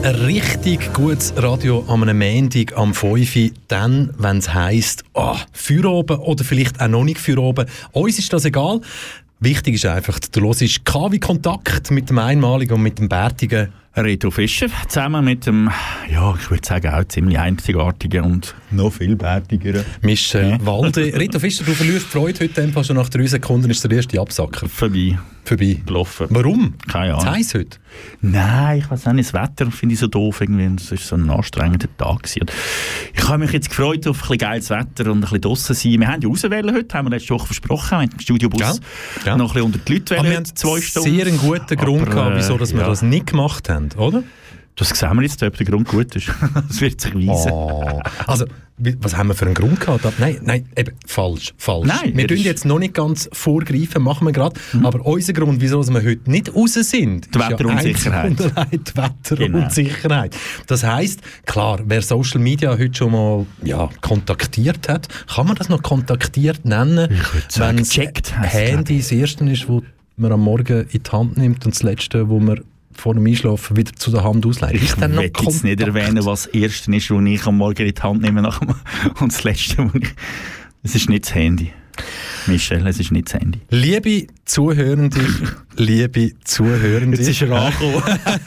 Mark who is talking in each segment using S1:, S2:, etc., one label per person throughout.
S1: Ein richtig gutes Radio am Montag am 5 Uhr, dann, wenn es heisst, Feierabend oder vielleicht auch noch nicht Feierabend. Uns ist das egal. Wichtig ist einfach, du hörst KW Kontakt mit dem Einmaligen und mit dem bärtigen
S2: Reto Fischer, zusammen mit dem, ich würde sagen, auch ziemlich einzigartigen und noch viel bärtigeren
S1: Michel Walde. Reto Fischer, du verlierst die Freude heute einfach schon nach 3 Sekunden ist der erste Absacker.
S2: Vorbei. Gelaufen.
S1: Warum?
S2: Keine Ahnung.
S1: Es heisst heute?
S2: Nein, ich weiß auch nicht, das Wetter finde ich so doof. Es war so ein anstrengender Tag gewesen. Ich habe mich jetzt gefreut auf ein bisschen geiles Wetter und ein bisschen draussen sein. Wir haben ja rauswählen heute, haben wir letzte Woche versprochen, mit dem Studiobus noch ein bisschen unter die Leute wählen.
S1: Wir haben 2 Stunden. Sehr einen guten Grund gehabt, wieso dass wir das nicht gemacht haben, oder?
S2: Das sehen wir jetzt, ob der Grund gut ist. Das wird sich weisen.
S1: Also, was haben wir für einen Grund gehabt? Nein, eben, falsch.
S2: Nein,
S1: wir tun jetzt noch nicht ganz vorgreifen, machen wir gerade. Aber unser Grund, wieso wir heute nicht raus sind,
S2: die Wetterunsicherheit.
S1: Die Wetterunsicherheit. Das heisst, klar, wer Social Media heute schon mal kontaktiert hat, kann man das noch kontaktiert nennen?
S2: Ich würde sagen,
S1: gecheckt. Handy das erste ist, wo man am Morgen in die Hand nimmt und das letzte, wo man vor dem Einschlafen wieder zu der Hand ausleihen.
S2: Ich will jetzt nicht erwähnen, was das Erste ist, was ich am Morgen in die Hand nehme und das Letzte, es ist nicht das Handy. Michel, es ist nicht das Handy.
S1: Liebe Zuhörende,
S2: jetzt ist er angekommen.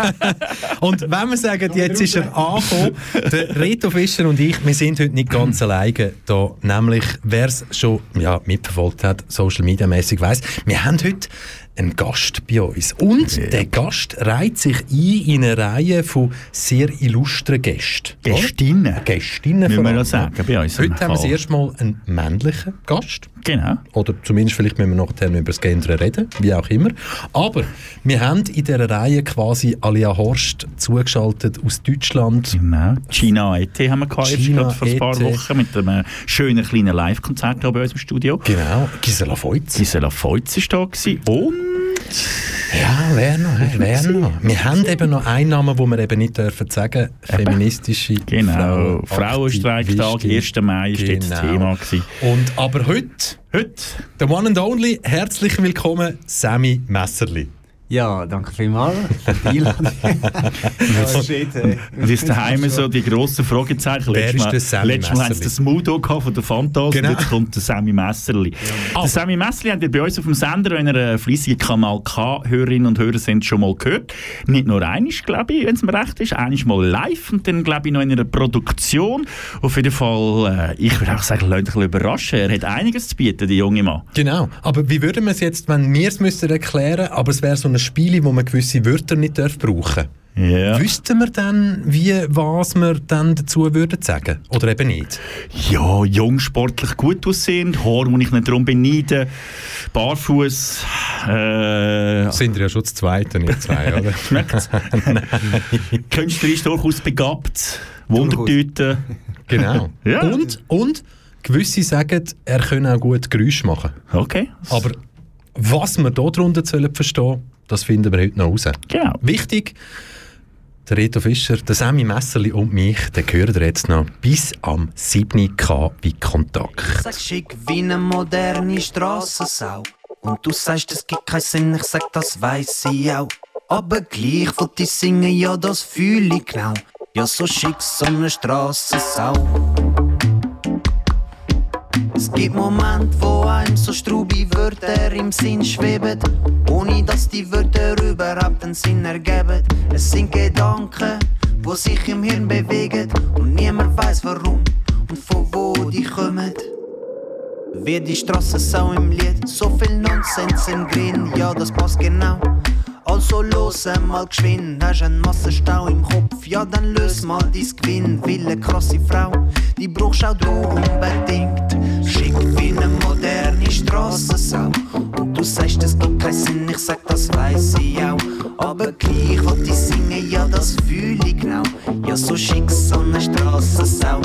S1: Und wenn wir sagen, jetzt ist er angekommen, der Reto Fischer und ich, wir sind heute nicht ganz alleine da. Nämlich, wer es schon mitverfolgt hat, Social Media mäßig weiss, wir haben heute einen Gast bei uns. Und der Gast reiht sich in eine Reihe von sehr illustren Gästen.
S2: Gästinnen,
S1: müssen
S2: wir noch sagen, bei uns.
S1: Heute haben wir das erste Mal einen männlichen Gast.
S2: Genau.
S1: Oder zumindest vielleicht müssen wir nachher über das Gender reden, wie auch immer. Aber wir haben in dieser Reihe quasi Alia Horst zugeschaltet aus Deutschland.
S2: Genau. Gina E.T. haben wir gerade vor ein paar Wochen mit einem schönen kleinen Live-Konzert bei uns im Studio.
S1: Genau. Gisela Feutz war
S2: da gewesen. Und
S1: wer noch? Wir haben eben noch einen Namen, den wir eben nicht dürfen sagen. Feministische
S2: Frau. Frauenstreiktag, 1. Mai ist jetzt das Thema gewesen.
S1: Aber heute, the one and only, herzlich willkommen, Sammy Messerli.
S3: Ja, danke vielmals für die Einladung.
S2: Und ist daheim so die grossen Fragezeichen.
S1: Wer ist der Sammy Messerli?
S2: Letztes Mal haben sie das Mudo von der Fantas und jetzt kommt der Sammy Messerli. Der Sammy Messerli habt ihr bei uns auf dem Sender, wenn ihr eine fleissige Kanal K-Hörerinnen und Hörer sind, schon mal gehört. Nicht nur einmal, glaube ich, wenn es mir recht ist, einmal mal live und dann, glaube ich, noch in einer Produktion. Auf jeden Fall, ich würde auch sagen, Leute ein bisschen überraschen. Er hat einiges zu bieten, der junge Mann.
S1: Genau, aber wie würden wir es jetzt, wenn wir es erklären müssten, aber es wäre so ein Spiel, wo man gewisse Wörter nicht brauchen darf.
S2: Ja.
S1: Wüssten wir dann, was wir dann dazu würden sagen? Oder eben nicht?
S2: Ja, jung, sportlich gut aussehend, Haar, wo ich nicht darum beneide, barfuß.
S1: Sind wir ja schon das Zweite, nicht zwei, oder?
S2: Schmeckt's? Künstlerisch durchaus begabt, Wundertüte.
S1: Genau.
S2: Ja.
S1: Und gewisse sagen, er könne auch gut Geräusche machen.
S2: Okay.
S1: Aber was wir darunter verstehen sollen, das finden wir heute noch raus.
S2: Genau.
S1: Wichtig, der Reto Fischer, der Sammy Messerli und mich, den hören wir jetzt noch bis am 7. K wie Kontakt.
S4: Ich sag schick wie eine moderne Strassensau. Und du sagst, es gibt keinen Sinn, ich sag, das weiss ich auch. Aber gleich wollte ich singen, ja, das fühle ich genau. Ja, so schick so eine Strassensau. Es gibt Momente, wo einem so strubi Wörter im Sinn schweben, ohne dass die Wörter überhaupt einen Sinn ergeben. Es sind Gedanken, die sich im Hirn bewegen und niemand weiß warum und von wo die kommen. Wie die Strassensau im Lied, so viel Nonsens im Grin, ja das passt genau. Also los mal geschwind, hast einen Massenstau im Kopf, ja dann löse mal dein Gewinn. Will eine krasse Frau, die brauchst auch du unbedingt. Schick wie eine moderne Strassensau. Und du sagst, es gibt keinen Sinn, ich sag, das weiss ich auch. Aber gleich wollt ich singen, ja das fühl ich genau. Ja so schick so eine Strassensau.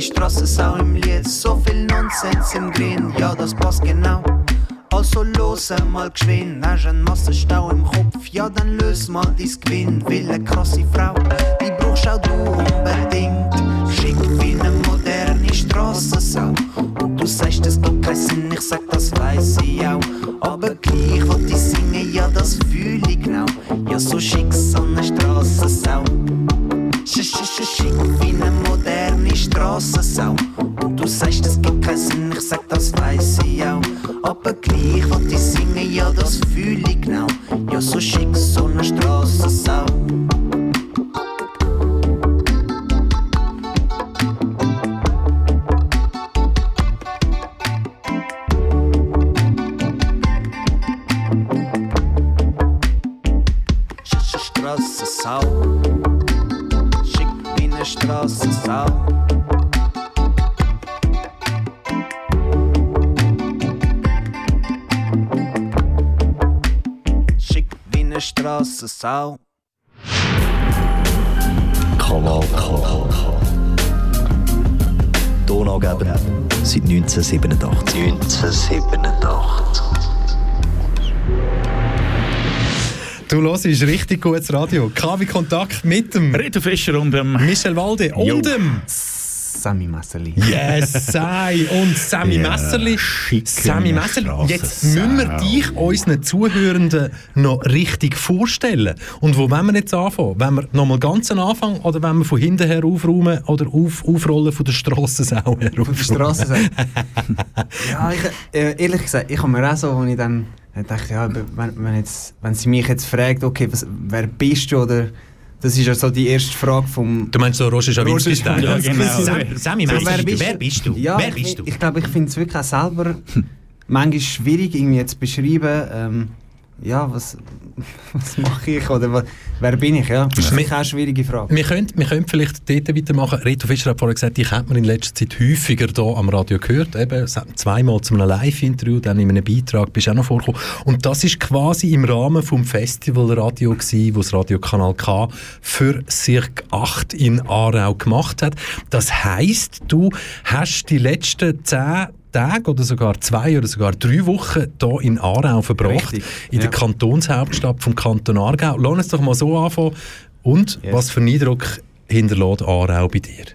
S4: Strassensau im Lied, so viel Nonsens im Grün, ja das passt genau. Also los mal geschwind, hast einen Massenstau im Kopf, ja dann löse mal dein Gewinn. Will eine krasse Frau, die brauchst auch du unbedingt. Schick wie eine moderne Strassensau. Und du sagst, das geht keinen Sinn, ich sag, das weiss ich auch. Aber gleich will ich singen, ja das fühl ich genau. Ja so schick so eine Strassensau. Schick wie eine moderne Strassensau. Und du sagst, das gibt keinen Sinn, ich sag, das weiss ich auch. Aber gleich will ich singen, ja das fühl ich genau. Ja so schick so eine Strassensau. Strassensau. Schick wie eine Strassensau. Schick wie eine Strassensau.
S5: Kanal K. Tonangeber seit 1987. 1987.
S1: Du hörst richtig gutes Radio. KW Kontakt mit dem
S2: Reto Fischer und dem
S1: Michel Walde und dem
S3: Sammy Messerli.
S1: Yes, sei und Sammy Messerli. Sammy Messerli, jetzt müssen wir dich unseren Zuhörenden noch richtig vorstellen. Und wo wollen wir jetzt anfangen? Wollen wir nochmal ganz am Anfang oder wollen wir von hinten her aufräumen oder aufrollen von der Strassensau her?
S3: Von der Strassensau? Ja, ehrlich gesagt, ich habe mir auch so, als ich dann dachte, ja, wenn sie mich jetzt fragt, okay, wer bist du, oder das ist ja so die erste Frage vom...
S1: Du meinst so Roger Schawinski-Style?
S2: Ja, genau.
S1: Sammy Messerli, wer bist du?
S3: Ja,
S1: wer bist du?
S3: Ich glaube, ich finde es wirklich auch selber manchmal schwierig, irgendwie jetzt zu beschreiben, ja, was mache ich oder wer bin ich? Ja, das ist für mich auch eine schwierige Frage.
S1: Wir können vielleicht dort weitermachen. Reto Fischer hat vorhin gesagt, ich habe mir in letzter Zeit häufiger hier am Radio gehört. Eben zweimal zu einem Live-Interview, dann in einem Beitrag bist du auch noch vorgekommen. Und das war quasi im Rahmen vom Festivalradio gewesen, wo das Radio Kanal K für Cirque 8 in Aarau gemacht hat. Das heisst, du hast die letzten 10 Tage oder sogar 2 oder sogar 3 Wochen hier in Aarau verbracht.
S3: Richtig,
S1: in der Kantonshauptstadt vom Kanton Aargau. Lass uns doch mal so anfangen. Und was für einen Eindruck hinterlässt Aarau bei dir?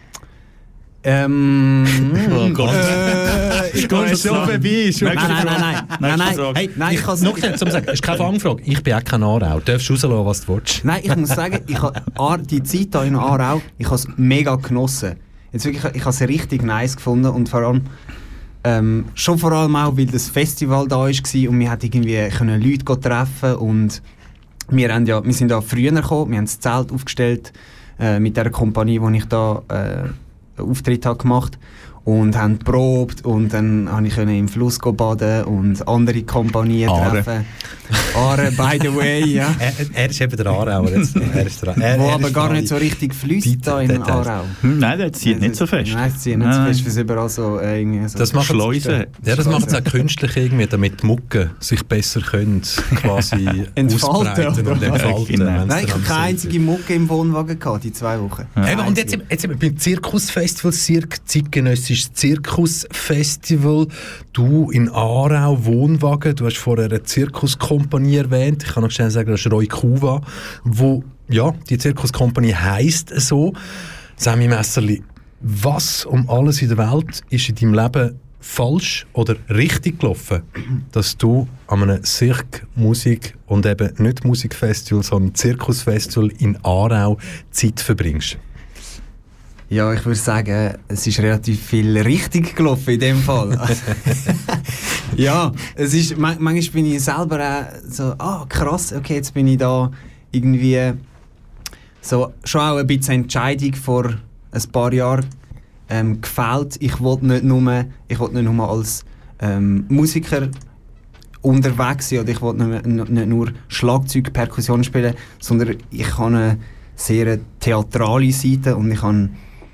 S2: Oh Gott.
S3: Ich gehe schon vorbei. Nein.
S1: Ich kann noch nicht sagen, es ist keine Fangfrage. Ich bin auch kein Aarau. Du darfst rauslassen, was du willst.
S3: Nein, ich muss sagen, ich habe die Zeit hier in Aarau, ich habe es mega genossen. Jetzt wirklich, ich habe es richtig nice gefunden und vor allem schon vor allem auch, weil das Festival da war und wir konnten irgendwie Leute treffen und wir sind da früher gekommen, wir haben das Zelt aufgestellt mit der Kompanie, wo ich da Auftritt habe gemacht und haben geprobt und dann konnte ich im Fluss baden und andere Kompanien treffen. Aare, by the way, ja.
S1: Er ist eben der Aarauer jetzt.
S3: Wo aber gar nicht so richtig fließt da in Aarau.
S2: Nein, der zieht nicht so fest.
S3: Nein, das zieht nicht so fest, weil es überall so irgendwie so...
S1: Das macht
S2: Schleusen.
S1: Ja, das macht es auch künstlich irgendwie, damit die Mucke sich besser können quasi ausbreiten und entfalten.
S2: Genau.
S3: Nein, ich habe keine einzige Mucke im Wohnwagen gehabt, die 2 Wochen.
S1: Eben, und jetzt beim Zirkusfestival, zeitgenössisches Zirkusfestival, du in Aarau, Wohnwagen, du hast vorher eine Zirkuskompanie erwähnt, ich kann noch schnell sagen, das ist Roy Kuva, wo, ja, die Zirkuskompanie heisst so. Sammy Messerli, was um alles in der Welt ist in deinem Leben falsch oder richtig gelaufen, dass du an einem Cirque Musik und eben nicht Musikfestival, sondern Zirkusfestival in Aarau Zeit verbringst?
S3: Ja, ich würde sagen, es ist relativ viel richtig gelaufen in dem Fall. Ja, es ist, manchmal bin ich selber auch so, krass, okay, jetzt bin ich da irgendwie so, schon auch ein bisschen Entscheidung vor ein paar Jahren gefällt. Ich wollte nicht nur als Musiker unterwegs sein oder ich wollte nicht nur Schlagzeug, Perkussion spielen, sondern ich habe eine sehr theatrale Seite und ich habe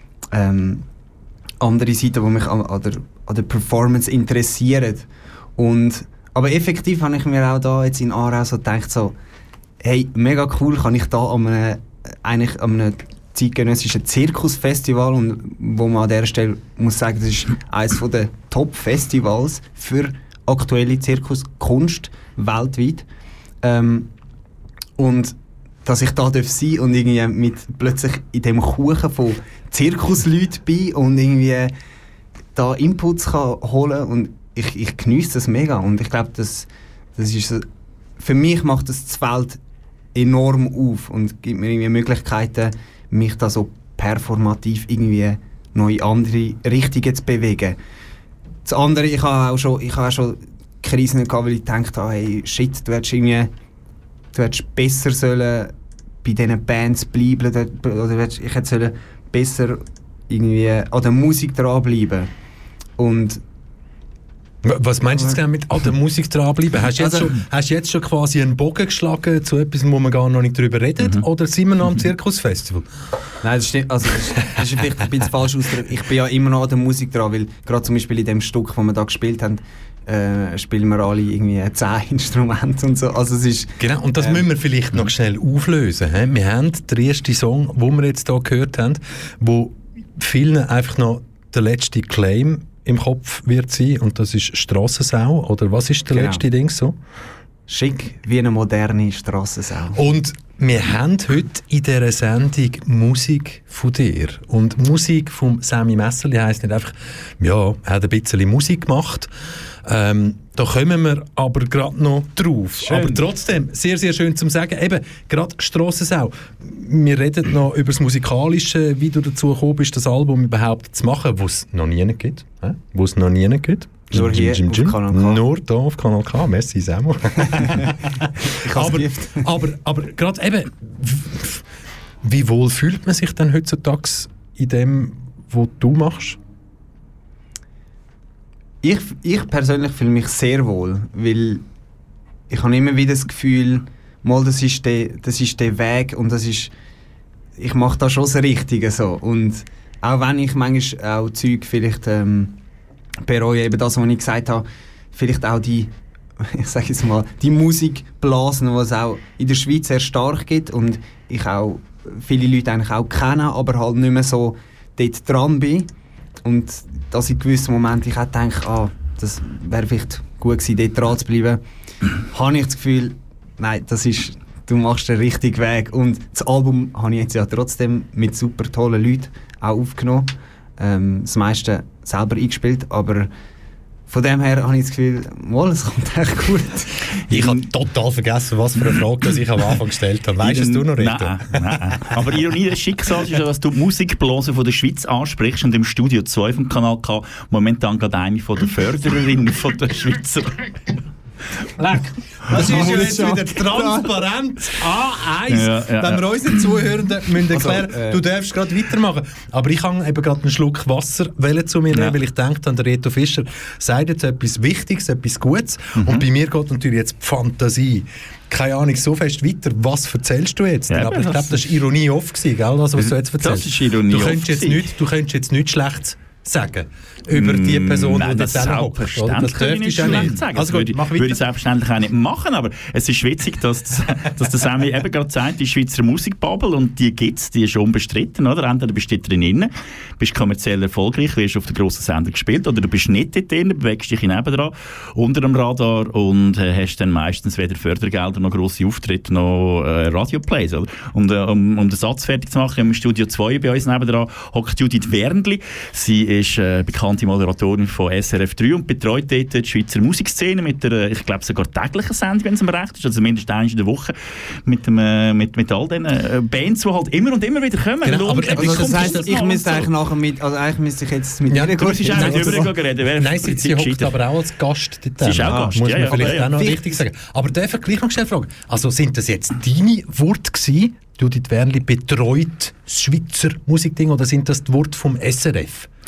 S3: andere Seiten, die mich an der Performance interessieren. Aber effektiv habe ich mir auch da jetzt in Aarau so gedacht, so, hey, mega cool, kann ich da an einem zeitgenössische Zirkusfestival und wo man an dieser Stelle muss sagen, das ist eines der Top-Festivals für aktuelle Zirkuskunst weltweit. Und dass ich da sein darf und irgendwie plötzlich in dem Kuchen von Zirkusleuten bin und irgendwie da Inputs kann holen und ich geniesse das mega und ich glaube, das ist für mich macht das Feld enorm auf und gibt mir irgendwie Möglichkeiten, mich da so performativ irgendwie noch in andere Richtungen zu bewegen. Das andere, ich habe auch schon Krisen gehabt, weil ich dachte, hey, shit, du hättest besser sollen bei diesen Bands bleiben oder ich hätte besser irgendwie an der Musik dranbleiben. Und
S1: was meinst du jetzt genau mit an der Musik dranbleiben? Hast du jetzt schon quasi einen Bogen geschlagen zu etwas, wo man gar noch nicht drüber redet? Oder sind wir noch am Zirkusfestival?
S3: Nein, das stimmt. Also, das ist vielleicht ein bisschen falsch ausgedrückt. Ich bin ja immer noch an der Musik dran, weil gerade zum Beispiel in dem Stück, das wir da gespielt haben, spielen wir alle irgendwie 10 Instrumente und so. Also es ist,
S1: genau, und das müssen wir vielleicht noch schnell auflösen. He? Wir haben den ersten Song, den wir jetzt hier gehört haben, wo vielen einfach noch der letzte Claim im Kopf wird sein, und das ist Strassensau, oder was ist der letzte Ding so?
S3: Schick wie eine moderne Strassensau.
S1: Und wir haben heute in dieser Sendung Musik von dir. Und Musik von Sammy Messerli heisst nicht einfach, ja, er hat ein bisschen Musik gemacht. Da kommen wir aber gerade noch drauf. Schön. Aber trotzdem, sehr, sehr schön zu sagen. Eben, gerade Strassensau. Wir reden noch über das Musikalische, wie du dazu gekommen bist, das Album überhaupt zu machen, wo es noch nie gibt. Wo es noch nie gibt.
S3: Nur hier auf Kanal K.
S1: Nur hier auf Kanal K. Merci, Samuel. aber gerade eben, wie wohl fühlt man sich denn heutzutage in dem, was du machst?
S3: Ich persönlich fühle mich sehr wohl, weil ich habe immer wieder das Gefühl, mal, das ist der Weg und ich mache da schon das Richtige so. Und auch wenn ich manchmal auch Zeug vielleicht bereue, eben das, was ich gesagt habe, vielleicht auch die Musikblasen, die es auch in der Schweiz sehr stark gibt und ich auch viele Leute eigentlich auch kenne, aber halt nicht mehr so dort dran bin. Und dass in gewissen Momenten ich auch denke, das wäre vielleicht gut gewesen, dort dran zu bleiben, habe ich das Gefühl, nein, du machst den richtigen Weg. Und das Album habe ich jetzt ja trotzdem mit super tollen Leuten auch aufgenommen. Das meiste selber eingespielt, aber von dem her habe ich das Gefühl, es kommt echt gut.
S1: Ich habe total vergessen, was für eine Frage ich am Anfang gestellt habe. Weißt du noch, Reto?
S2: Nein. Aber Ironie des Schicksals ist ja, dass du die Musikblase von der Schweiz ansprichst und im Studio 2 vom Kanal K momentan gerade eine von der Fördererinnen von der Schweizer.
S1: Leck. Das ist ja jetzt wieder transparent A1. Wenn wir unseren Zuhörenden müssen erklären, du darfst gerade weitermachen. Aber ich kann eben gerade einen Schluck Wasser zu mir nehmen, weil ich denke, der Reto Fischer sagt jetzt etwas Wichtiges, etwas Gutes. Und bei mir geht natürlich jetzt die Fantasie. Keine Ahnung, so fest weiter. Was erzählst du jetzt? Ja, aber ich glaube, das war Ironie oft, gell? Also, was du jetzt erzählst.
S2: Das ist Ironie
S1: du könntest jetzt nichts Schlechtes sagen über die Person, die
S2: das selbstverständlich das dürftest du ja nicht sagen. Also gut, würde ich selbstverständlich auch nicht machen, aber es ist witzig, dass der Sammy eben gerade sagt, die Schweizer Musikbubble, und die gibt's, die ist unbestritten, oder? Entweder bist du drin, bist kommerziell erfolgreich, wirst auf den grossen Sender gespielt, oder du bist nicht drin, bewegst dich nebendran, unter dem Radar und hast dann meistens weder Fördergelder noch grosse Auftritte noch Radioplays, oder? Und um den Satz fertig zu machen, im Studio 2 bei uns nebendran hockt Judith Wernli. Sie ist bekannte Moderatorin von SRF 3 und betreut dort die Schweizer Musikszene mit der, ich glaube, sogar täglichen Sendung, wenn es mir recht ist, also mindestens einmal in der Woche mit all diesen Bands, die halt immer und immer wieder kommen.
S3: Genau, aber das heisst, ich müsste eigentlich eigentlich müsste ich jetzt mit
S2: ihr
S3: gut
S2: ist auch nicht reden.
S1: Nein, sie hockt aber auch als Gast dort.
S2: Sie ist auch Gast,
S1: muss man vielleicht auch noch richtig sagen. Aber darf ich gleich noch schnell fragen, also sind das jetzt deine Worte gewesen, Judith Wernli betreut das Schweizer Musikding, oder sind das die Worte vom SRF?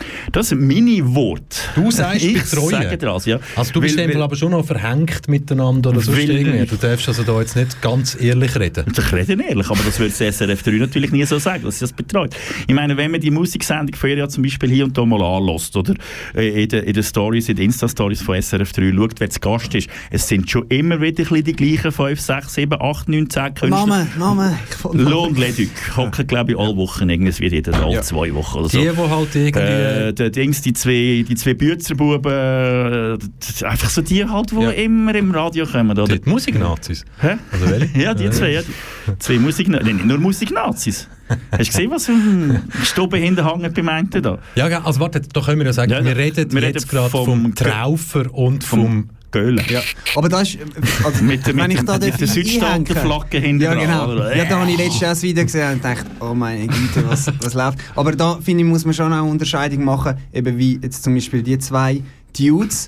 S2: Das sind meine Worte.
S1: Du sagst
S2: ich
S1: Betreuen.
S2: sage das, ja.
S1: Also du bist in dem Fall aber schon noch verhängt miteinander oder so irgendwie. Du darfst also da jetzt nicht ganz ehrlich reden.
S2: Ich rede ehrlich, aber das würde das SRF 3 natürlich nie so sagen, dass sie das betreut. Ich meine, wenn man die Musiksendung von ihr ja zum Beispiel hier und da mal anlässt oder in den Stories, in den Insta-Stories von SRF 3 schaut, wer zu Gast ist, es sind schon immer wieder ein bisschen die gleichen 5, 6, 7, 8, 9, 10 Künstler.
S3: Name.
S2: Lohn Leduc hocken, glaube ich, alle Wochen irgendwie jede alle 2 Wochen oder so.
S1: Die halt irgendwie...
S2: die zwei Bützerbuben, einfach so die halt, die immer im Radio kommen. Oder?
S1: Die Musiknazis?
S2: Hä?
S1: Oder welche?
S2: Ja, die zwei. Ja, die zwei Musiknazis. Nicht nur Musiknazis. Hast du gesehen, was ein Stoben hinterhängt beim einen da?
S1: Ja, also warte, da können wir ja sagen, wir reden jetzt gerade vom Traufer und vom
S2: Göhlen.
S3: Ja. Aber das ist... Also,
S2: mit der Südstaaten-Flagge hinten
S3: dran. Ja, genau.
S2: Oder?
S3: Ja, da habe ich letztes Jahr das Video gesehen und dachte, oh meine Güte, was läuft. Aber da, finde ich, muss man schon auch eine Unterscheidung machen, eben wie jetzt zum Beispiel die zwei Dudes,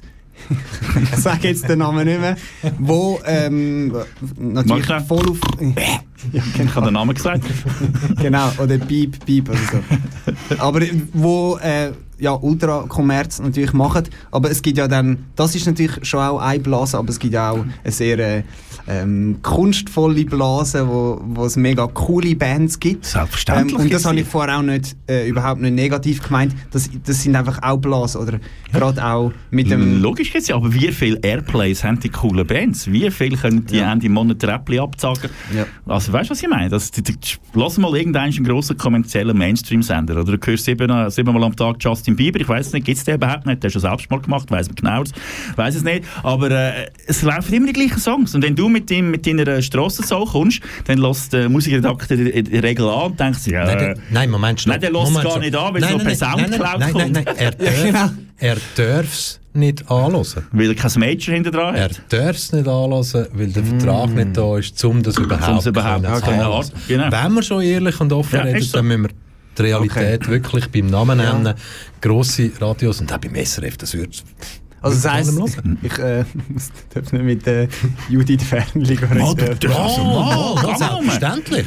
S3: ich sage jetzt den Namen nicht mehr, wo natürlich voll auf... Ja, genau.
S2: Ich habe den Namen gesagt.
S3: Genau, oder Beep oder so. Aber wo Ultra Kommerz natürlich machen, aber es gibt ja dann, das ist natürlich schon auch eine Blase, aber es gibt auch eine sehr kunstvolle Blase, wo es mega coole Bands gibt.
S2: Selbstverständlich.
S3: Und das habe ich vorher auch nicht, überhaupt nicht negativ gemeint. Das sind einfach auch Blasen, oder gerade auch mit dem...
S2: Logisch jetzt ja, aber wie viele Airplays haben die coolen Bands? Wie viel können die Ende Monat Räppli abzagen? Ja. Also weißt du, was ich meine? Lass mal irgendeinen grossen kommerziellen Mainstream-Sender, oder du hörst 7-mal am Tag Justin Bieber, ich weiss nicht, gibt es den überhaupt nicht, der ist schon selbst mal gemacht, weiss man genau, weiss es nicht, aber es laufen immer die gleichen Songs und wenn du mit deiner Strassensau kommst, dann lässt der Musikredakteur die Regel an und denkst, ja...
S1: Nein, Moment,
S2: nein, der lässt gar nicht an, weil es noch per Soundcloud kommt.
S1: Nein, er darf es nicht anhören.
S2: Weil er kein Major hinter dran hat?
S1: Er darf es nicht anhören, weil der Vertrag nicht da ist, um das überhaupt zu
S2: hören.
S1: Genau. Wenn wir schon ehrlich und offen reden, dann müssen wir die Realität wirklich beim Namen nennen. Grosse Radios und auch beim SRF, das wird...
S3: Also das heisst, ich darf nicht mit Judith Fernli reden.
S1: Selbstverständlich.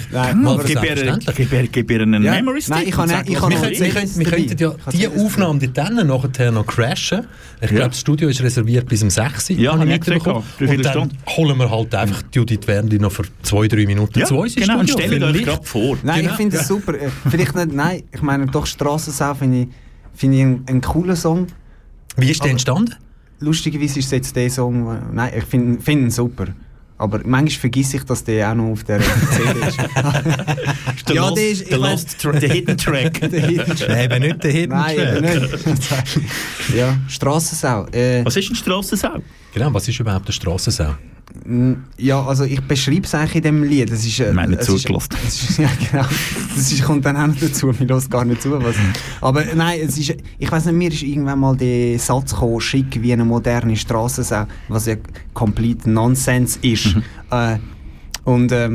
S2: Gib ihr einen Memory-Stick.
S1: Wir könnten ja diese Aufnahme dann nachher noch crashen. Ich glaube, das Studio ist reserviert bis um 6 Uhr.
S2: Ja, habe ich gesehen.
S1: Und dann holen wir halt einfach Judith Fernli noch für 2-3 Minuten zu uns.
S2: Genau, und stellt euch gerade vor.
S3: Nein, ich finde das super. Vielleicht nicht, nein, ich meine doch Strassensau finde ich einen coolen Song.
S1: Wie ist der entstanden?
S3: Lustigerweise ist es jetzt der Song, nein, ich finde ihn super. Aber manchmal vergesse ich, dass der auch noch auf der CD ist.
S2: Ja, der ist... Der Hidden Track.
S1: Nein, eben nicht der Hidden Track.
S3: Nein, eben nicht. Ja, Strassensau.
S2: Was ist eine Strassensau?
S1: Genau, was ist überhaupt eine Strassensau?
S3: Ja, also ich beschreibe es eigentlich in dem Lied. Das ist,
S2: ich meine nicht zugelassen.
S3: Ja, genau. Kommt dann auch noch dazu. Mir hört gar nicht zu. Aber nein, es ist, ich weiss nicht, mir ist irgendwann mal der Satz gekommen, schick wie eine moderne Strassensau, was ja complete Nonsense ist. Und ja,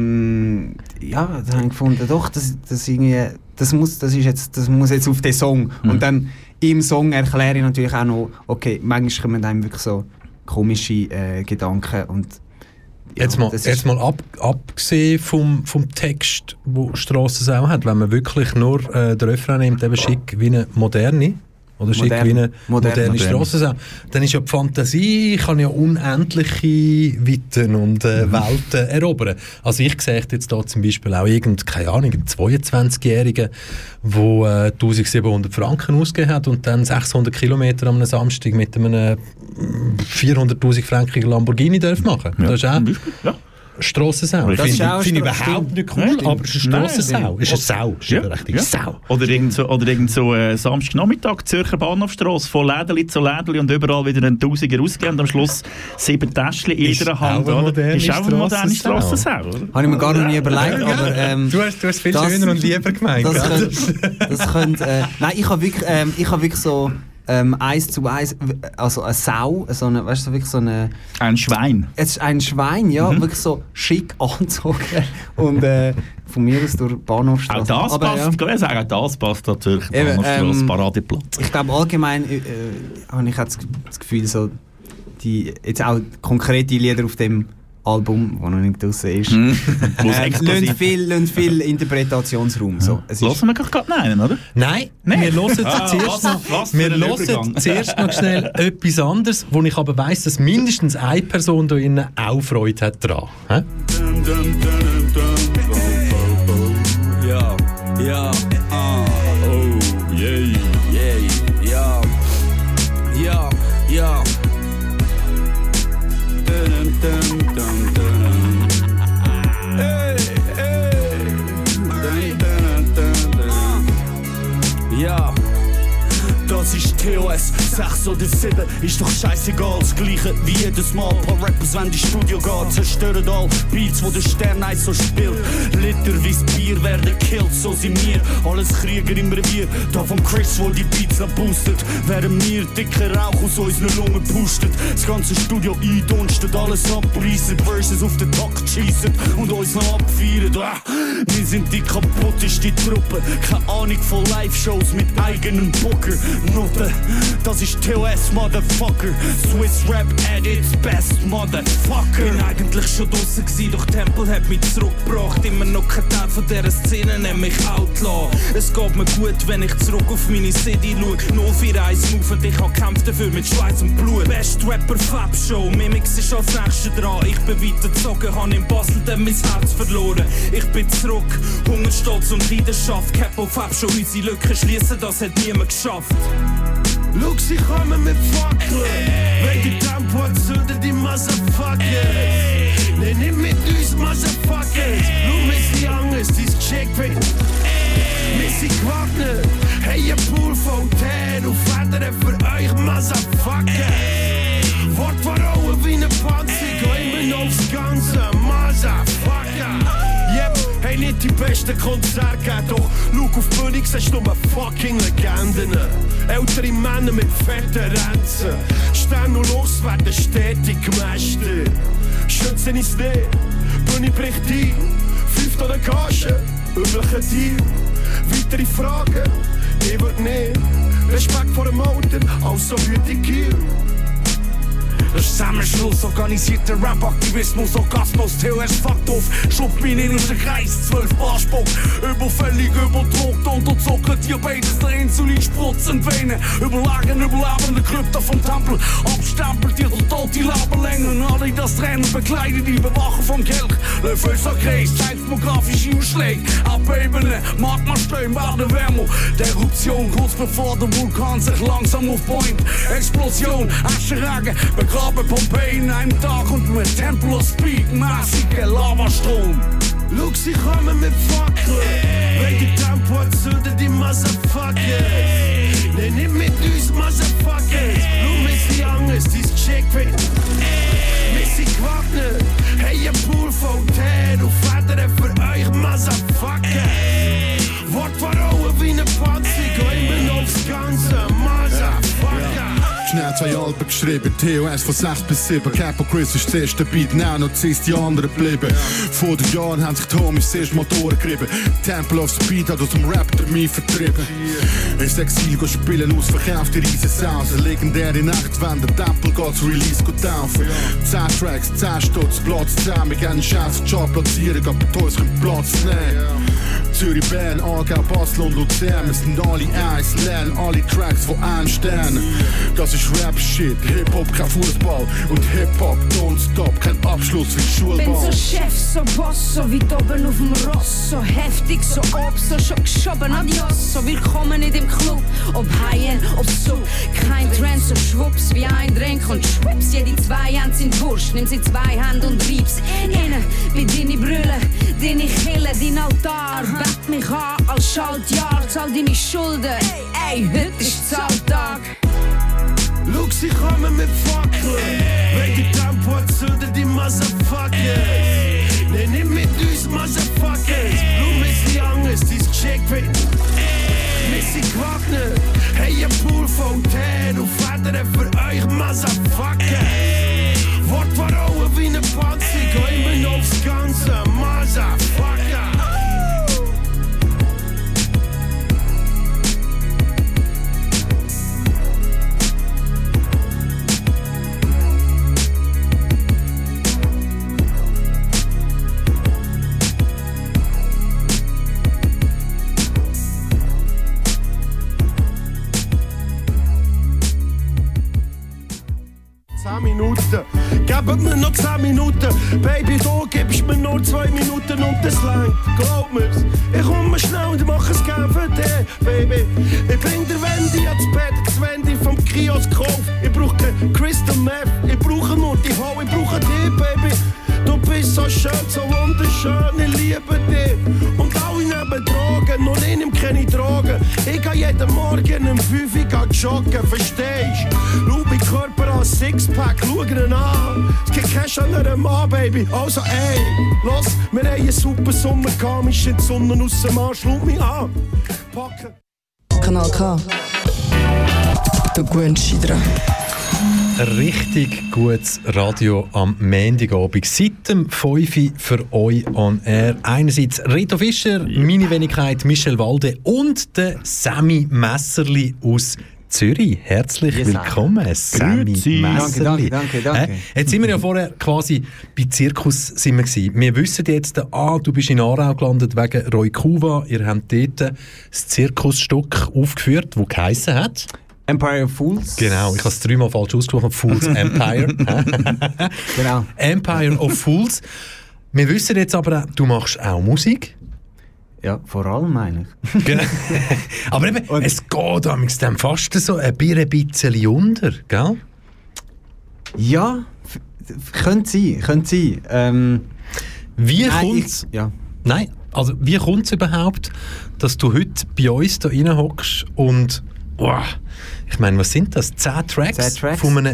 S3: da habe ich gefunden, doch, das muss jetzt auf den Song. Und dann im Song erkläre ich natürlich auch noch, okay, manchmal kommen einem wirklich so komische Gedanken und ja,
S1: jetzt mal abgesehen vom Text, wo Strassensau hat, wenn man wirklich nur den Refrain nimmt, eben schick wie eine moderne oder schick wie eine moderne Strassensau, dann ist ja die Fantasie, kann ja unendliche Weiten und Welten erobern. Also ich sehe jetzt da zum Beispiel auch einen 22-Jährigen, der 1700 Franken ausgegeben hat und dann 600 Kilometer am Samstag mit einem 400'000 frankigen Lamborghini machen darf. Ja. Das ist auch Strassensau. Das finde ich überhaupt nicht cool, aber es ist eine Strassensau. Es ist eine Sau. Es ist eine richtige Sau.
S2: Oder irgend so Samstagnachmittag, Zürcher Bahnhofstrasse, von Lädeli zu Lädeli und überall wieder einen Tausiger ausgeben und am Schluss 7 Täschchen in jeder Hand. Ist auch eine moderne Strassensau.
S3: Habe ich mir gar noch nie überlegt. Aber,
S1: du hast viel schöner und lieber gemeint.
S3: Das könnte... Nein, ich habe wirklich so... 1:1, also eine Sau, so eine, weißt du, wirklich so eine...
S2: Ein Schwein.
S3: Es ist ein Schwein, ja, wirklich so schick angezogen und von mir aus durch Bahnhofstrasse.
S2: Auch das passt, ich sagen, das passt natürlich Bahnhofstrasse, Paradeplatz.
S3: Ich glaube allgemein habe ich das Gefühl, so jetzt auch konkrete Lieder auf dem Album, das noch nicht draussen ist. Lassen viel Interpretationsraum. So.
S2: Hören wir gerade einen, oder?
S1: Nein, wir hören zuerst noch schnell etwas anderes, wo ich aber weiss, dass mindestens eine Person da innen auch Freude hat dran.
S6: Ja, ja, oh, yeah, yeah, ja, ja, ja. Hey, hey. Ja, das ist TOS, 6 oder 7, ist doch scheißegal, das gleiche wie jedes Mal. Ein paar Rappers, wenn die Studio geht, zerstören all Beats, wo der Stern eins so spielt. Literweise Bier werden killt, so sind wir, alles Krieger im Revier. Da vom Chris, wo die Beats noch boostet, während wir dicker Rauch aus unseren Lungen pustet. Das ganze Studio eindunstet, alles abreißen, Verses auf den Takt schiessen und uns noch abfeiern. Wir sind die kaputteste Truppe, keine Ahnung von Live-Shows mit eigenem Poker. Noten, das ist TOS, Motherfucker. Swiss Rap at its best, Motherfucker. Bin eigentlich schon draussen gsi, doch Tempel hat mich zurückgebracht. Immer noch kein Teil von dieser Szene, nämlich Outlaw. Es geht mir gut, wenn ich zurück auf meine City schau. 041 Move und ich hab gekämpft dafür mit Schweiß und Blut. Best Rapper Fab Show, Mimix ist als nächster dran. Ich bin weitergezogen, hab in Basel dann mein Herz verloren. Ich bin zurück, Hunger, Stolz und Leidenschaft. Capo Fab Show, unsere Lücken schließen, das hat niemand geschafft.
S7: Schau, sie kommen mit Fackeln. Wegen Tempo zünden die Motherfucker. Nee, nicht mit uns Motherfuckers. Schau, wir sind anders, dein Chickpin. Wir sind gewappnet. Hey, ein Pool von Tän und Federn für euch Motherfucker. Wort verhauen wie ein Panzer, geh immer noch aufs Ganze, Motherfucker. Yep, hey, nicht die besten Konzerte gegeben, doch schau auf die Bühne, siehst nur fucking Legenden. Ältere Männer mit fetten Ränzen. Stern und Los werden stetig Meister. Schützen ins Nähe, Bühne bricht ein. 5 Tonnen Gage, übliche Deal. Weitere Fragen, ich würd nicht. Respekt vor dem Alter, also wütig Gier. Der Zusammenschluss, organisierter Rap-Aktivismus, Orgasmus, TOS fuckt auf, schub mich in unseren Kreis, 12 Barspuck, überfällig, überdruckt, unterzuckert, Diabetes, der Insulin spritzen Venen, überlagen, überlebende Krypta vom Tempel, abstempelt ihr total die Laberlängen, alle das Rennen bekleiden, die Bewacher vom Kelch, Löffelsser Kreis, seismografische Ausschläge, Abebene, Magmaströme werden wärmer, der Eruption kurz bevor der Vulkan sich langsam aufbäumt, Explosion, Ascheregen, begraben Pompeii in einem Tag und mit Tempel of Speed, massiger Lavastrom. Schau, sie kommen mit Fackeln. Wegen Tempo zünden die Motherfucker. Nee, nicht mit uns Motherfuckers. Schau, wir sind anders, dein Chickpin. Wir sind gewappnet. Hey, ein Pool von Tän und Federn für euch Motherfucker. Wort verhauen wie ein Panzer, geh immer aufs Ganze, Motherfucker.
S8: Schnell 2 Alben geschrieben, TOS von 6 bis 7. Capo Chris ist der erste Beat, Nano ist die anderen geblieben. Vor den Jahren haben sich die Homies das erste Mal durchgerieben. Temple of Speed hat aus dem Rap der mich vertrieben. Ins Exil go spielen, ausverkauft die riesen Sounds. Eine legendäre Nacht, wenn der Temple geht's Release go taufen. 10 Tracks, 10 Stutz, Platz 10. Wir gehen einen scheiß Job platzieren, aber die Toys können Platz nehmen. Zürich, Bern, Aargau, Basel und Luzern. Wir sind alle eins, lernen alle Tracks von 1 Stern. Das ist Rap-Shit, Hip-Hop, kein Fußball. Und Hip-Hop, don't stop, kein Abschluss wie Schulball.
S9: Bin so Chef, so Boss, so weit oben auf dem Ross. So heftig, so ob, so schon geschoben, adios. So willkommen in dem Club, ob High-End, ob so. Kein Trend, so schwupps wie ein Drink und schwupps. Jede 2 Hände sind Wurst, nimm sie 2 Hände und reib's. Innen, bei deine Brille, deine Kille, dein Altar. Bett mich an als Schaltjahr, zahl deine Schulden. Ey, heute ist Zahltag.
S7: Schau, sie kommen mit Fackeln. Wegen Tempo zünden die Motherfucker. Nee, nicht mit uns Motherfuckers. Schau, wir sind anders, dein Chickpin. Wir sind gewappnet. Hey, ein Pool von Tän und Federn für euch Motherfucker. Wort verhauen wie ein Panzer, geh immer noch aufs Ganze, Motherfucker. 10 Minuten. Gebt mir noch 10 Minuten. Baby, du gibst mir nur 2 Minuten und das langt. Glaub mir's. Ich komme schnell und mach es gern für dich, Baby. Ich bring dir Wendy ans Bett, das Wendy vom Kiosk kauf. Ich brauch kein Crystal Meth, ich brauche nur die Hau, ich brauche dich, Baby. Du bist so schön, so wunderschön, ich liebe dich. Und alle nehmen Drogen, nur ich nehm keine Drogen. Ich geh jeden Morgen um 5 Uhr joggen, verstehst? Schau meinen Körper an, Sixpack, schau ihn an. Es gibt keinen schöneren Mann, Baby. Also ey, los, wir haben einen super Sommer gehabt, wir sind die Sonne aus dem Arsch, schau mich an. Packen.
S10: Kanal K. Du gewöhnst dich dran.
S1: Richtig gutes Radio am Montagabend. Seit dem 5 Uhr für euch on air. Einerseits Reto Fischer, meine Wenigkeit Michel Walde und der Sammy Messerli aus Zürich. Herzlich willkommen, Sammy Messerli.
S3: Danke.
S1: Jetzt sind wir ja vorher quasi bei Zirkus sind wir gewesen. Wir wissen jetzt, du bist in Aarau gelandet wegen Roy Kuva. Ihr habt dort das Zirkusstück aufgeführt, das geheissen hat
S3: Empire of Fools.
S1: Genau, ich habe es 3-mal falsch ausgesprochen. Fools Empire.
S3: Genau.
S1: Empire of Fools. Wir wissen jetzt aber, du machst auch Musik.
S3: Ja, vor allem eigentlich.
S1: Genau. Aber eben, es geht dann fast so ein bisschen unter, gell?
S3: Ja, könnte sein.
S1: Wie kommt's?
S3: Ja.
S1: Nein, also wie kommt es überhaupt, dass du heute bei uns da reinhockst und ich meine, was sind das? 10 Tracks von einem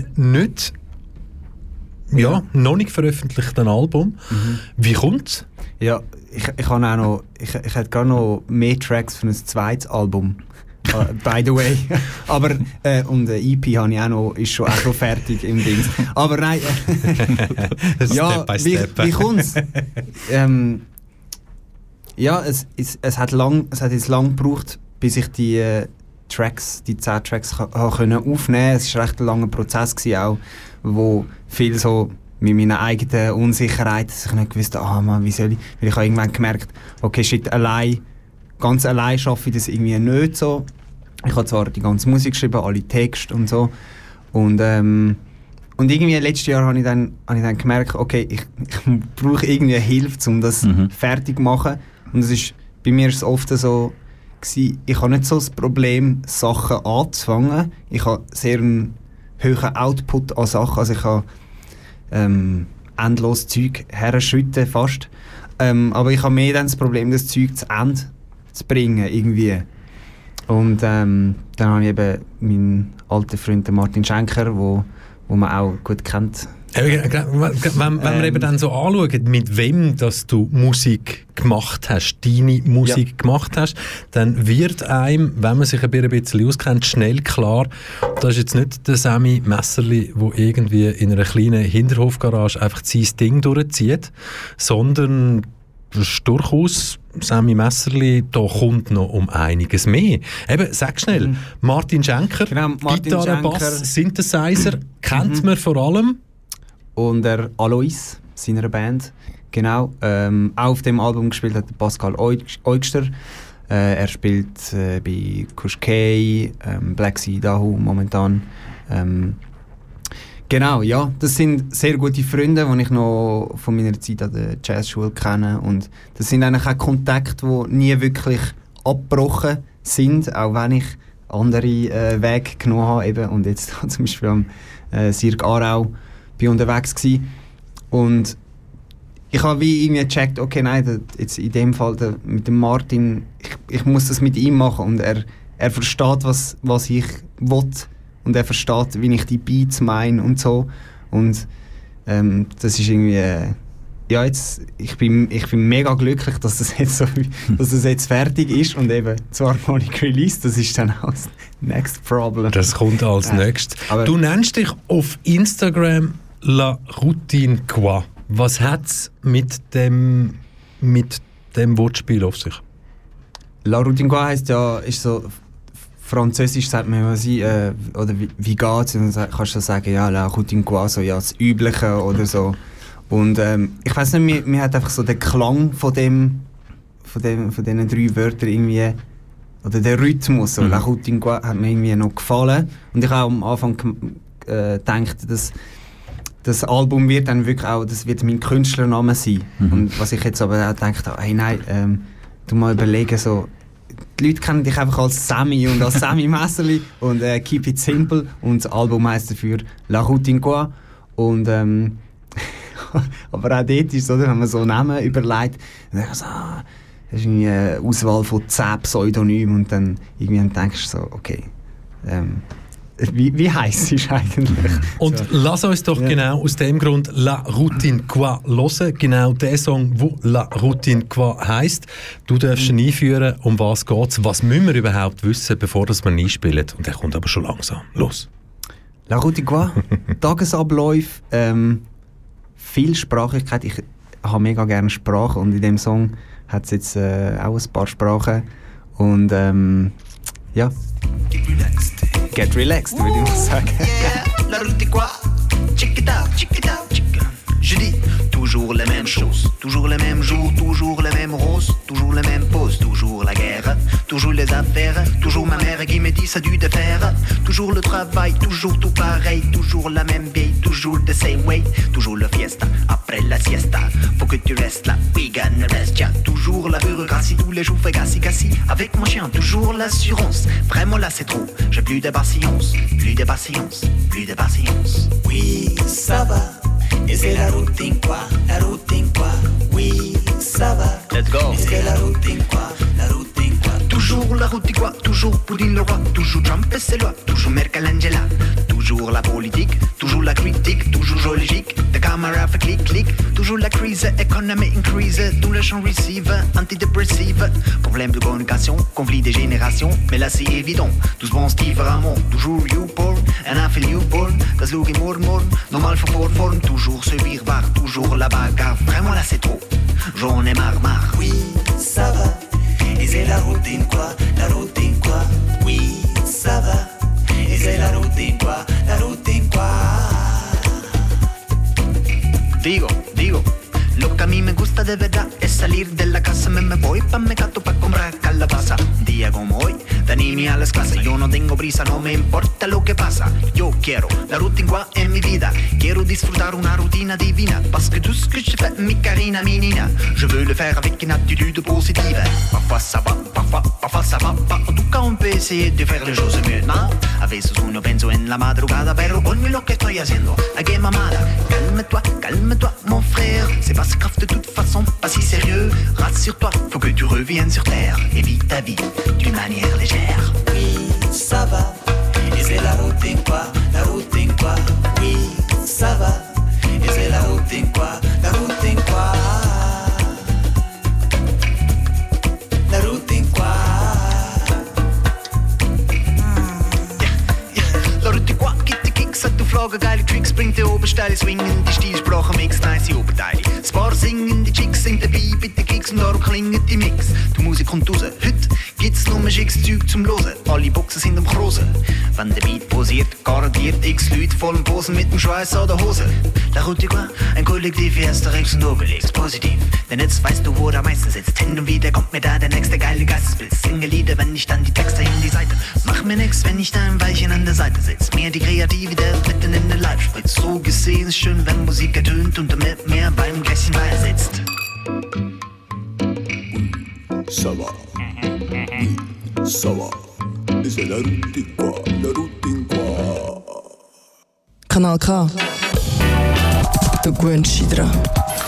S1: noch nicht veröffentlichten Album. Mhm. Wie kommt's?
S3: Ja, ich hätte gar noch mehr Tracks für ein zweites Album. By the way. Aber und eine EP habe ich auch noch, ist schon auch fertig im Ding. Aber nein. Ja,
S1: Step by Step.
S3: Wie kommt's? Ja, es hat jetzt lang gebraucht, bis ich die 10 Tracks aufnehmen konnte. Es war recht ein langer Prozess gewesen, auch, wo viel so mit meiner eigenen Unsicherheit, dass ich nicht gewusst habe, wie soll ich? Weil ich habe irgendwann gemerkt, okay, shit, ganz allein schaffe ich das irgendwie nicht so. Ich habe zwar die ganze Musik geschrieben, alle Texte und so. Und irgendwie letztes Jahr habe ich dann gemerkt, okay, ich brauche irgendwie Hilfe, um das fertig zu machen. Und bei mir ist es oft so, ich habe nicht so das Problem, Sachen anzufangen. Ich habe sehr einen hohen Output an Sachen. Also ich habe endlos Zeug herschütten fast. Aber ich habe mehr dann das Problem, das Zeug zu Ende zu bringen irgendwie. Und dann habe ich eben meinen alten Freund Martin Schenker, wo man auch gut kennt.
S1: Wenn wir eben dann so anschauen, mit wem dass du Musik gemacht hast, deine Musik gemacht hast, dann wird einem, wenn man sich ein bisschen auskennt, schnell klar, das ist jetzt nicht der Sammy Messerli, der irgendwie in einer kleinen Hinterhofgarage einfach sein Ding durchzieht, sondern das ist durchaus Sammy Messerli, da kommt noch um einiges mehr. Eben, sag schnell, Martin Schenker, Gitarre, Bass, Synthesizer, kennt man vor allem.
S3: Und der Alois, seiner Band, genau. Auch auf dem Album gespielt hat Pascal Eugster. Er spielt bei Kush K, Black Sea Dahu momentan. Genau, ja, das sind sehr gute Freunde, die ich noch von meiner Zeit an der Jazzschule kenne. Und das sind eigentlich auch Kontakte, die nie wirklich abgebrochen sind, auch wenn ich andere Wege genommen habe. Eben. Und jetzt zum Beispiel am Cirque Aarau bin unterwegs gewesen. Und ich habe wie irgendwie gecheckt, okay, nein, jetzt in dem Fall mit dem Martin, ich muss das mit ihm machen und er versteht, was ich will und er versteht, wie ich die Beats meine und so. Und das ist irgendwie, ja, jetzt, ich bin mega glücklich, dass das jetzt fertig ist und eben zwar noch nicht released, das ist dann auch das next problem.
S1: Das kommt als nächstes. Du nennst dich auf Instagram La Routine Quoi. Was hat es mit dem Wortspiel auf sich?
S3: La Routine Quoi heisst ja, ist so, französisch sagt man oder wie geht's? Und dann kannst du sagen, ja, La Routine Quoi, so, ja, das Übliche oder so. Und ich weiss nicht, mir hat einfach so der Klang von diesen 3 Wörtern irgendwie, oder der Rhythmus, so, La Routine Quoi, hat mir irgendwie noch gefallen. Und ich habe am Anfang gedacht, dass das Album wird dann wirklich auch, das wird mein Künstlername sein. Und was ich jetzt aber auch gedacht habe, hey nein, du mal überlegen, so, die Leute kennen dich einfach als Sammy und als Sammy Messerli und Keep It Simple und das Album heisst dafür La Routine Quoi. Und aber auch dort ist es so, wenn man so Namen überlegt, dann denke ich so, das ist eine Auswahl von 10 Pseudonymen und dann irgendwie denkst du so, okay, wie heisst es eigentlich?
S1: Und so. Lass uns doch genau aus dem Grund La Routine Quoi hören. Genau der Song, wo La Routine Quoi heisst. Du darfst ihn einführen, um was geht's, was müssen wir überhaupt wissen, bevor wir ihn einspielen. Und der kommt aber schon langsam. Los.
S3: La Routine Quoi, Tagesabläufe, Vielsprachigkeit. Ich habe mega gerne Sprache und in dem Song hat es jetzt auch ein paar Sprachen. Und ja. Get relaxed, würde ich mal sagen.
S4: Yeah, la route est quoi? Check it out, check it out, check it out. Je dis toujours les mêmes choses, toujours les mêmes jours, toujours les mêmes roses, toujours les mêmes poses, toujours la guerre, toujours les affaires, toujours ma mère qui me dit ça dû de faire, toujours le travail, toujours tout pareil, toujours la même vieille, toujours the same way, toujours le fiesta, après la siesta, faut que tu restes là, we gonna rest, yeah. Toujours la bureaucratie, tous les jours fait gassi, avec mon chien, toujours l'assurance, vraiment là c'est trop, j'ai plus de patience, plus de patience, plus de patience. Oui, ça va. Et c'est la routine quoi, oui, ça va. Let's go. Et c'est la routine quoi, toujours la routine quoi, toujours Poutine le roi, toujours Trump et ses lois, toujours Merkel Angela, toujours la politique, toujours la critique, toujours logique, de caméra fait clic, toujours la crise, économie in crise, tout le champ receive, antidépressive, problème de communication, conflit des générations, mais là c'est évident, tous pensent différemment, toujours YouPorn, and I feel YouPorn, das look in morgen, normal for form, toujours ce virbar, toujours la bagarre, vraiment là c'est trop, j'en ai marre. Oui, ça va. Et c'est la routine quoi, oui, ça va. Et c'est la routine quoi. Digo, lo que a mí me gusta de verdad es salir de la casa, me voy pa' mercado pa' comprar calabaza. Un día como hoy, de anime a las clases, yo no tengo prisa, no me importa lo que pasa. Yo quiero la routine quoi en mi vida, quiero disfrutar una rutina divina, parce que tout ce que je fais, mi carina, mi nina, je veux le faire avec une attitude positive. Parfois ça va, parfois ça va pas, en tout cas on peut essayer de faire les choses mieux, ¿no? A veces uno pienso en la madrugada, pero coño lo que estoy haciendo, aquí mamada. Calme-toi, mon frère, c'est pas grave de toute façon, pas si sérieux. Rassure-toi, faut que tu reviennes sur terre et vis ta vie d'une manière légère. Oui, ça va, et c'est la routine quoi, oui, ça va, et c'est la routine quoi. La routine quoi. La routine quoi, Kitty Kicks hat auf Lager geile Tricks, bringt die Obersteile, swingen die Stilsprache, mix nice Oberteile. Das Paar singen, die Chicks sind dabei, bitte Kicks und darum klingen die Mix. Die Musik kommt raus, heute gibt's nur ein schickes Zeug zum Hören. Alle Boxen sind am Krosen. Wenn der Beat posiert, garantiert x Leute voll im Posen mit dem Schweiß an der Hose. La route quoi, ein Kollektiv wie Asterix und Obelix, positiv. Denn jetzt weißt du, wo der Meister sitzt. Hin und wieder kommt mir da der nächste geile Geistesblitz. Singe Lieder, wenn ich dann die Texte in die Seite. Mach mir nix, wenn ich da ein Weilchen an der Seite sitz. Mir die Kreativität mitten in der Live-Spritz. So gesehen ist schön, wenn Musik ertönt und du mit mir beim Gläschen Wein sitzt.
S7: Ça va, ça va, et c'est la routine quoi.
S10: Kanal K. Du gewöhnst dich dran.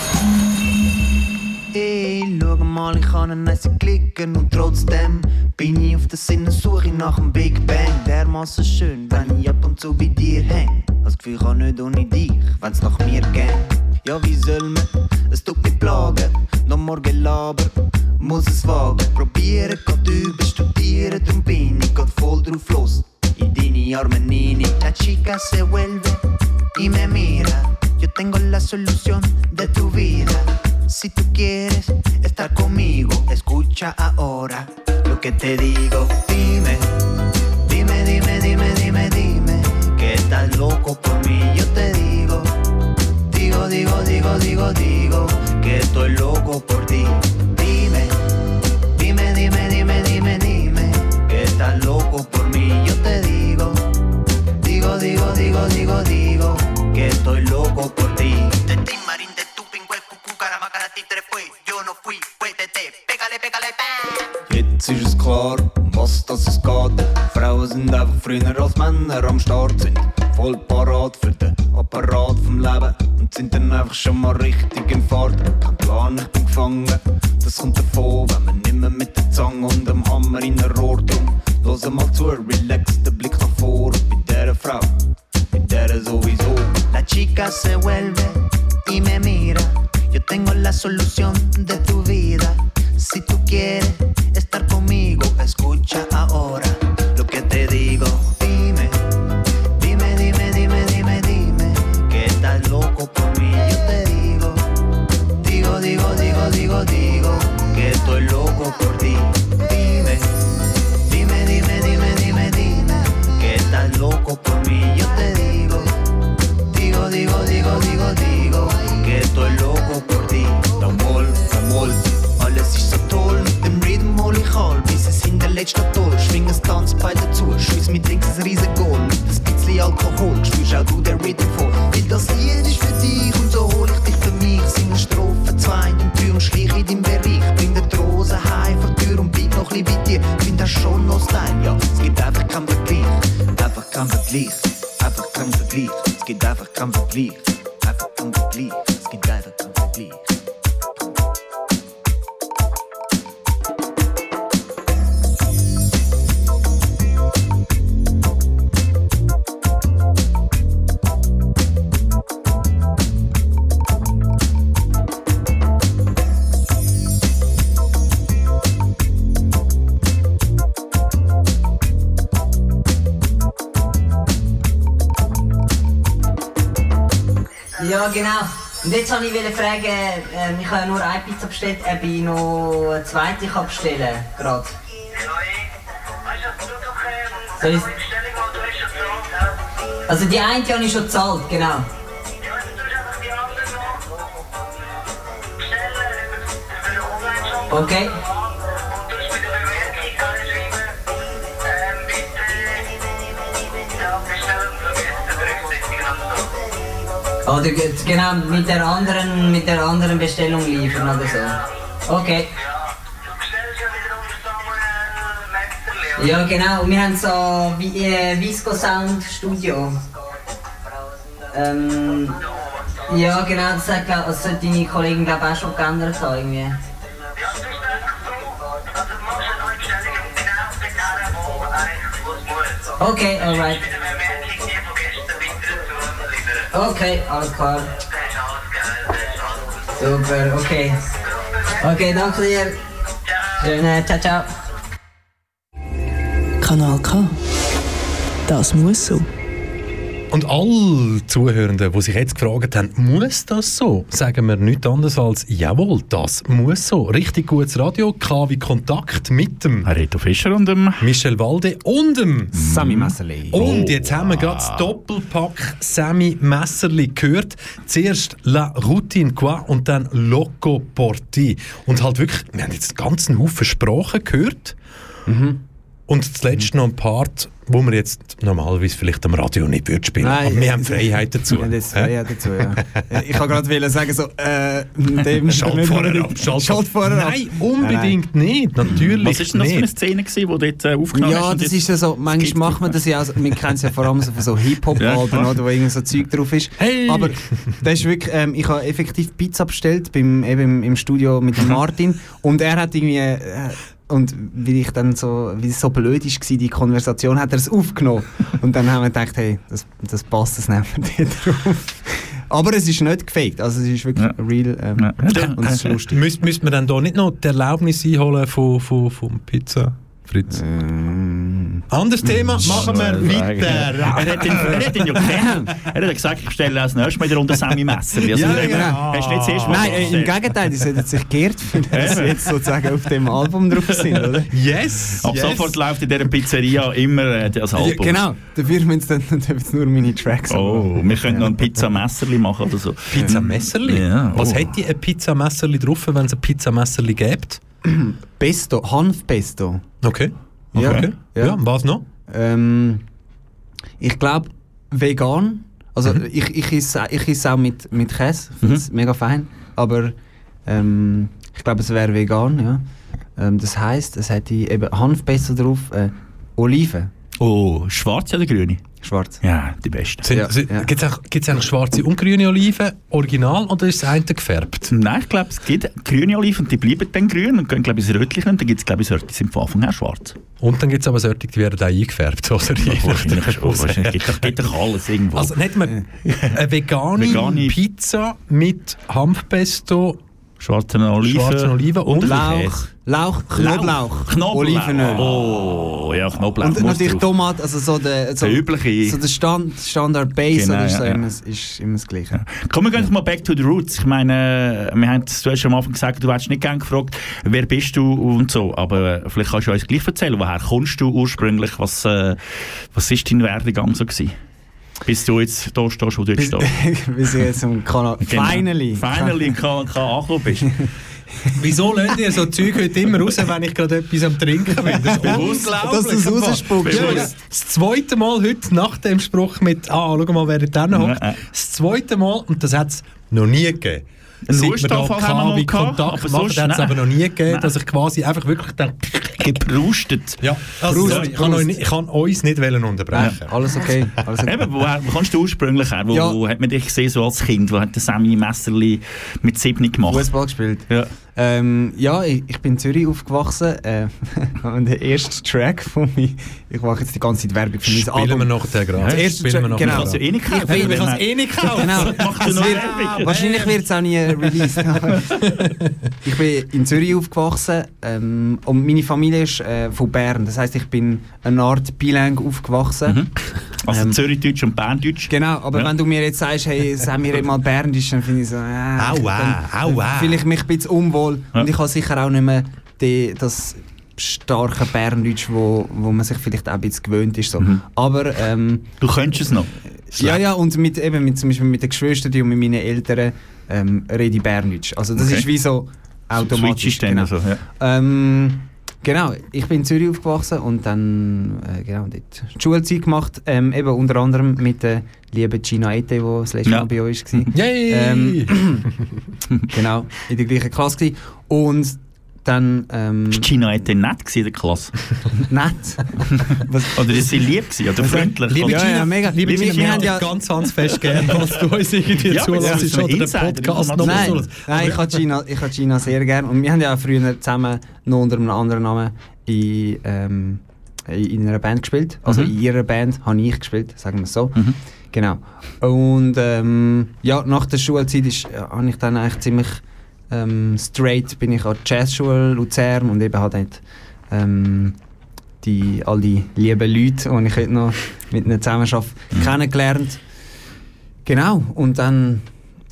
S4: Hey, schau mal, ich kann einen nice klicken und trotzdem bin ich auf der Sinnensuche nach dem Big Bang. Dermassen schön, wenn ich ab und zu bei dir häng. Das Gefühl kann nicht ohne dich, wenn's nach mir geht. Ja, wie soll man? Es tut mich plagen, noch morgen laber, muss es wagen. Probieren, grad üben, studieren, drum bin ich grad voll drauf los. In deine Arme nini, la chica se vuelve y me mira. Yo tengo la solución de tu vida. Si tú quieres estar conmigo, escucha ahora lo que te digo. Dime, que estás loco por mí. Yo te digo, que estoy loco por ti. Dime, que estás loco por mí. Yo te digo, loco por ti. Te marín de tu pingüe, cucú, caramacara, títere fue. Yo no fui, fuétete, pégale, pégale, bam. Jetzt ist es klar, was das es geht. Frauen sind einfach früher als Männer am Start, sind voll parat für den Apparat vom Leben und sind dann einfach schon mal richtig in Fahrt. Kein Plan, ich bin gefangen, das kommt davon, wenn man nimmer mit der Zange und dem Hammer in ein Rohr drum. Hör mal zu, relax, der Blick nach vor und bei dieser Frau, bei dieser sowieso. La chica se vuelve y me mira, yo tengo la solución de tu vida. Si tú quieres estar conmigo, escucha ahora lo que te digo. Dime, dime, dime, dime, dime, dime, que estás loco por mí. Yo te digo, digo, digo, digo, digo, digo, que estoy loco por ti. Dime, dime, dime, dime, dime, dime, que estás loco por mí. Yo te digo, digo, digo, digo, digo, digo, que estoy loco por ti. Amor, amor. Alles ist so toll, mit dem Rhythm hol ich all, bis es in der letzten Toll. Schwing ein Tanzbein dazu, schwiss mit links ein riesen Goal. Mit ein bisschen Alkohol, spürst auch du den Rhythm voll. Weil das Lied ist für dich und so hol ich dich für mich. Singe Strophen 2 und 3 und schlich in deinem Bereich. Bring dir die Rose heim vor die Tür und bleib noch ein bisschen bei dir. Find das schon noch Style, ja, es gibt einfach keinen Vergleich. Einfach keinen Vergleich, einfach keinen Vergleich. Es gibt einfach keinen Vergleich, einfach keinen Vergleich. Es gibt einfach keinen Vergleich.
S11: Ja, genau. Und jetzt wollte ich fragen, ich habe ja nur eine Pizza bestellt, ob ich noch eine zweite kann bestellen kann. Gerade. Soll ich... Also die eine habe ich schon gezahlt, genau. Okay. Oder genau, mit der anderen Bestellung liefern oder so. Okay. Ja genau, wir haben so Visco Sound Studio. Ja genau, das hat deine Kollegin glaube auch schon geändert irgendwie. Okay, alright. Okay, alles klar. Super, okay. Okay, danke dir. Schöne, ciao, ciao.
S10: Kanal K. Das muss so.
S1: Und alle Zuhörenden, die sich jetzt gefragt haben, muss das so? Sagen wir nichts anderes als, jawohl, das muss so. Richtig gutes Radio, KW Kontakt mit dem
S2: Reto Fischer und dem
S1: Michel Walde und dem
S3: Sammy Messerli.
S1: Und jetzt haben wir gerade das Doppelpack Sammy Messerli gehört. Zuerst La Routine Qua und dann Loco Porti. Und halt wirklich, wir haben jetzt einen ganzen Haufen Sprachen gehört. Mhm. Und zuletzt noch ein Part, wo wir jetzt normalerweise vielleicht am Radio nicht spielen würden. Aber wir haben Freiheit dazu.
S3: Wir haben jetzt Freiheit dazu, ja. Ich kann gerade sagen, so, dem
S1: Schalt vorher ab.
S3: Schalt vorher ab.
S1: Nein, unbedingt nicht. Natürlich
S2: was ist denn das für eine Szene gewesen, die dort aufgenommen
S3: hast? Ja, das ist ja so, manchmal macht man das ja, also, wir kennen es ja vor allem so von so Hip-Hop-Alben, oder, wo irgend so Zeug drauf ist.
S1: Hey.
S3: Aber das ist wirklich, ich habe effektiv Pizza bestellt, im Studio mit Martin, und er hat irgendwie... Und weil es so blöd war, die Konversation, hat er es aufgenommen. Und dann haben wir gedacht, hey, das passt, das nehmen wir drauf. Aber es ist nicht gefaked, also es ist wirklich real und es ist lustig.
S1: Müsste man dann da nicht noch die Erlaubnis einholen vom Pizza Fritz? Anderes Thema, machen wir weiter.
S2: Er hat ihn ja gekannt. Er hat gesagt, ich stelle als nächstes Mal wieder unter Sammy Messerli. Also hast du nicht zuerst mal
S3: Nein, im Gegenteil, die sollten sich geehrt fühlen, dass sie jetzt sozusagen auf dem Album drauf sind, oder?
S1: Yes!
S2: Ab sofort läuft in dieser Pizzeria immer das Album.
S3: Ja, genau, dafür müssen jetzt nur meine Tracks haben.
S2: Oh, wir könnten noch ein Pizza-Messerli machen oder so.
S1: Pizza-Messerli?
S2: Ja.
S1: Was hätte ein Pizza-Messerli drauf, wenn es ein Pizza-Messerli gibt?
S3: Pesto, Hanfpesto.
S1: Okay.
S3: Ja.
S1: Ja, was noch?
S3: Ich glaube, vegan, Also ich esse auch mit Käse, ich finde es mega fein, aber ich glaube, es wäre vegan, ja. Das heisst, es hätte eben Hanfpesto drauf, Oliven.
S2: Oh, schwarze oder grüne?
S3: Schwarz.
S2: Ja, die besten.
S1: Gibt es eigentlich schwarze und grüne Oliven original oder ist das eine gefärbt?
S2: Nein, ich glaube, es gibt grüne Oliven und die bleiben dann grün und gehen, glaube ich, ins Rötliche und dann gibt es, glaube ich, solche, die sind von Anfang an schwarz.
S1: Und dann gibt es aber solche, die werden auch eingefärbt, oder?
S2: Wahrscheinlich geht doch alles irgendwo.
S1: Also nicht mehr eine vegane Pizza mit Hanfpesto,
S2: schwarzen Oliven
S1: und
S3: Lauch, Knoblauch, Olivenöl.
S2: Oh, ja, Knoblauch.
S3: Und natürlich Tomaten, also so der
S2: übliche.
S3: So der Standard Base,
S2: genau,
S3: ist immer das Gleiche.
S2: Ja. Kommen wir gleich mal back to the roots. Ich meine, du hast schon am Anfang gesagt, du hättest nicht gerne gefragt, wer bist du und so, aber vielleicht kannst du uns gleich erzählen, woher kommst du ursprünglich, was ist dein Werdegang so gewesen? Bis du jetzt da stehst, wo du jetzt stehst.
S3: Bis ich jetzt im Kanal
S2: finally angekommen bist.
S1: Wieso lernt ihr so Zeug heute immer raus, wenn ich gerade etwas am Trinken bin? Das ist unglaublich.
S3: Dass du es rausspuckst.
S1: Ja, das zweite Mal heute nach dem Spruch mit schau mal, wer da hockt. Das zweite Mal, und das hat es noch nie gegeben.
S2: Ein Hustenanfall haben wir mal
S1: Kontakt machen, hat es aber noch nie gegeben, dass ich quasi einfach wirklich dann
S2: geprustet.
S1: Ja, also ich kann uns nicht unterbrechen.
S3: Ja, alles okay.
S2: Eben, wo kommst du ursprünglich her? Wo hat man dich gesehen so als Kind? Wo hat der Sammy Messerli mit 7 gemacht?
S3: Fußball gespielt. Ja. Ich bin in Zürich aufgewachsen und der erste Track von mir, ich mache jetzt die ganze Zeit Werbung für mein Album.
S1: Spielen wir noch den gerade.
S3: Genau.
S2: Ich kann es ja eh nicht kaufen.
S1: Ich kann es eh nicht kaufen.
S3: Genau. Wahrscheinlich wird es auch nie released. Ich bin in Zürich aufgewachsen und meine Familie ist von Bern. Das heisst, ich bin eine Art bilingue aufgewachsen.
S2: Also Zürichdeutsch und Berndeutsch.
S3: Genau, aber wenn du mir jetzt sagst, hey, sag mir mal Berndeutsch, dann finde ich so, fühle ich mich ein bisschen unwohl. Und ich habe sicher auch nicht mehr das starke Berndeutsch, wo man sich vielleicht auch ein bisschen gewöhnt ist. So. Aber
S2: du könntest es noch?
S3: Ja, und zum Beispiel mit den Geschwistern und mit meinen Eltern rede ich Berndeutsch. Also das ist wie so automatisch.
S2: Genau.
S3: So, ja. Genau, ich bin in Zürich aufgewachsen und dann dort die Schulzeit gemacht, eben unter anderem mit der lieben Gina Ete, die das letzte Mal bei uns war.
S1: Yay!
S3: Genau, in der gleichen Klasse gewesen. Und dann...
S2: Gina Ete nett in der Klasse?
S3: Nett?
S2: Oder ist sie lieb gewesen, oder freundlich?
S1: Liebe Gina,
S3: ja, mega.
S1: Liebe Gina, wir haben ja ganz fest gern, dass du uns irgendwie zulässt oder den Podcast noch
S3: Nein, ich habe Gina sehr gern. Und wir haben ja auch früher zusammen noch unter einem anderen Namen in einer Band gespielt. Also in ihrer Band habe ich gespielt, sagen wir es so. Genau. Und nach der Schulzeit habe ich dann eigentlich ziemlich straight bin ich an die Jazzschule Luzern und eben halt all die lieben Leute, die ich heute noch mit ihnen zusammen arbeite, kennengelernt. Genau, und dann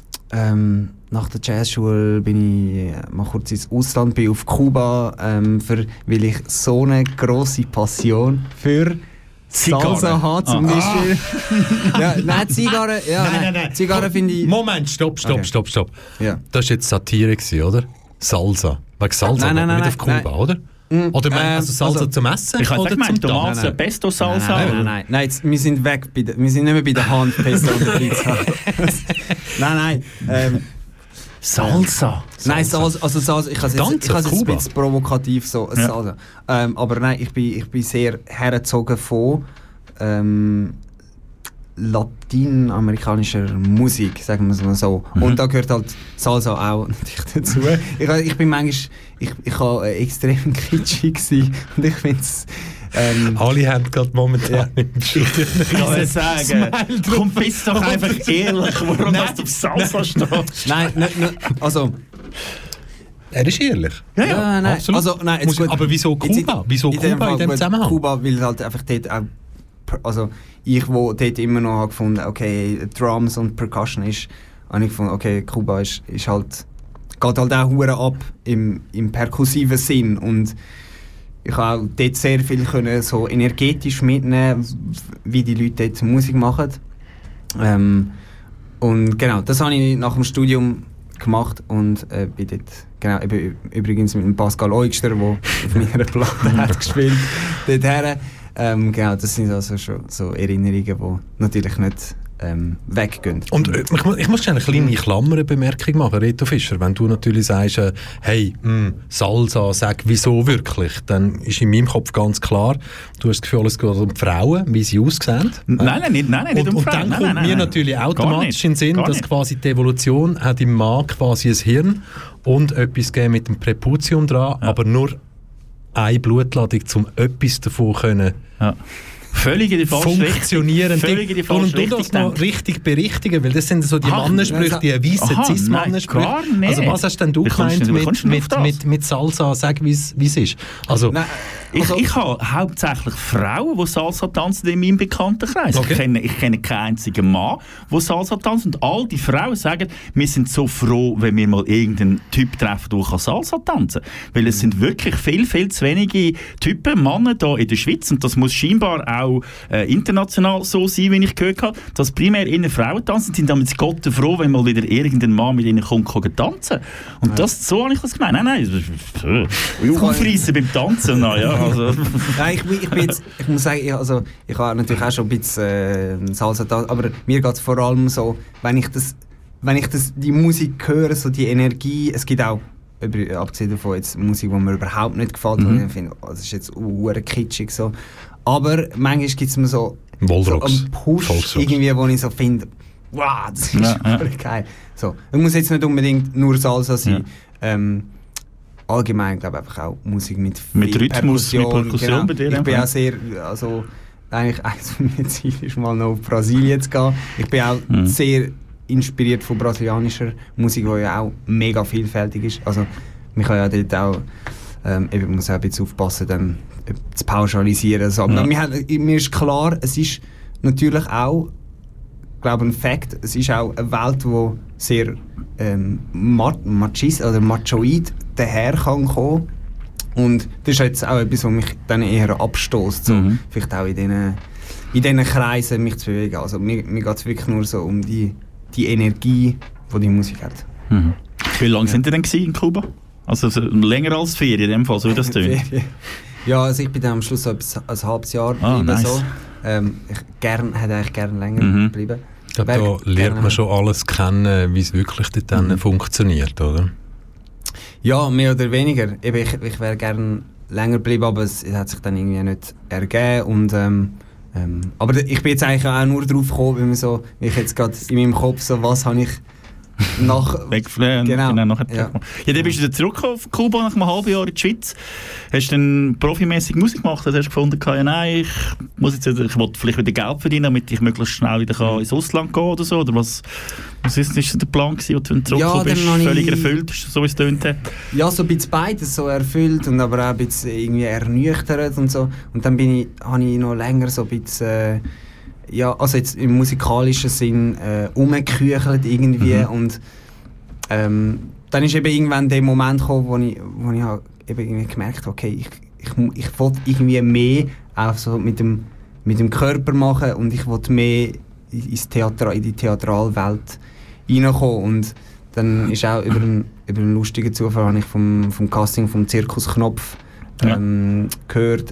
S3: nach der Jazzschule bin ich mal kurz ins Ausland, bin auf Kuba, weil ich so eine grosse Passion für Salsa hat zum Beispiel. Nein, Zigarre. Ja, nein. Zigarre finde ich...
S1: Moment, stopp. Ja. Das war jetzt Satire, oder? Salsa. Wegen Salsa,
S3: nein,
S1: nicht auf Kuba, oder? Oder meinst du Salsa zum Essen?
S2: Ich
S1: oder
S2: gemeint, Tomaten, Pesto Salsa?
S3: Nein, jetzt, wir sind weg, wir sind nicht mehr bei der Hand, Pesto und der Pizza. Nein.
S2: Salsa?
S3: Nein, Salsa, also Salsa, ich habe es jetzt ein bisschen provokativ so, Salsa. Aber nein, ich bin sehr hergezogen von lateinamerikanischer Musik, sagen wir es mal so. Und da gehört halt Salsa auch natürlich dazu. Ich bin manchmal, ich war extrem kitschig gewesen und ich finde es...
S1: alle haben gerade momentan im Studio.
S2: Ich kann sagen, komm, bist doch einfach ehrlich, warum du auf Salsa stehst.
S3: Nein, also...
S1: Er ist ehrlich.
S3: Ja, nein.
S1: Absolut.
S3: Also, nein,
S1: aber wieso Kuba? Wieso Kuba in dem Zusammenhang?
S3: Kuba, weil halt einfach dort auch... Also ich, wo dort immer noch gefunden, okay, Drums und Percussion ist, habe ich gefunden, okay, Kuba ist halt... geht halt auch hure ab im perkussiven Sinn und ich habe auch dort sehr viel können, so energetisch mitnehmen, wie die Leute dort Musik machen. Und genau, das habe ich nach dem Studium gemacht und bin dort, genau, übrigens mit dem Pascal Eugster, der auf meiner Platte hat gespielt, dorthin. Genau, das sind also schon so Erinnerungen, die natürlich nicht weggehen.
S1: Und ich muss eine kleine Klammerbemerkung machen, Reto Fischer. Wenn du natürlich sagst, hey, Salsa, sag wieso wirklich, dann ist in meinem Kopf ganz klar, du hast das Gefühl, es geht um die Frauen, wie sie aussehen.
S2: Nein, nicht um Frauen.
S1: Und dann kommt mir natürlich automatisch in den Sinn, dass quasi die Evolution hat im Mann quasi ein Hirn und etwas gegeben mit dem Präputium dran, aber nur eine Blutladung, um etwas davon können
S2: völlig in die falsche
S1: funktionieren.
S2: Völlig in die falsche
S1: Richtung. Und du das noch richtig berichtigen, weil das sind so die Mannensprüche, die weißen Cis-Mannensprüche. Also was hast denn du gemeint mit Salsa? Sag, wie es ist. Also,
S2: ich habe hauptsächlich Frauen, die Salsa tanzen in meinem Bekanntenkreis. Okay. Ich kenne keinen einzigen Mann, der Salsa tanzt. Und all die Frauen sagen, wir sind so froh, wenn wir mal irgendeinen Typ treffen, der Salsa tanzen kann. Weil es sind wirklich viel, viel zu wenige Typen, Männer hier in der Schweiz. Und das muss scheinbar auch international so sein, wie ich gehört habe, dass primär innen Frauen tanzen, sind damit Gott froh, wenn mal wieder irgendein Mann mit ihnen kommt tanzen. Und so habe ich das gemeint. Nein, aufreissen beim Tanzen. Also.
S3: Nein, ich muss sagen, ich habe natürlich auch schon ein bisschen Salsa tanzen, aber mir geht es vor allem so, wenn ich die Musik höre, so die Energie, es gibt auch abgesehen davon jetzt Musik, die mir überhaupt nicht gefällt, wo ich finde, das ist jetzt kitschig so. Aber manchmal gibt es mir so einen Push, irgendwie, wo ich so finde, wow, das ist geil. So, es muss jetzt nicht unbedingt nur Salsa sein. Ja. Allgemein, glaube ich, einfach auch Musik mit
S2: Rhythmus, mit Perkussion bei dir.
S3: Ich bin auch sehr, eigentlich eines von meinen Zielen ist mal noch auf Brasilien zu gehen. Ich bin auch sehr inspiriert von brasilianischer Musik, die ja auch mega vielfältig ist. Also, man kann ja dort auch, man muss auch ein bisschen aufpassen, dann zu pauschalisieren. Also, aber mir ist klar, es ist natürlich auch, glaube ein Fakt, es ist auch eine Welt, die sehr machist oder machoid daher kann kommen. Und das ist jetzt auch etwas, was mich dann eher abstößt, so vielleicht auch in diesen Kreisen mich zu bewegen. Also mir geht es wirklich nur so um die Energie, die Musik hat.
S2: Wie lange sind Sie denn in Kuba? Also länger als Ferien in dem Fall, so wie das tönt?
S3: Ja, also ich bin dann am Schluss so ein halbes Jahr geblieben.
S2: Nice.
S3: So. Ich hätte eigentlich gerne länger bleiben.
S1: Ich glaube, da lernt man schon alles kennen, wie es wirklich dort dann funktioniert, oder?
S3: Ja, mehr oder weniger. Ich wäre gerne länger geblieben, aber es hat sich dann irgendwie nicht ergeben. Und, aber ich bin jetzt eigentlich auch nur drauf gekommen, wie ich jetzt gerade in meinem Kopf so, was habe ich
S2: wegfliegen.
S3: Genau.
S2: Dann bist du wieder zurück auf Kuba nach einem halben Jahr in die Schweiz. Hast du dann profimässig Musik gemacht? Hast du gefunden, ja, nein, ich will vielleicht wieder Geld verdienen, damit ich möglichst schnell wieder ins Ausland gehen oder so? Oder was ist der Plan gewesen, als du zurückgekommen bist? Völlig erfüllt, so wie es tönt hat?
S3: Ja, so ein bisschen beides, so erfüllt und aber auch ein bisschen irgendwie ernüchtert und so. Und dann habe ich noch länger so ein bisschen also jetzt im musikalischen Sinn rumgeküchelt irgendwie und dann ist eben irgendwann der Moment gekommen, wo ich halt eben irgendwie gemerkt habe, okay, ich wollte irgendwie mehr auch so mit dem Körper machen und ich wollte mehr in die Theatralwelt reinkommen und dann ist auch über einen lustigen Zufall habe ich vom Casting vom Zirkus Knopf gehört,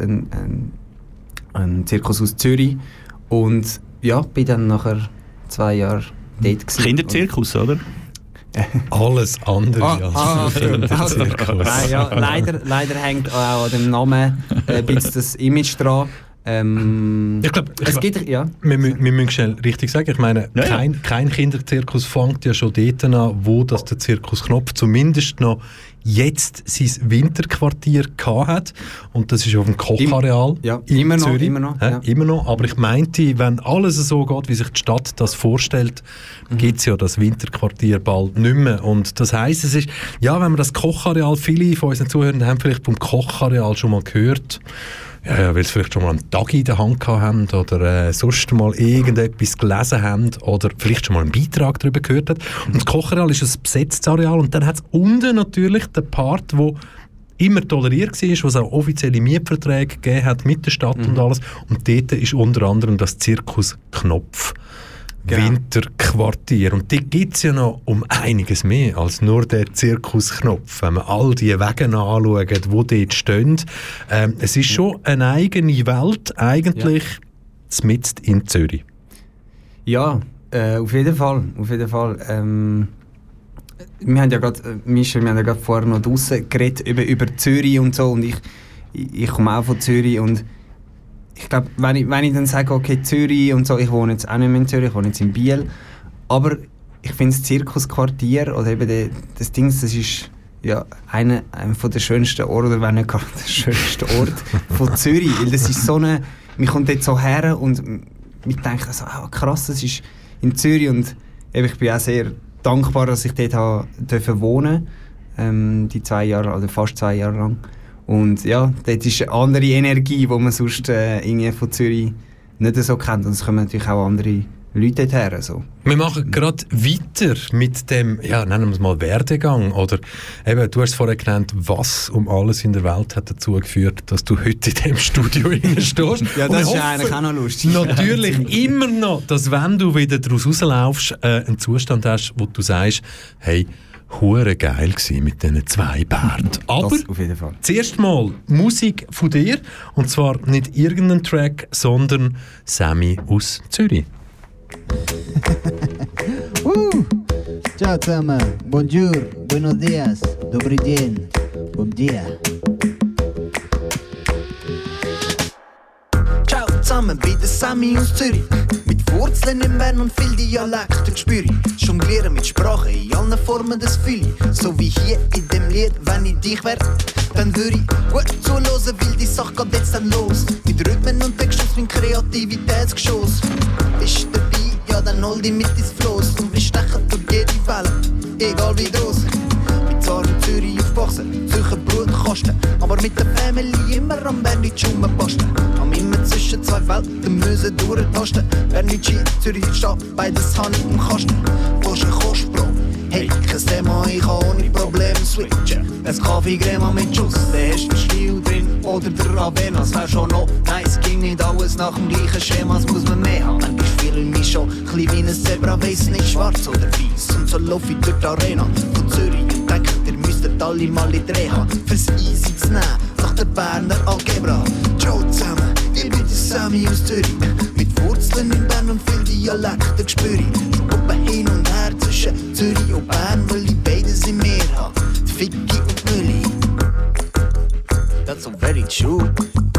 S3: ein Zirkus aus Zürich. Und ja, bin dann nachher 2 Jahre dort gewesen.
S2: Kinderzirkus, oder?
S1: Alles andere als
S3: Kinderzirkus. Nein, ja, leider hängt auch an dem Namen ein bisschen das Image dran.
S1: Ich glaube, wir müssen schnell richtig sagen, ich meine, kein Kinderzirkus fängt ja schon dort an, wo das der Zirkus Knopf zumindest noch jetzt sein Winterquartier gehabt hat. Und das ist auf dem Kochareal in Zürich. Immer noch. Aber ich meinte, wenn alles so geht, wie sich die Stadt das vorstellt, gibt es ja das Winterquartier bald nicht mehr. Und das heisst, es ist, wenn man das Kochareal, viele von unseren Zuhörern haben vielleicht vom Kochareal schon mal gehört, weil sie vielleicht schon mal einen Tag in der Hand haben oder sonst mal irgendetwas gelesen haben oder vielleicht schon mal einen Beitrag darüber gehört haben. Und das Kochareal ist ein besetztes Areal und dann hat es unten natürlich den Part, der immer toleriert war, wo es auch offizielle Mietverträge gegeben hat mit der Stadt und alles. Und dort ist unter anderem das Zirkus Knopf. Winterquartier. Und die gibt es ja noch um einiges mehr als nur den Zirkusknopf. Wenn man all die Wege anschaut, die dort stehen. Es ist schon eine eigene Welt, eigentlich mitten in Zürich.
S3: Ja, Auf jeden Fall. Wir haben ja gerade vorher noch draussen geredet über Zürich und so, und ich komme auch von Zürich, und ich glaube, wenn ich dann sage, okay, Zürich und so, ich wohne jetzt auch nicht mehr in Zürich, ich wohne jetzt in Biel, aber ich finde das Zirkusquartier oder eben das Ding, das ist ja einer von der schönsten Orte, oder wenn nicht gerade der schönste Ort von Zürich, weil das ist so eine, man kommt dort so her und ich denke so, krass, das ist in Zürich, und eben, ich bin auch sehr dankbar, dass ich dort wohnen durfte, die 2 Jahre, oder fast 2 Jahre lang. Und ja, dort ist eine andere Energie, die man sonst irgendwie von Zürich nicht so kennt. Und es kommen natürlich auch andere Leute dorthin. So.
S1: Wir machen gerade weiter mit dem, ja, nennen wir es mal Werdegang. Oder eben, du hast vorher genannt, was um alles in der Welt hat dazu geführt, dass du heute in diesem Studio stehst.
S3: Ja, das ist eigentlich auch noch lustig.
S1: Natürlich immer noch, dass wenn du wieder daraus rauslaufst, einen Zustand hast, wo du sagst, hey, hure geil gsi mit diesen 2 Bärten. Aber
S3: das auf jeden Fall.
S1: Zuerst mal Musik von dir, und zwar nicht irgendein Track, sondern Sammy aus Zürich.
S12: Ciao zusammen, bonjour, buenos dias, dobry dzień, bom dia.
S4: Ciao zusammen, bin der Sammy aus Zürich. Mit Wurzeln in Bern und viel Dialekte spüre ich. Jonglieren mit Sprache in allen Formen, das fühle ich. So wie hier in dem Lied, wenn ich dich wär, dann würde ich gut zuhören, weil die Sache geht jetzt dann los. Mit Rhythmen und Textschluss, mein Kreativitätsgeschoss. Bist du dabei, ja dann hol dich mit ins Floss. Und wir stechen durch jede Welle, egal wie groß. Mit zwar in Zürich aufgewachsen, Zürcher Brutkasten, aber mit der Family immer am Berndeutsch rumbasteln. Am immer zwischen 2 Welten müssen durchtasten. Berndeutsch in Zürich steht, beides habe ich im Kasten. Willst du einen Kostbro? Hey, kein Thema, ich kann ohne Probleme switchen. Ein Kaffee-Crema mit Schuss, der hast du Stil drin oder der Ravenna. Es wär schon noch nice, ging nicht alles nach dem gleichen Schema, es muss man mehr haben. Manchmal fühle ich mich schon klein wie ein Zebra, weiss nicht schwarz oder weiß. Und so laufe ich durch die Arena von Zürich und denke, ihr müsstet alle mal in Dreh haben, fürs Easy zu nehmen, nach der Berner Algebra. Ciao zusammen, ich bin der Sammy aus Zürich, mit Wurzeln in Bern und viel Dialekte spüre ich. Oben hin und her zwischen Zürich und Bern, weil ich beides in mir habe, die Ficki und die Mülli. That's so very true.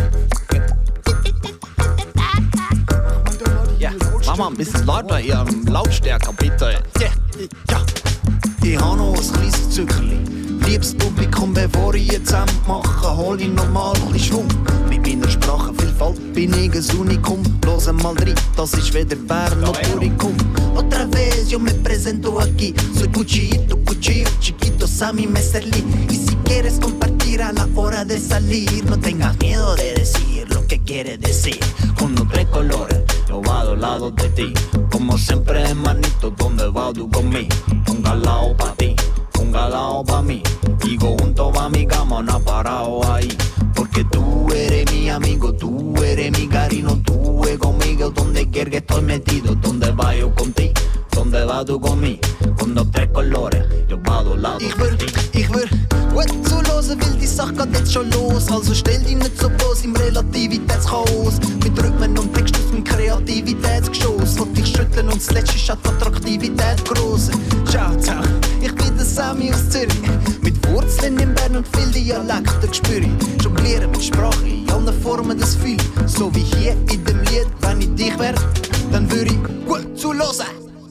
S4: Ja, mach mal ein bisschen lauter hier, lautstärker bitte. Ja. Ich habe noch ein kleines Zückerli. Liebes Publikum, bevor ich jetzt mache, hol ich nochmal ein bisschen Schwung. Mit meiner Sprachenvielfalt bin ich ein Unikum. Hören mal rein, das ist weder Bern noch Turicum. Otra vez yo me presento aquí. Soy Cuchillito, Cuchillo, Chiquito, Sammy Messerli. Y si quieres compartir a la hora de salir, no tengas miedo de decir lo que quieres decir. Con los 3 colores, yo vado al lado de ti. Como siempre, hermanito, ¿dónde vas tú conmigo? Un galao pa' ti, un galao pa' mí. Digo junto a mi cama, no ha parado ahí. Porque tú eres mi amigo, tú eres mi cariño, tú es conmigo donde quiera que estoy metido. Donde va yo contigo, donde vas tú conmigo. Con los 3 colores, yo vado al lado de ti. Ich würd gut zuhören, weil die Sache geht jetzt schon los. Also stell dich nicht so bloß im Relativitätschaos. Mit Rhythmen und Text aus dem Kreativitätsgeschoss. Lass dich schütteln und das Letzte ist die Attraktivität gross. Ciao, ciao, ich bin der Sammy aus Zürich. Mit Wurzeln in Bern und viel Dialekte spüre ich. Jonglieren mit Sprache in allen Formen, das fühle ich. So wie hier in dem Lied, wenn ich dich wär, dann würde ich gut zuhören.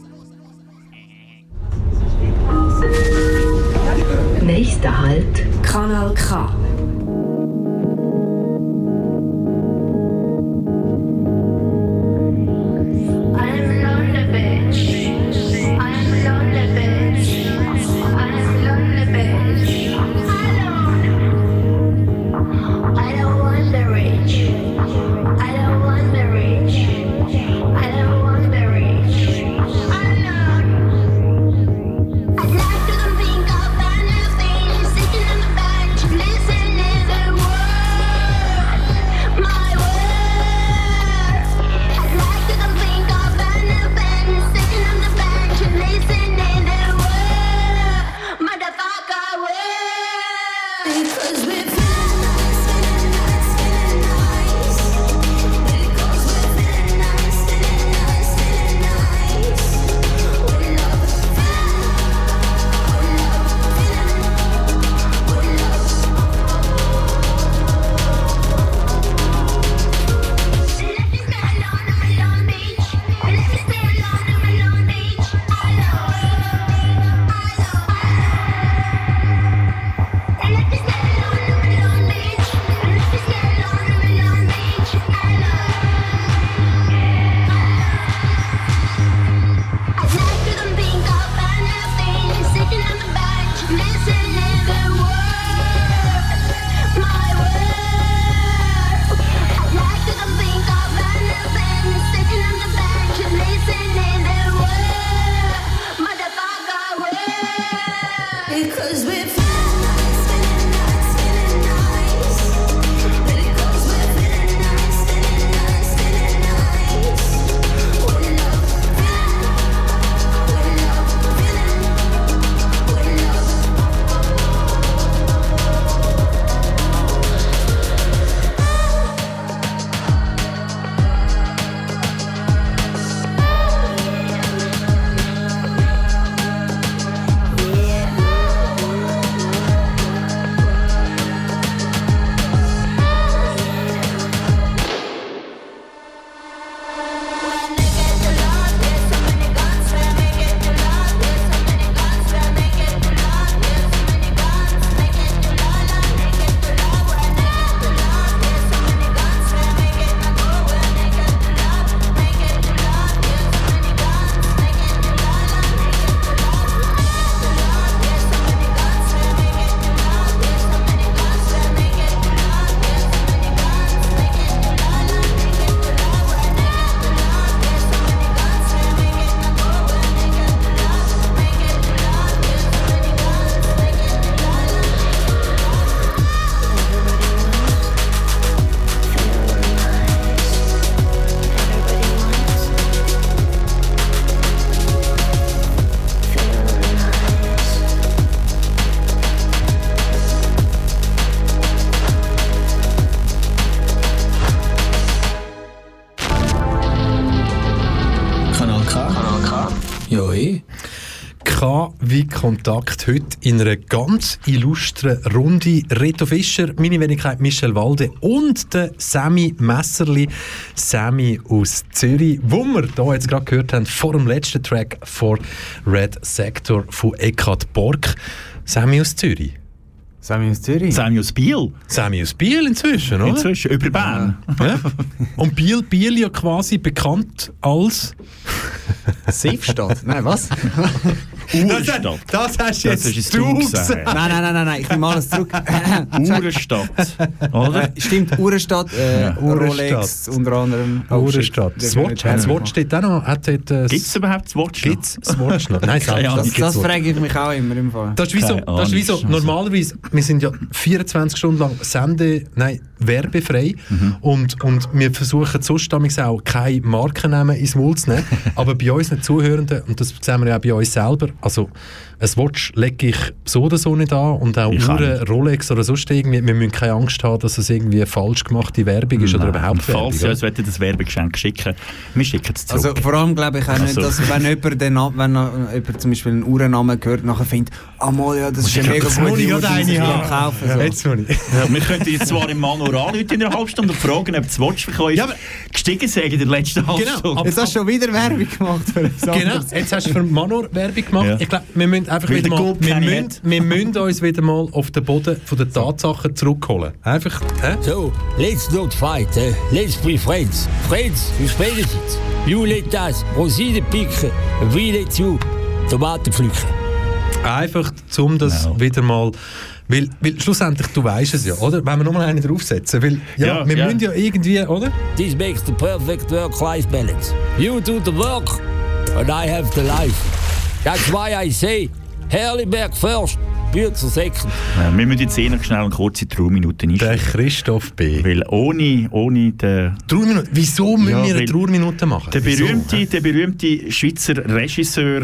S13: Nächster Halt,
S9: Kanal K.
S14: Listen Ja,
S1: K wie Kontakt heute in einer ganz illustren Runde. Reto Fischer, meine Wenigkeit Michel Walde und der Sammy Messerli. Sammy aus Zürich, wo wir hier jetzt gerade gehört haben, vor dem letzten Track von Red Sector von Eckhard Borg. Sammy aus Zürich.
S3: Sammy aus Zürich?
S2: Sammy aus Biel.
S1: Sammy aus Biel inzwischen, oder?
S2: Inzwischen, über Bern.
S1: Ja. Und Biel ja quasi bekannt als...
S3: Seefstadt? Nein, was?
S2: Urstadt.
S1: Das hast du jetzt du gesagt.
S3: Nein, ich nehme alles zurück.
S2: Urstadt, oder?
S3: Stimmt, Urstadt, Rolex unter anderem.
S1: Urstadt. Swatch steht auch noch.
S2: Gibt es überhaupt Swatch noch?
S1: Gibt es Swatch noch? Nein,
S3: das frage ich mich auch immer im Fall.
S1: Das ist wie so normalerweise, wir sind ja 24 Stunden lang werbefrei und wir versuchen sonst auch keine Markennamen ins Maul zu nehmen, aber bei unseren Zuhörenden, und das sehen wir ja auch bei uns selber, also ein Watch lege ich so oder so nicht an und auch Uhren, Rolex oder sonst irgendwie, wir müssen keine Angst haben, dass es irgendwie falsch gemachte Werbung ist oder überhaupt Werbung.
S2: Falls ja, wollt ihr das Werbegeschenk schicken, wir schicken es zurück.
S3: Also vor allem glaube ich auch nicht, dass wenn jemand zum Beispiel einen Uhrennamen hört, nachher findet, ja, das ist ja mega gut, die Uhr kaufen. So.
S1: Jetzt muss ich.
S2: Ja, wir könnten jetzt zwar im Manual anrufen in einer halben Stunde und fragen, ob das Watchverkäufer gestiegen sei in der letzten halben Stunde.
S3: Jetzt hast du schon wieder Werbung gemacht für das.
S1: Genau, jetzt hast du für Manor Werbung gemacht. Ja. Ich glaube, wir müssen einfach wieder mal, wir müssen uns wieder mal auf den Boden von der Tatsachen zurückholen. Einfach,
S14: So, let's not fight, let's be friends. Friends, you benefit. You let us Rosinen picken, we let you Tomaten pflücken.
S1: Einfach, um das wieder mal... Weil schlussendlich, du weißt es ja, oder? Wenn wir nochmal einen draufsetzen, weil wir müssen ja irgendwie, oder?
S14: This makes the perfect work-life balance. You do the work and I have the life. That's why I say, Herliberg first, Bürzer second.
S2: Wir müssen jetzt noch schnell eine kurze Trauerminute einstellen.
S1: Der Christoph B.
S2: Weil ohne den...
S1: Trauerminute? Wieso müssen wir eine Trauerminute machen?
S2: Der berühmte Schweizer Regisseur,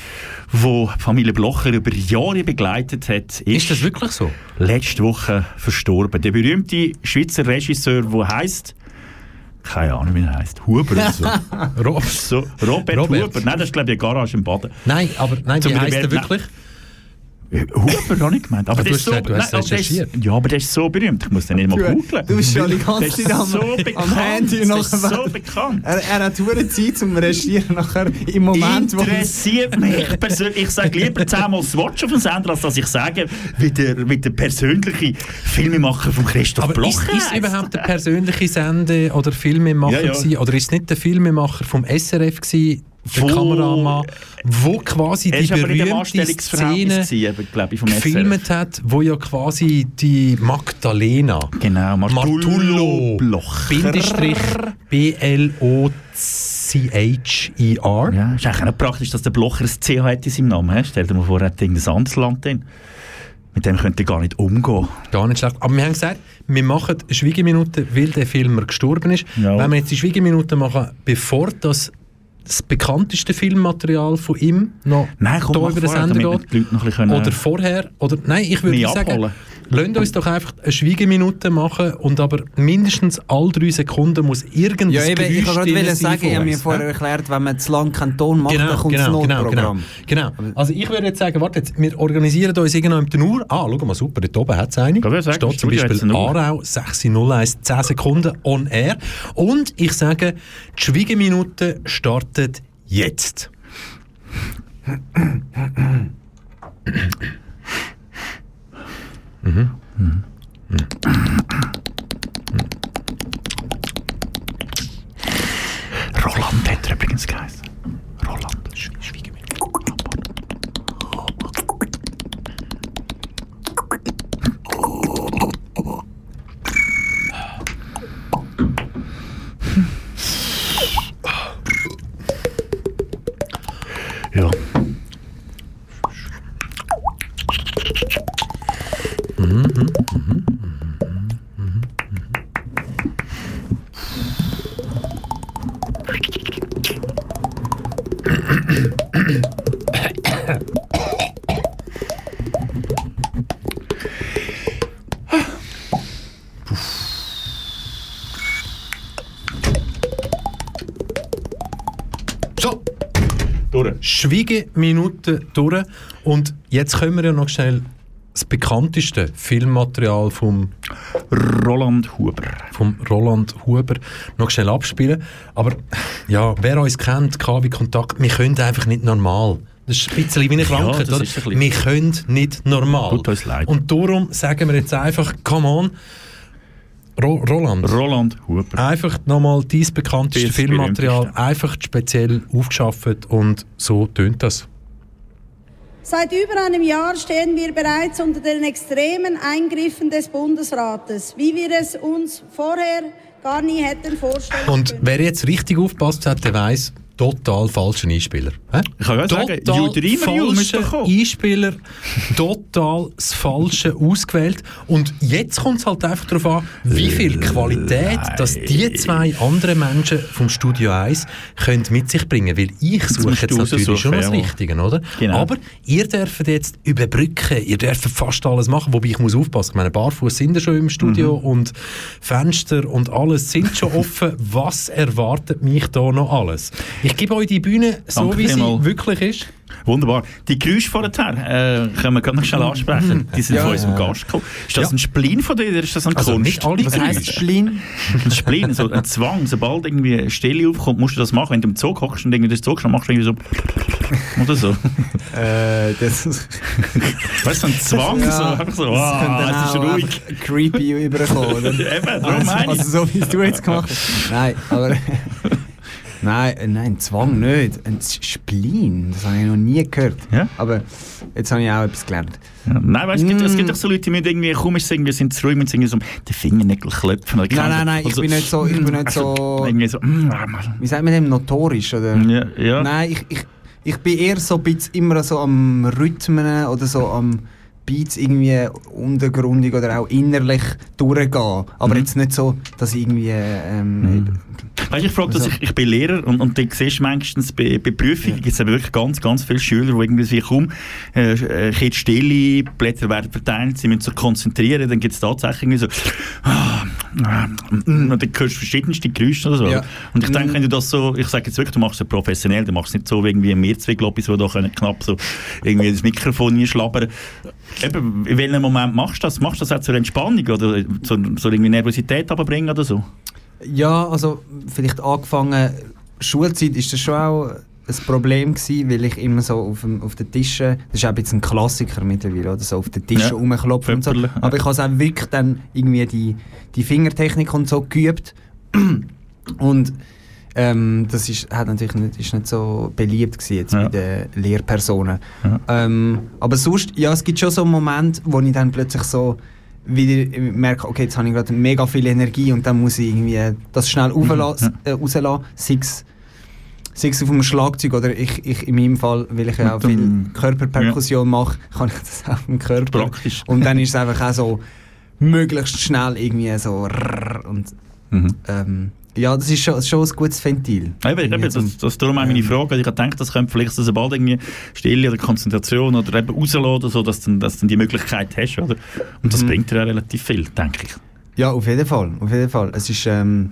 S2: wo die Familie Blocher über Jahre begleitet hat,
S1: ist das wirklich so?
S2: Letzte Woche verstorben. Der berühmte Schweizer Regisseur, der heisst, keine Ahnung, wie er heisst, Huber oder so. Robert Huber. Nein, das ist glaube ich eine Garage im Baden.
S1: Nein, wie heisst er wirklich?
S2: Huber habe ich gemeint. Aber
S1: du hast recherchiert.
S2: Ja, aber der ist so berühmt. Ich muss den nicht mal googeln.
S3: Du bist schon die ganze Zeit am Handy.
S2: Das ist so bekannt.
S3: Er hat hohe Zeit zum Recherchieren nachher im Moment.
S2: Interessiert mich persönlich. Ich sage lieber 10-mal Swatch auf dem Sender, als dass ich sage, wie der persönliche Filmemacher von Christoph Blocher.
S1: Aber ist überhaupt der persönliche Sende- oder Filmemacher gewesen? Oder ist es nicht der Filmemacher vom SRF gewesen? Der Kameramann, wo quasi die berühmte Szene gefilmt hat, wo ja quasi die Magdalena Martullo Bindestrich B-L-O-C-H-E-R.
S2: Ja, ist eigentlich auch praktisch, dass der Blocher ein CH hat in seinem Namen. Stell dir mal vor, er hat irgendein anderes Land drin. Mit dem könnt ihr gar nicht umgehen.
S1: Gar nicht schlecht. Aber wir haben gesagt, wir machen eine Schweigeminute, weil der Filmer gestorben ist. Ja. Wenn wir jetzt die Schweigeminute machen, bevor das bekannteste Filmmaterial von ihm noch hier über den Sender geht, oder vorher, oder nein, ich würde sagen, lasst uns doch einfach eine Schweigeminute machen und aber mindestens alle 3 Sekunden muss irgendwas Geräusch
S3: ich wollte gerade sagen, ich habe mir vorher erklärt, wenn man zu lang keinen Ton macht, dann kommt das Notprogramm.
S1: Genau. Also ich würde jetzt sagen, warte jetzt, wir organisieren uns irgendwo mit der Uhr. Schau mal, super, dort oben hat es eine. Steht zum Beispiel Aarau, 6:01, 10 Sekunden on air. Und ich sage, die Schweigeminute startet jetzt.
S2: Roland hat er übrigens geheißen. Roland. Schweigeminute. Ja.
S1: Schweigeminute durch. Und jetzt können wir ja noch schnell das bekannteste Filmmaterial vom
S2: Roland Huber noch schnell abspielen. Aber ja, wer uns kennt, KW Kontakt, wir können einfach nicht normal. Das ist ein bisschen wie eine Krankheit, oder? Wir können nicht normal.
S1: Tut uns leid. Und darum sagen wir jetzt einfach, come on, Roland
S2: Huber.
S1: Einfach nochmal dein bekannteste Filmmaterial, einfach speziell aufgeschafft und so tönt das.
S15: Seit über einem Jahr stehen wir bereits unter den extremen Eingriffen des Bundesrates, wie wir es uns vorher gar nie hätten vorstellen können.
S1: Und wer jetzt richtig aufgepasst hat, der weiss, total falscher Einspieler.
S2: Ich kann ja sagen,
S1: falscher Einspieler, total das Falsche ausgewählt. Und jetzt kommt es halt einfach darauf an, wie viel Qualität dass die zwei anderen Menschen vom Studio 1 können mit sich bringen. Weil ich suche jetzt natürlich schon das Richtige, oder? Genau. Aber ihr dürft jetzt überbrücken, ihr dürft fast alles machen, wobei ich muss aufpassen. Ich meine, Barfuß sind ja schon im Studio und Fenster und alles sind schon offen. Was erwartet mich da noch alles? Ich gebe euch die Bühne so, danke wie sie wirklich ist.
S2: Wunderbar. Die Geräusche vorher können wir gerade noch schnell ansprechen. Die sind von unserem Gast gekommen. Ist das ein Spleen von dir oder ist das ein Kunst?
S3: Nicht alle. Was heisst Spleen?
S2: Ein Spleen, so ein Zwang. Sobald irgendwie eine Stelle aufkommt, musst du das machen. Wenn du im Zug hockst und irgendwie das Zug machst du irgendwie so... Oder so.
S3: Das ist...
S2: Weißt du, ein Zwang?
S3: Das ist ruhig. Creepy überkommen, oder?
S2: Eben, darum meine ich.
S3: Also so wie du jetzt gemacht hast. Nein, aber... Nein, Zwang nicht. Ein Spleen, das habe ich noch nie gehört. Ja? Aber jetzt habe ich auch etwas gelernt.
S2: Ja. Nein, weißt, es gibt doch so Leute, die müssen irgendwie, kaum ist es irgendwie, sind zurück, müssen irgendwie so den Fingernägel klopfen.
S3: Nein, ich bin nicht so...
S2: irgendwie so
S3: wie sagt man dem, notorisch? Oder?
S2: Ja.
S3: Nein, ich bin eher so ein bisschen immer so am Rhythmen oder so am Beats irgendwie untergrundig oder auch innerlich durchgehen. Aber jetzt nicht so, dass ich irgendwie...
S2: Weißt, ich frage das, ich bin Lehrer und dann siehst du meistens bei Prüfungen gibt es wirklich ganz, ganz viele Schüler, die irgendwie kaum die Stille, Blätter werden verteilt, sie müssen sich konzentrieren, dann gibt es tatsächlich irgendwie so und dann hörst du verschiedenste Geräusche oder so. Ja. Und ich denke, wenn du das so, ich sage jetzt wirklich, du machst es professionell, du machst es nicht so wie irgendwie wir zwei, glaube ich, die da knapp so irgendwie das Mikrofon einschlabbern. Eben, in welchem Moment machst du das? Machst du das auch zur Entspannung oder so irgendwie Nervosität runterbringen oder so?
S3: Ja, also vielleicht angefangen, Schulzeit ist das schon auch ein Problem gewesen, weil ich immer so auf den Tischen, das ist auch ein Klassiker mittlerweile, oder so auf den Tischen rumklopfen und so. Aber ich habe auch wirklich dann irgendwie die Fingertechnik und so geübt. Und das ist nicht so beliebt gewesen jetzt bei den Lehrpersonen. Ja. Aber sonst, ja, es gibt schon so Momente, wo ich dann plötzlich so wieder merke, okay, jetzt habe ich gerade mega viel Energie und dann muss ich irgendwie das schnell rauslassen, sei es auf dem Schlagzeug oder ich in meinem Fall, weil ich ja auch viel Körperperkussion mache, kann ich das auch im Körper.
S2: Praktisch.
S3: Und dann ist es einfach auch so möglichst schnell irgendwie so und ja, das ist schon ein gutes Ventil.
S2: Eben, das darum auch meine Frage. Ich denke, das könnte vielleicht sobald irgendwie Stille oder Konzentration oder eben rauslassen oder so, dass du dann die Möglichkeit hast, oder? Und das bringt dir ja relativ viel, denke ich.
S3: Ja, auf jeden Fall. Es ist,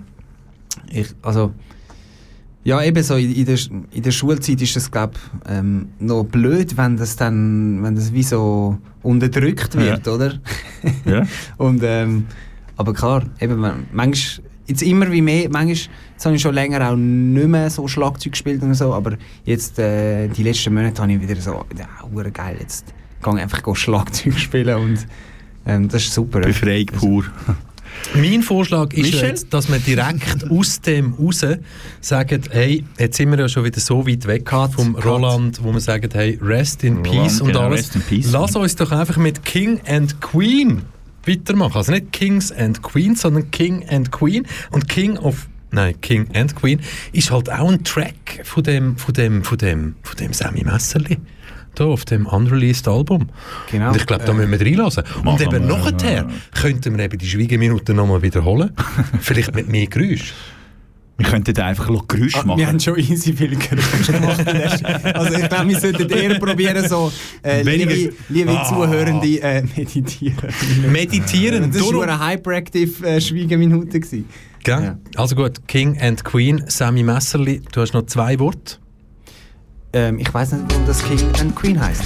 S3: ja, eben so, in der Schulzeit ist das, glaube ich, noch blöd, wenn das wie so unterdrückt wird, oder?
S2: Ja.
S3: Und, aber klar, eben, manchmal, jetzt immer wie mehr, manchmal, jetzt habe ich schon länger auch nicht mehr so Schlagzeug gespielt und so, aber jetzt, die letzten Monate habe ich wieder so, ja, geil, jetzt gehe ich einfach Schlagzeug spielen und das ist super.
S2: Befreiung pur.
S1: Mein Vorschlag ist jetzt, dass wir direkt aus dem raus sagen, hey, jetzt sind wir ja schon wieder so weit weg vom Roland, wo wir sagen, hey, rest in peace und alles. Lass uns doch einfach mit King and Queen weitermachen. Also nicht Kings and Queens, sondern King and Queen. Und King and Queen ist halt auch ein Track von dem Sammy Messerli. Da auf dem unreleased Album.
S3: Genau.
S1: Und ich glaube, da müssen wir reinlassen. Und eben nachher könnten wir eben die Schweigeminuten nochmal wiederholen. Vielleicht mit mehr Geräusch.
S2: Wir könnten einfach Geräusche machen.
S3: Wir haben schon easy viele Geräusche gemacht. Also ich glaube, wir sollten eher probieren, so liebe Zuhörende, meditieren.
S1: Meditieren?
S3: Das war eine hyperactive Schweigeminute.
S1: Ja. Also gut, King and Queen, Sammy Messerli, du hast noch 2 Worte.
S3: Ich weiss nicht, warum das King and Queen heisst.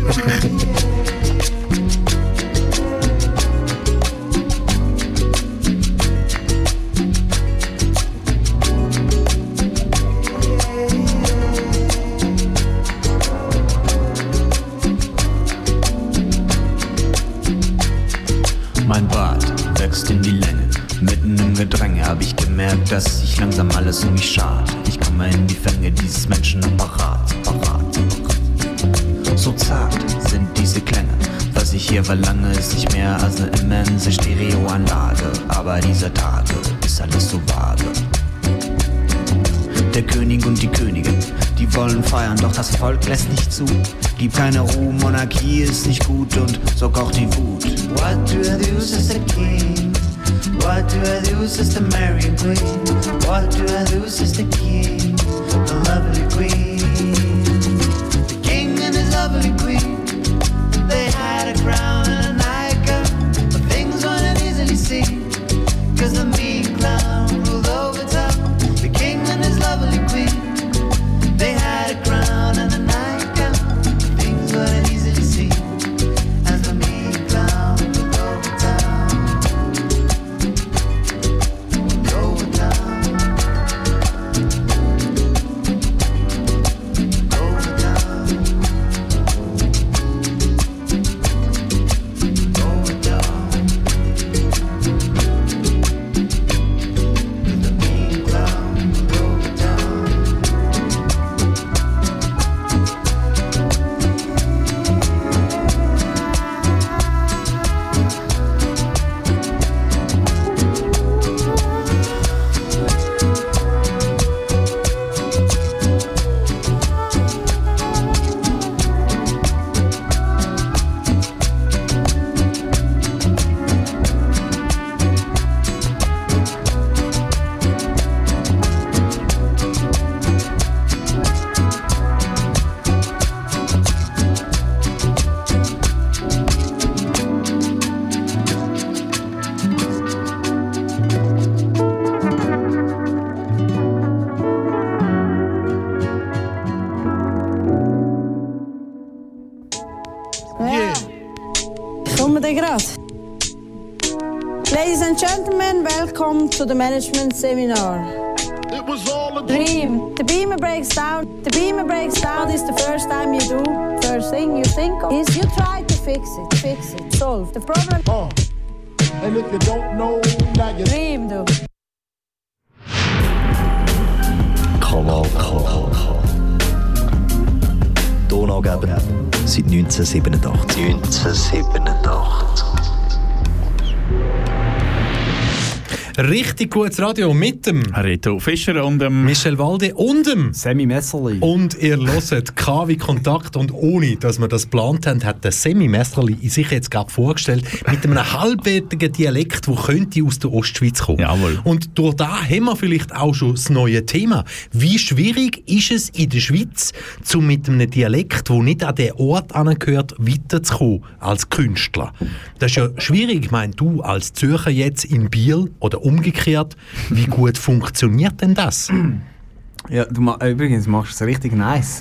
S16: Mein Bart wächst in die Länge. Mitten im Gedränge hab ich gemerkt, dass sich langsam alles um mich schart. Ich komme in die Fänge dieses Menschenapparat. So zart sind diese Klänge. Was ich hier verlange, ist nicht mehr als eine immense Stereoanlage. Aber dieser Tage ist alles so vage. Der König und die Königin, die wollen feiern, doch das Volk lässt nicht zu. Gib keine Ruhe, Monarchie ist nicht gut und sorg auch die Wut.
S4: What do I do, Sister King? What do I do, Sister Mary Queen? What do I do, Sister King? The lovely Queen. The King and his lovely Queen. They had a crown and a nightgown, but things weren't easily seen, 'cause the mean clown ruled over town. The King and his lovely Queen. They had a crown and a nightgown, but things weren't easily seen, as the mean clown ruled over town. Ruled over town. Over town. Over town. The mean clown ruled over town.
S15: Kommen wir gerade. Ladies and gentlemen, welcome to the management seminar.
S7: It was all a
S15: Dream. The beamer breaks down. The beamer breaks down. This is the first time you do. First thing you think of is you try to fix it, solve the problem.
S7: And if you don't know, now you
S15: Dream, du.
S5: Kanal K. Donaugeber seit 1987. 1987.
S1: Richtig gutes Radio mit dem
S2: Reto Fischer und dem
S1: Michel Walde und dem
S3: Semi Messerli.
S1: Und ihr hört KW Kontakt und ohne, dass wir das geplant haben, hat der Semi Messerli sich jetzt gerade vorgestellt mit einem halbwertigen Dialekt, der könnte aus der Ostschweiz kommen.
S2: Jawohl.
S1: Und durch da haben wir vielleicht auch schon das neue Thema. Wie schwierig ist es in der Schweiz, mit einem Dialekt, der nicht an den Ort angehört, weiterzukommen als Künstler? Das ist ja schwierig. Ich meine, du als Zürcher jetzt in Biel oder umgekehrt, wie gut funktioniert denn das?
S3: Ja, übrigens machst du es richtig nice.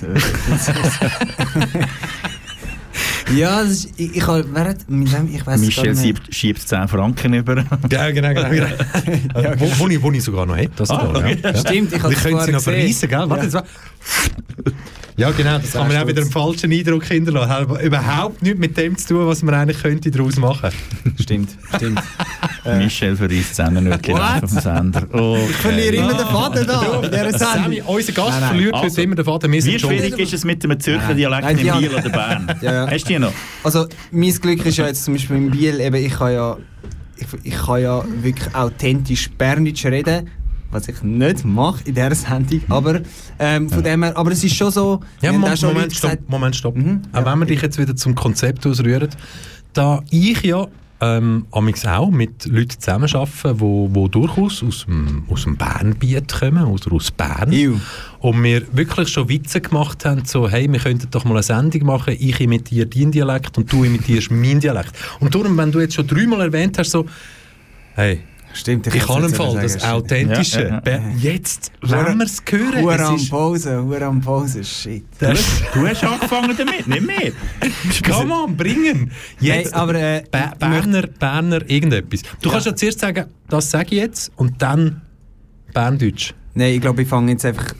S3: Ja, das ist, ich weiss
S2: Michel schiebt 10 Franken über.
S1: Ja, genau. Wo ich sogar noch hätte. Ja.
S3: Stimmt, ich habe es
S1: können sie noch verreissen, gell? Warte, ja. Ja, genau, das kann man auch wieder einen falschen Eindruck hinterlassen. Hat überhaupt nichts mit dem zu tun, was man eigentlich könnte daraus machen.
S3: Stimmt.
S2: Michel verreist 10 nicht auf dem Sender. Okay.
S3: Ich verliere immer den Faden da.
S1: Sammy, unser Gast verliert also, immer den Faden.
S2: Wie schwierig ist es mit einem Zürcher Dialekt in Biel oder Bern?
S3: Ja.
S2: Hast du die noch?
S3: Also, mein Glück ist ja jetzt zum Beispiel in Biel, eben, ich kann ja wirklich authentisch Berndeutsch reden, was ich nicht mache in dieser Sendung, aber von dem her, aber es ist schon so...
S1: Ja, Moment, stopp. Auch wenn wir dich jetzt wieder zum Konzept ausrühren, da ich ja amigs auch mit Leuten zusammenarbeiten, die durchaus aus dem Bernbiet kommen, oder aus Bern. Und wir wirklich schon Witze gemacht haben, so, hey, wir könnten doch mal eine Sendung machen, ich imitiere deinen Dialekt und du imitierst meinen Dialekt. Und darum, wenn du jetzt schon 3-mal erwähnt hast, so, hey,
S3: Stimmt,
S1: ich kann im Fall das Authentische. Jetzt, wenn wir es hören...
S3: Hure am Pause, shit.
S2: Du hast angefangen damit, nicht mehr.
S1: Come on, bringen. Jetzt,
S3: hey, aber
S1: Berner irgendetwas. Du kannst ja zuerst sagen, das sage ich jetzt, und dann Berndeutsch.
S3: Nein, ich glaube, ich fange jetzt einfach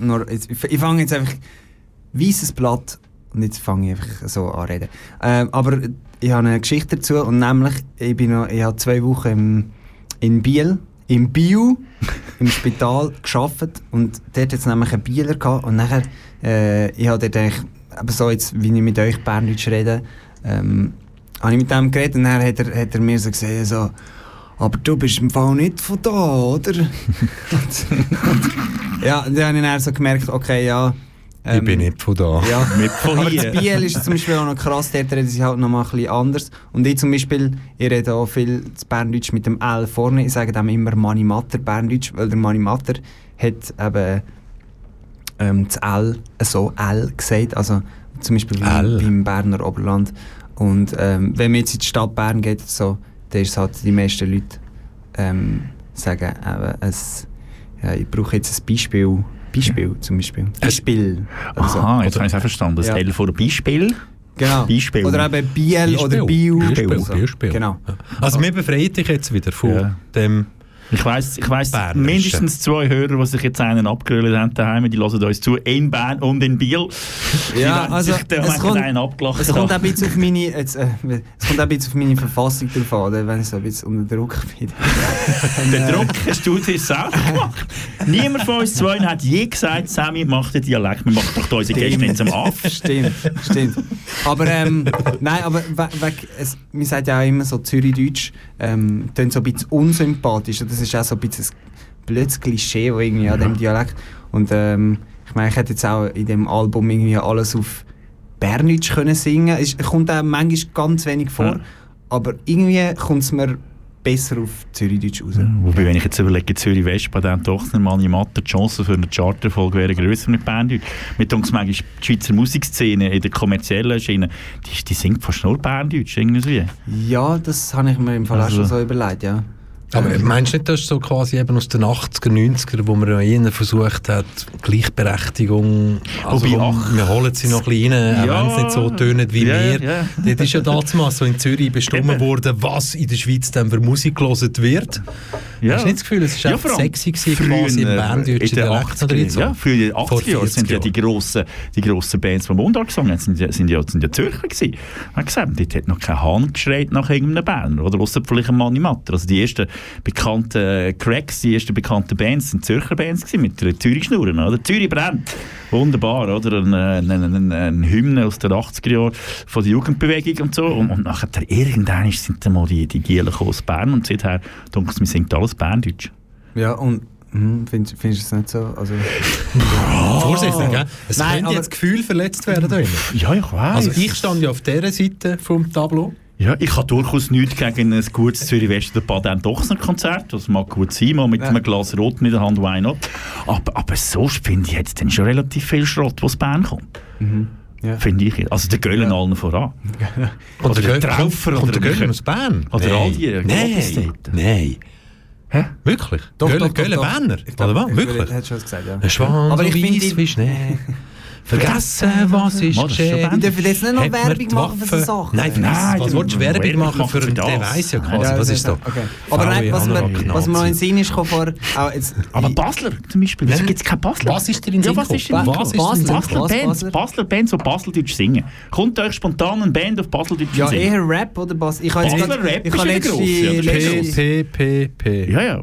S3: weißes Blatt und jetzt fange ich einfach so an reden. Aber ich habe eine Geschichte dazu, und nämlich, ich habe 2 Wochen in Biel, im Bio, im Spital gearbeitet, und dort hat es nämlich einen Bieler gehabt, und nachher, ich habe dort eigentlich, aber so jetzt, wie ich mit euch Berndeutsch rede, habe ich mit dem geredet, und dann hat er mir so gesehen, so, aber du bist im Fall nicht von da, oder? Ja, dann habe ich dann so gemerkt, okay, ja.
S1: Ich bin nicht von da.
S3: Ja,
S2: nicht von
S3: aber
S2: hier.
S3: das Biel ist zum Beispiel auch noch krass, dort reden sie halt noch mal ein bisschen anders. Und ich zum Beispiel, ich rede auch viel das Berndeutsch mit dem L vorne. Ich sage dem immer Manimatter Berndeutsch, weil der Manimatter hat eben das L so L gesagt, also zum Beispiel beim Berner Oberland. Und wenn man jetzt in die Stadt Bern geht, so, dann ist es halt, die meisten Leute sagen eben, ich brauche jetzt ein Beispiel zum Beispiel. Beispiel.
S2: Also, aha, jetzt habe ich es auch verstanden. Das L vor Beispiel.
S3: Genau.
S2: Beispiel.
S3: Oder eben Biel oder Bio.
S1: Beispiel.
S3: Genau.
S1: Also wir befreien dich jetzt wieder von dem...
S2: Ich weiss mindestens 2 Hörer, die sich jetzt einen abgerollt haben daheim, die hören uns zu, in Bern und in Biel.
S3: Ja, also es kommt auch ein bisschen auf meine Verfassung drauf an, wenn ich so ein bisschen unter Druck bin.
S2: Den Druck hast du dir selber gemacht. Niemand von uns 2 hat je gesagt, Sammy macht den Dialekt, wir machen doch unsere Gäste nicht zum Aff.
S3: Stimmt. Aber nein, aber man sagt ja auch immer so Zürichdeutsch, tönt so ein bisschen unsympathisch. Das ist auch so ein bisschen ein blödes Klischee, das irgendwie an diesem Dialekt. Und ich meine, ich hätte jetzt auch in diesem Album irgendwie alles auf Berndeutsch können singen. Es kommt auch manchmal ganz wenig vor, aber irgendwie kommt es mir besser auf Zürichdeutsch raus.
S2: Wobei, wenn ich jetzt überlege, Zürich West bei diesem Tochter Manimatter, die Chance für eine Charterfolge wäre grösser mit Berndeutsch. Mit uns manchmal die Schweizer Musikszene in der kommerziellen Schiene, die singt fast nur Berndeutsch, irgendwie.
S3: Ja, das habe ich mir im Fall auch schon so überlegt, ja.
S1: Aber meinst du nicht, das ist so quasi eben aus den 80er, 90er, wo man ja eher versucht hat, Gleichberechtigung, also wir holen sie noch ein bisschen rein, auch wenn es nicht so tönt wie wir. Yeah. Das ist ja damals so in Zürich bestimmt worden, was in der Schweiz dann für Musik gehört wird. Ja. Hast du nicht das Gefühl, es war einfach sexy quasi im Berndeutsch in den 80er?
S2: Ja, für die 80er Jahre sind ja die grossen Bands, die Mundart gesungen haben, sind ja Zürcher gewesen. Ich habe gesagt, dort hat noch kein Hahn geschreit nach irgendeinem Berner, oder ausser vielleicht ein Manimatter. Also die ersten bekannten Cracks, die ersten bekannten Bands sind Zürcher Bands gewesen, mit der Zürich-Schnurren, oder? Zürich brennt. Wunderbar, oder? Ein Hymne aus den 80er Jahren von der Jugendbewegung und so. Und nachher irgendwann sind dann mal die Gielen aus Bern, und seither denke ich, man singt alles Berndeutsch.
S3: Ja, und findest du es nicht so? Also,
S1: vorsichtig, gell? Es könnte jetzt Gefühl verletzt werden. Da
S2: ja, ich weiss.
S1: Also ich stand ja auf dieser Seite vom Tableau.
S2: Ja, ich habe durchaus nichts gegen ein gutes Zürich West oder Baden-Dochsner-Konzert. Das mag gut sein, mal mit einem Glas Rot in der Hand, why not? Aber so finde ich jetzt dann schon relativ viel Schrott, was Bern kommt. Ja. Finde ich. Also der Göhlen allen voran.
S1: Oder der Traufer. Kommt der Göhlen aus Bern?
S2: Oder all die.
S1: Nein. Hä? Wirklich? Göhlen Berner? Oder was? Wirklich?
S3: Hätte schon gesagt, ja.
S1: Ein Schwan so weiss wie Schnee. Vergessen, was ist geschehen.
S3: Wir dürfen jetzt nicht noch Werbung machen für so Sachen.
S1: Nein, was willst du Werbung machen für den? Der weiss ja quasi, was ist da.
S3: Okay. Aber nein, was mir noch in den Sinn ist,
S2: aber Basler zum Beispiel, wieso gibt es kein Basler?
S1: Was ist dir in den Sinn?
S2: Basler Bands, die Baseldeutsch singen. Kommt euch spontan eine Band auf Baseldeutsch singen?
S3: Ja, eher Rap oder Basler?
S2: Basler Rap ist wieder gross.
S1: P.
S2: Ja.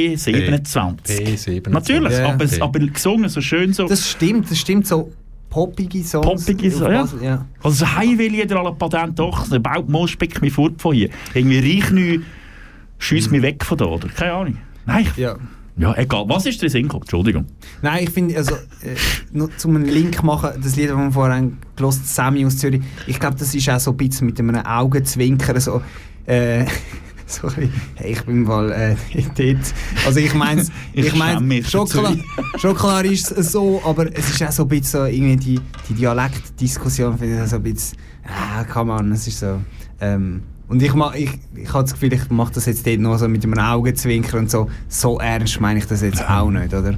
S2: P27. Natürlich, aber gesungen so schön so.
S3: Das stimmt so. Poppige Songs.
S2: Ja. Also so Heimweh-Lieder alle Patent doch. Baut mal, speckt mich fort von hier. Irgendwie reich nicht, schiess mich weg von da, oder? Keine Ahnung. Nein. Ja, egal. Was ist der Sinn? Entschuldigung.
S3: Nein, ich finde, also, nur zum einen Link machen, das Lied, das wir vorhin gehört haben, Sammy aus Zürich, ich glaube, das ist auch so ein bisschen mit einem Augenzwinkern so, sorry, hey, ich bin mal dort. Also ich meine, schon klar ist es so, aber es ist auch so ein bisschen so, irgendwie die Dialektdiskussion, finde ich so ein bisschen, come on, es ist so, Und ich habe das Gefühl, ich mache das jetzt dort noch so mit einem Augenzwinkern und so. So ernst meine ich das jetzt auch nicht, oder?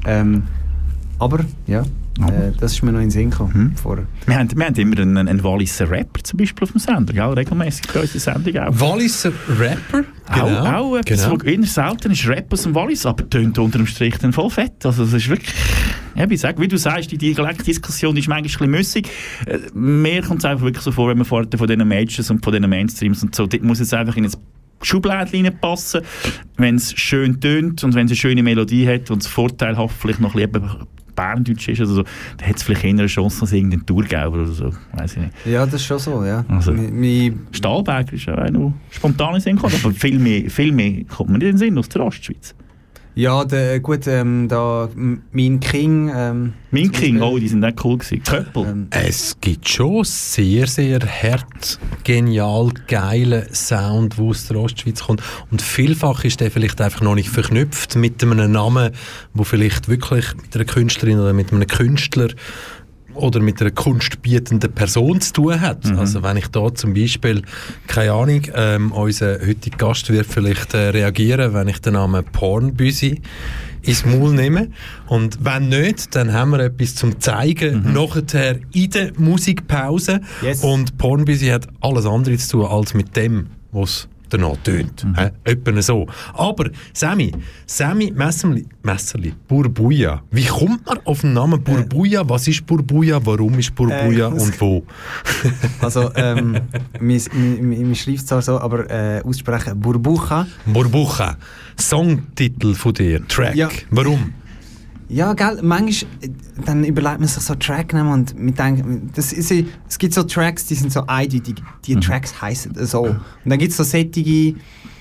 S3: Aber, ja. Das ist mir noch in den Sinn gekommen.
S2: Wir haben immer einen Walliser Rapper zum Beispiel auf dem Sender, gell? Regelmäßig bei unserer Sendung auch.
S1: Walliser Rapper?
S2: Genau. Auch etwas, was eher selten ist, Rap aus dem Wallis, aber tönt unter dem Strich dann voll fett. Also es ist wirklich, wie du sagst, die Dialektdiskussion ist manchmal ein bisschen müssig. Mir kommt es einfach wirklich so vor, wenn man vorher von diesen Majors und von diesen Mainstreams und so, dort muss es einfach in ein Schublädchen reinpassen, wenn es schön tönt und wenn es eine schöne Melodie hat und es vorteilhaft vielleicht noch ein bisschen Berndeutsch ist, also so, dann hat es vielleicht eher eine Chance als irgendein Thurgauer oder so, weiss ich nicht.
S3: Ja, das ist schon so, ja.
S2: Also, Stahlberger ist ja auch noch spontan in den Sinn gekommen, aber viel mehr kommt man nicht in den Sinn aus der Ostschweiz.
S3: Ja, da Mean King.
S2: Mean King, die sind auch cool gewesen. Köppel.
S1: Es gibt schon sehr, sehr hart, genial, geilen Sound, der aus der Ostschweiz kommt. Und vielfach ist der vielleicht einfach noch nicht verknüpft mit einem Namen, wo vielleicht wirklich mit einer Künstlerin oder mit einem Künstler oder mit einer kunstbietenden Person zu tun hat. Also wenn ich da zum Beispiel, keine Ahnung, unser heutiger Gast wird vielleicht reagieren, wenn ich den Namen Pornbüsi ins Maul nehme. Und wenn nicht, dann haben wir etwas zum Zeigen nachher in der Musikpause. Yes. Und Pornbüsi hat alles andere zu tun als mit dem, was danach tönt. Etwa so. Aber Sammy Messerli, Burbuja. Wie kommt man auf den Namen Burbuja? Was ist Burbuja? Warum ist Burbuja und wo?
S3: Also, man schreibt es zwar so, aber aussprechen Burbuja.
S1: Burbuja. Songtitel von dir, Track. Ja. Warum?
S3: Ja, gell, manchmal dann überlegt man sich so Tracknamen und man denkt, es gibt so Tracks, die sind so eindeutig, die Tracks heissen so. Und dann gibt es so sättige,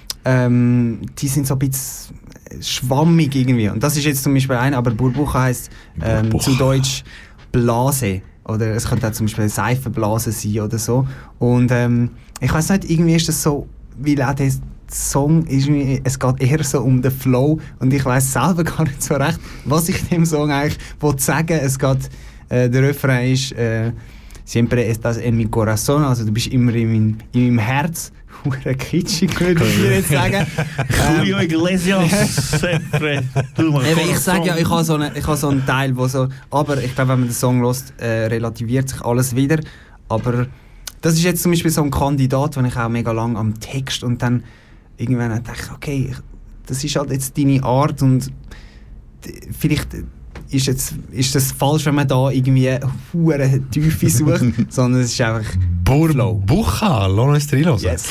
S3: die sind so ein bisschen schwammig irgendwie. Und das ist jetzt zum Beispiel einer, aber Burbuja heisst zu Deutsch Blase. Oder es könnte auch zum Beispiel Seifenblase sein oder so. Und ich weiss nicht, irgendwie ist das so, weil auch der Song ist, es geht eher so um den Flow und ich weiss selber gar nicht so recht, was ich dem Song eigentlich sagen. Es geht, der Refrain ist Siempre estás en mi corazón, also du bist immer in meinem Herz. Hure kitschig, würde ich jetzt sagen.
S2: Julio Iglesias, sempre.
S3: Ich sage ja, ich habe so einen Teil, wo so, aber ich glaube, wenn man den Song hört, relativiert sich alles wieder. Aber das ist jetzt zum Beispiel so ein Kandidat, wenn ich auch mega lang am Text und dann irgendwann dachte ich, okay, das ist halt jetzt deine Art und vielleicht ist das falsch, wenn man da irgendwie hure Tiefe sucht, sondern es ist einfach
S1: Burbuja, lass uns reinhören.
S3: Yes.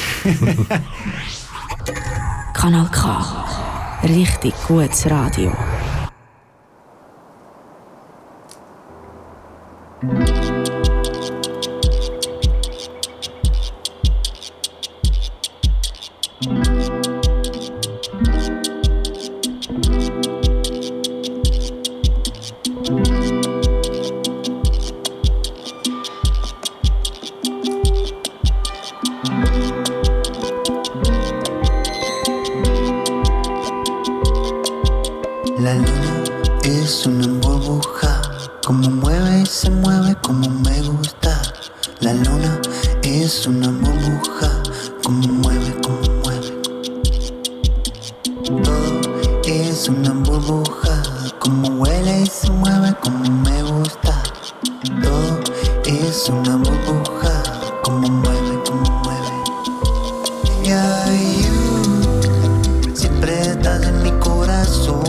S9: Kanal K. Richtig gutes Radio.
S4: La luna es una burbuja, como mueve y se mueve como me gusta. La luna es una burbuja, como mueve, como mueve. Todo es una burbuja, como huele y se mueve como me gusta. Todo es una burbuja, como mueve, como mueve. Yeah, you siempre estás en mi corazón.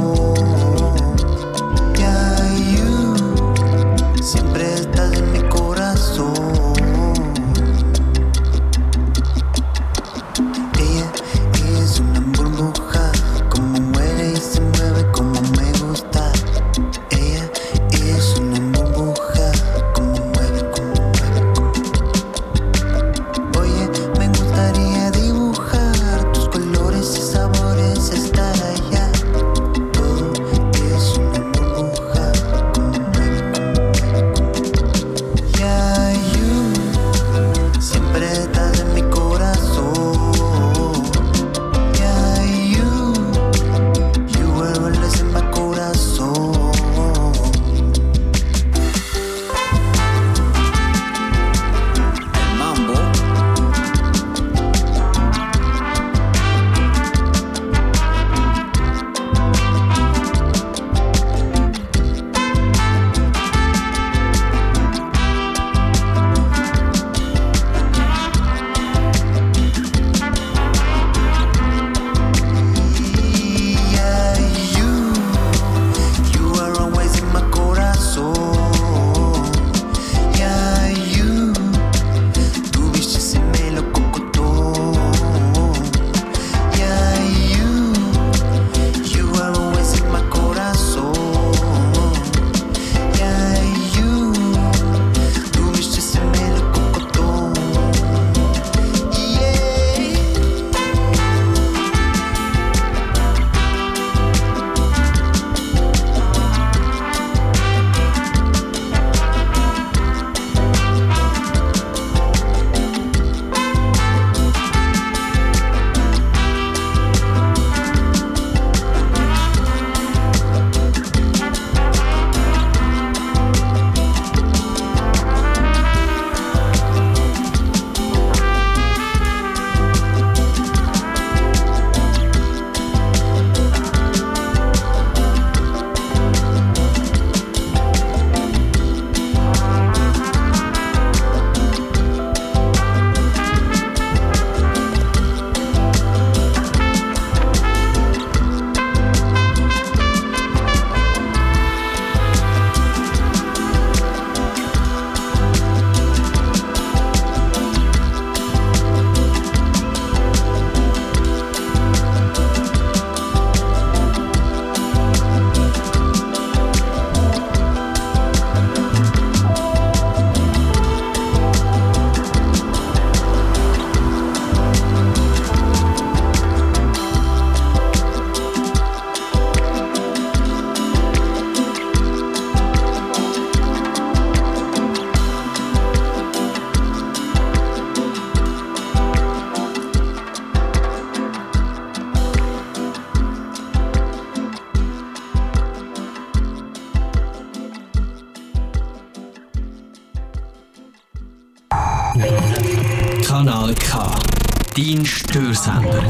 S16: Kanal K. Dein Störsender.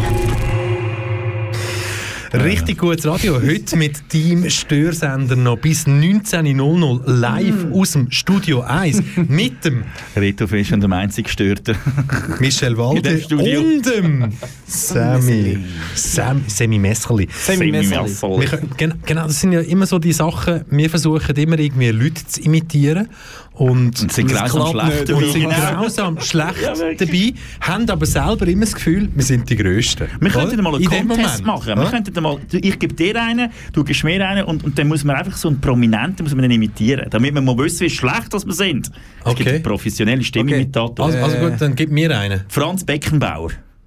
S1: Richtig gutes Radio. Heute mit Team Störsender noch bis 19.00 live aus dem Studio 1 mit dem
S2: Reto Fisch und dem einzig Gestörten
S1: Michel Walde und dem Sammy Messerli. Genau, das sind ja immer so die Sachen, wir versuchen immer irgendwie Leute zu imitieren und
S2: sind grausam schlecht
S1: dabei, haben aber selber immer das Gefühl, wir sind die Größten.
S2: Wir könnten mal einen Contest machen. Wir könnten mal, ich gebe dir einen, du gibst mir einen und dann muss man einfach so einen Prominenten muss man dann imitieren, damit man mal wissen, wie schlecht das wir sind. Es gibt professionelle Stimmimitatoren.
S1: Also gut, dann gib mir einen.
S2: Franz Beckenbauer.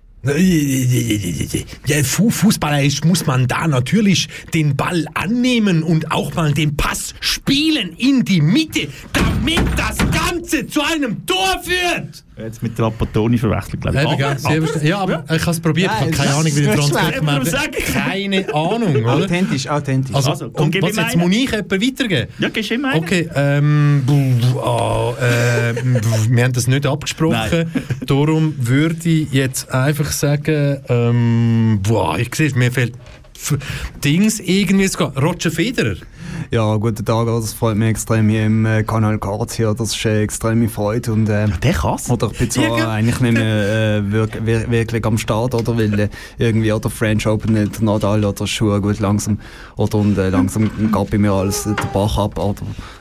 S1: Ja, Fußballer muss man da natürlich den Ball annehmen und auch mal den Pass spielen in die Mitte, damit das Ganze zu einem Tor führt.
S2: Jetzt mit Trapattoni verwechselt, glaube ich.
S1: Ja, aber ich habe es probiert. Ich habe keine Ahnung, wie der Franz Beckenbauer keine Ahnung, oder?
S3: Authentisch.
S1: Also und was jetzt muss ich jemand weitergeben?
S2: Ja, gibst du ihm einen?
S1: Okay, wir haben das nicht abgesprochen. Darum würde ich jetzt einfach sagen, ich sehe, mir fehlt Dings irgendwie zu gehen. Roger Federer.
S3: Ja, guten Tag, das freut mich extrem hier im Kanal K hier, das ist eine extreme Freude und
S2: der kann's.
S3: Oder ich bin zwar eigentlich nicht mehr wirklich am Start, oder, weil irgendwie oder French Open nicht Nadal oder Schuhe gut langsam langsam geht bei mir alles den Bach ab, oder,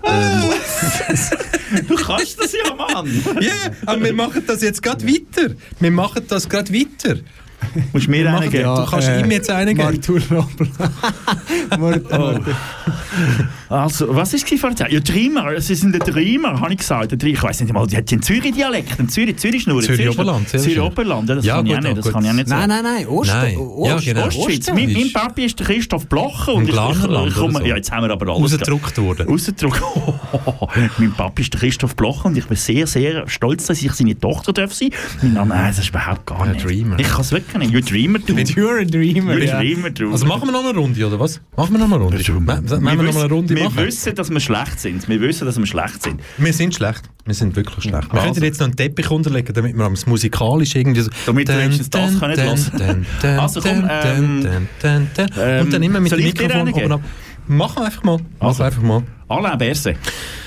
S2: Du kannst das ja, Mann!
S1: Ja, aber wir machen das jetzt gerade weiter.
S2: Musst du mir einen geben?
S1: Du kannst ihm jetzt einen geben.
S2: Also, was ist vorhin? Ja, Dreamer. Sie sind der Dreamer, habe ich gesagt. Ich weiss nicht mal, die hat einen Zürich-Dialekt, einen Zürich-Schnurr.
S1: Zürich-Oberland.
S2: Zürich-Oberland, das kann ich nicht sagen.
S3: Nein,
S2: Ostschweiz. Mein Papi ist der Christoph Blocher. Und ich komme, ja, jetzt haben wir aber alles.
S1: Rausgedruckt worden.
S2: Mein Papi ist der Christoph Blocher und ich bin sehr, sehr stolz, dass ich seine Tochter darf sein. Nein, das ist überhaupt gar nicht.
S1: Dreamer.
S2: Ich kann es wirklich nicht. You're a Dreamer.
S1: Also machen wir noch eine Runde, oder was?
S2: Wir wissen, dass wir schlecht sind. Wir
S1: sind schlecht. Wir sind wirklich schlecht. Wir könnten jetzt noch einen Teppich unterlegen, damit wir das musikalisch irgendwie so...
S2: Damit wir wenigstens das können hören. Also komm,
S1: und dann immer mit dem Mikrofon oben ab. Machen wir einfach mal.
S2: Alain Berset.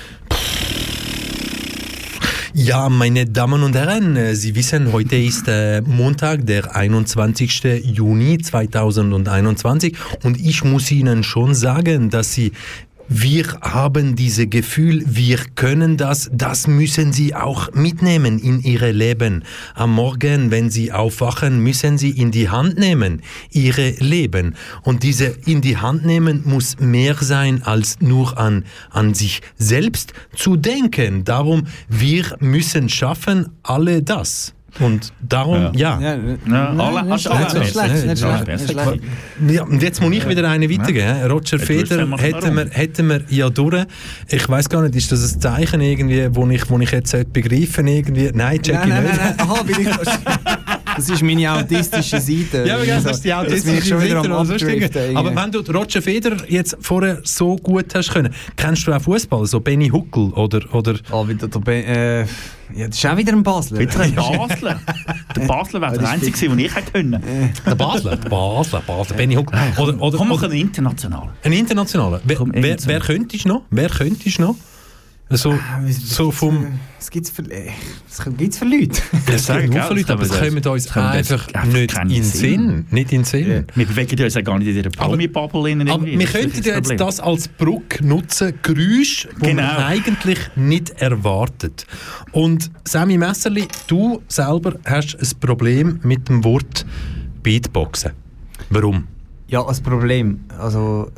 S1: Ja, meine Damen und Herren, Sie wissen, heute ist Montag, der 21. Juni 2021 und ich muss Ihnen schon sagen, dass wir haben dieses Gefühl, wir können das müssen Sie auch mitnehmen in Ihr Leben. Am Morgen, wenn Sie aufwachen, müssen Sie in die Hand nehmen, Ihre Leben. Und diese in die Hand nehmen muss mehr sein, als nur an sich selbst zu denken. Darum, wir müssen schaffen, alle das. Und darum,
S3: nicht schlecht.
S1: Ja, und jetzt muss ich wieder einen weitergeben. Roger Federer hätten wir ja durch. Ich weiss gar nicht, ist das ein Zeichen irgendwie, wo ich jetzt begreifen irgendwie? Nein, Jackie nicht.
S3: Aha, das ist meine autistische Seite.
S1: Ja, aber das ist die autistische Seite. Aber wenn du Roger Federer jetzt vorher so gut hast können, kennst du auch Fußball, so Benny Huckel oder?
S3: Wieder der ja, das ist auch wieder ein Basler.
S2: Wieder ein Basler. Der Basler wäre der einzige, den ich hätte können.
S1: Der Basler, Benny Huckel.
S2: Oder einen internationalen.
S1: Ein internationaler. Wer könntest du noch? So vom...
S3: Was gibt's für Leute?
S1: Es gibt nur Leute, aber es kommen uns einfach nicht in den Sinn. Nicht in den Sinn.
S2: Wir bewegen uns ja gar nicht in dieser Promi-Bubble.
S1: Aber wir könnten jetzt das als Brücke nutzen, Geräusche, die man eigentlich nicht erwartet. Und Sammy Messerli, du selber hast ein Problem mit dem Wort Beatboxen. Warum?
S3: Ja, ein Problem. Also...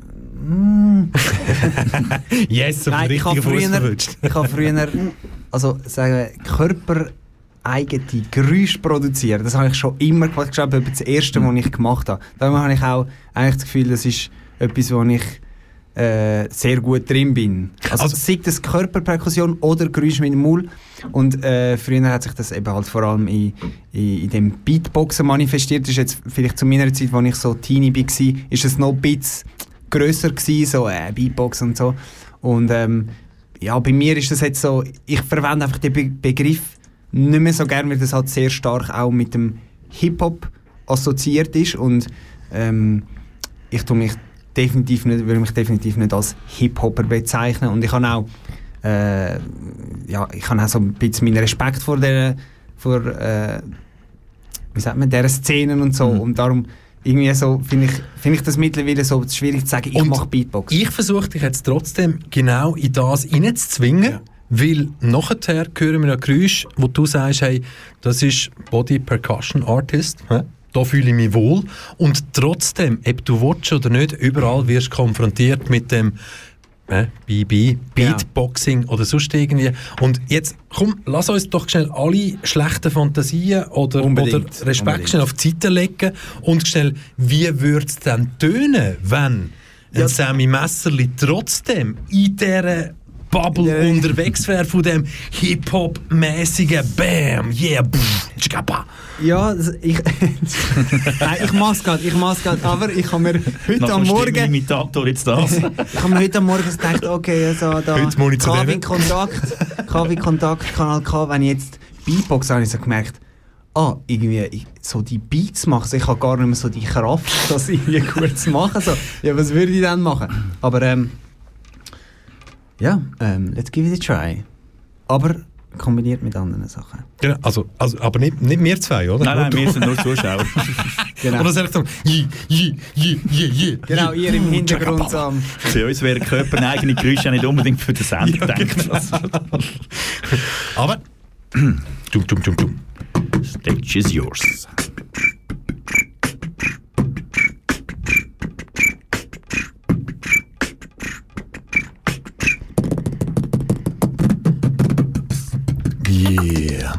S1: Yes,
S3: nein, ich habe früher körpereigene Geräusche produzieren. Das habe ich schon immer gemacht. Ich glaube, das erste, was ich gemacht habe. Da habe ich auch eigentlich das Gefühl, das ist etwas, wo ich sehr gut drin bin. Also sei das Körperperkussion oder Geräusche mit dem Maul. Und früher hat sich das eben halt vor allem in dem Beatboxen manifestiert. Das ist jetzt vielleicht zu meiner Zeit, als ich so Teenie war, ist es noch ein bisschen grösser gewesen, so Beatbox und so. Und ja, bei mir ist das jetzt so, ich verwende einfach den Begriff nicht mehr so gerne, weil das halt sehr stark auch mit dem Hip-Hop assoziiert ist und ich würde mich definitiv nicht als Hip-Hopper bezeichnen und ich habe auch so ein bisschen meinen Respekt vor dieser Szenen und so und darum irgendwie so finde ich das mittlerweile so schwierig zu sagen, ich mache Beatbox.
S1: Ich versuche dich jetzt trotzdem genau in das reinzuzwingen, weil nachher hören wir ein Geräusch, wo du sagst, hey, das ist Body Percussion Artist, da fühle ich mich wohl und trotzdem, ob du willst oder nicht, überall wirst du konfrontiert mit dem Beatboxing oder sonst irgendwie. Und jetzt, komm, lass uns doch schnell alle schlechten Fantasien oder Respekt schnell auf die Seite legen und schnell, wie würde es denn tönen, wenn ein Sammy Messerli trotzdem in dieser Bubble unterwegs wäre von dem Hip-Hop-mäßigen Bam, yeah, pff, tschkapa.
S3: Ja, ich mach's grad, aber ich habe mir heute am Morgen...
S2: Imitator jetzt das.
S3: Ich habe mir heute am Morgen gedacht, okay, also da KW-Kontakt, Kanal K, wenn ich jetzt Beatbox habe, ich so gemerkt, irgendwie so die Beats machen, ich habe gar nicht mehr so die Kraft, das irgendwie gut zu machen. So, ja, was würde ich dann machen? Aber let's give it a try. Aber kombiniert mit anderen Sachen.
S1: Genau, also aber nicht wir zwei, oder?
S2: Nein, wir sind nur Zuschauer.
S3: Genau.
S1: Oder sagt man,
S3: genau, ihr im Hintergrund so.
S2: Für uns wären körpereigene Geräusche nicht unbedingt für den Sender gedacht.
S1: Genau. Aber
S2: Stage is yours.
S1: Yeah.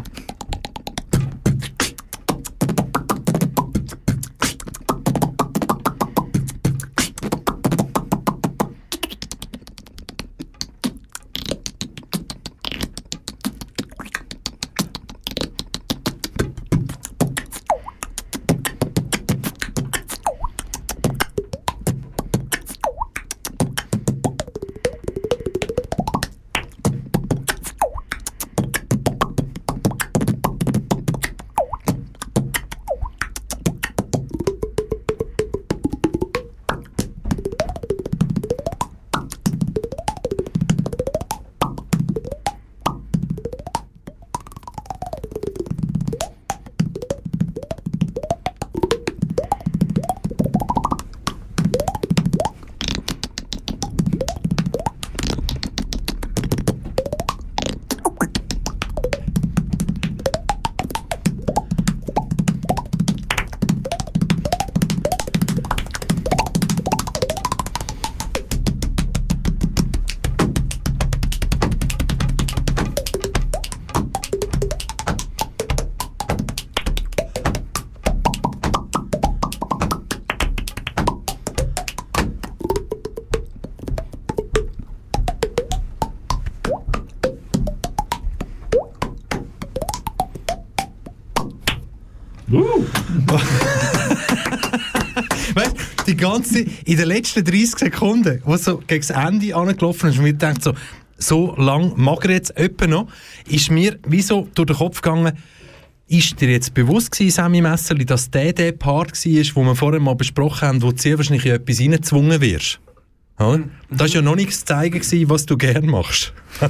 S1: Weißt, die ganze, in den letzten 30 Sekunden, wo so gegen das Ende angelaufen ist, und mir gedacht, so lang mag er jetzt etwa noch, ist mir wie so durch den Kopf gegangen, ist dir jetzt bewusst gewesen, Sammy Messerli, dass der Part war, wo wir vorher mal besprochen haben, wo du sehr wahrscheinlich in etwas reingezwungen wirst? Ja? Das war ja noch nichts zu zeigen gewesen, was du gerne machst.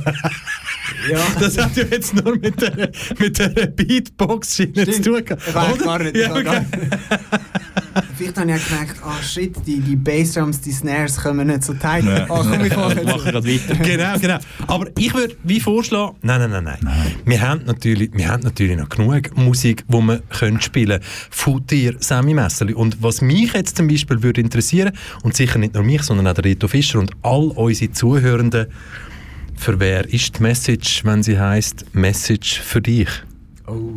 S3: Ja.
S1: Das hat ja jetzt nur mit der Beatbox zu tun gehabt.
S3: Ich weiß gar nicht. Ja, okay. Vielleicht habe ich gemerkt, shit, die Bassdrums, die Snares kommen nicht so tight.
S2: Ja.
S3: Komm, ich mache
S2: gerade weiter.
S1: Genau. Aber ich würde wie vorschlagen, nein. Wir haben natürlich noch genug Musik, die wir spielen können von dir, Sammy Messerli. Und was mich jetzt zum Beispiel würde interessieren, und sicher nicht nur mich, sondern auch der Reto Fischer und all unsere Zuhörenden, für wer ist die Message, wenn sie heisst Message für dich?
S3: Oh.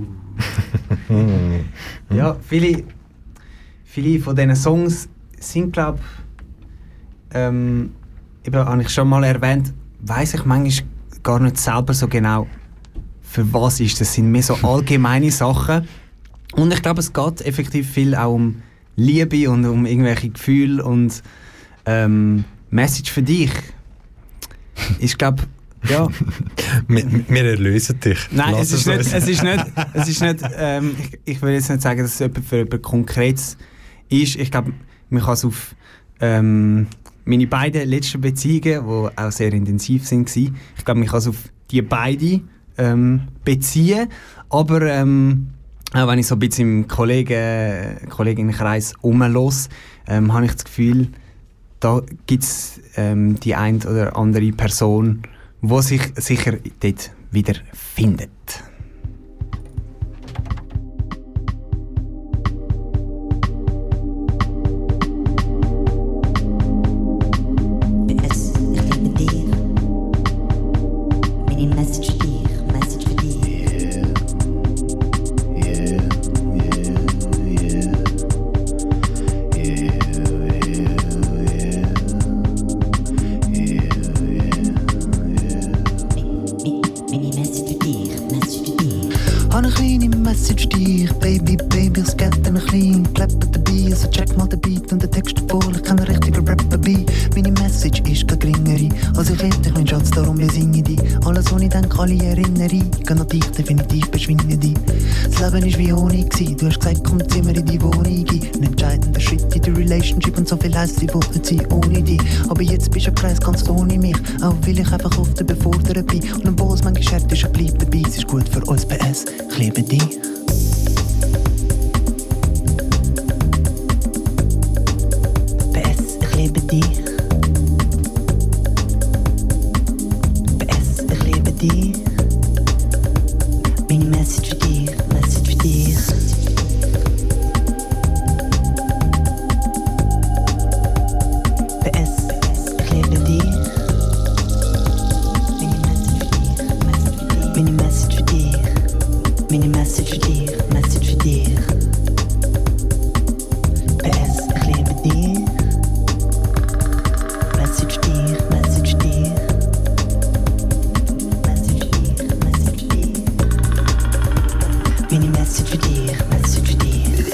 S3: Ja, viele von diesen Songs sind, glaube ich, habe ich schon mal erwähnt, weiss ich manchmal gar nicht selber so genau, für was ist. Das sind mehr so allgemeine Sachen. Und ich glaube, es geht effektiv viel auch um Liebe und um irgendwelche Gefühle und Message für dich. Ich glaube, Ja.
S1: Wir erlösen dich.
S3: Nein, es ist nicht, ich will jetzt nicht sagen, dass es für jemand Konkretes ist. Ich glaube, man kann es auf meine beiden letzten Beziehungen, die auch sehr intensiv waren, ich glaube, man kann es auf die beiden beziehen. Aber auch wenn ich so ein bisschen im Kolleginnenkreis rumhöre, habe ich das Gefühl, da gibt es die eine oder andere Person, die sich sicher dort wieder findet.
S4: Definitiv beschwinden die. Das Leben ist wie Honig gewesen. Du hast gesagt, komm, zieh mir in die Wohnung ein. Ein entscheidender Schritt in die Relationship und so viel heisst, sie wollten sie ohne dich. Aber jetzt bist du Kreis ganz ohne mich. Auch weil ich einfach oft überfordert bin. Und obwohl es manchmal hart ist, bleib dabei. Es ist gut für uns, PS. Ich liebe dich. PS, ich liebe dich. PS, ich liebe dich. Meine Message für dich, Message für dich. PS, ich liebe dich. Meine Message für dich, meine Message für dich. Message für dich. PS, ich liebe dich. Message für dich, Message für dich. Mini Message für dich, Message für dich.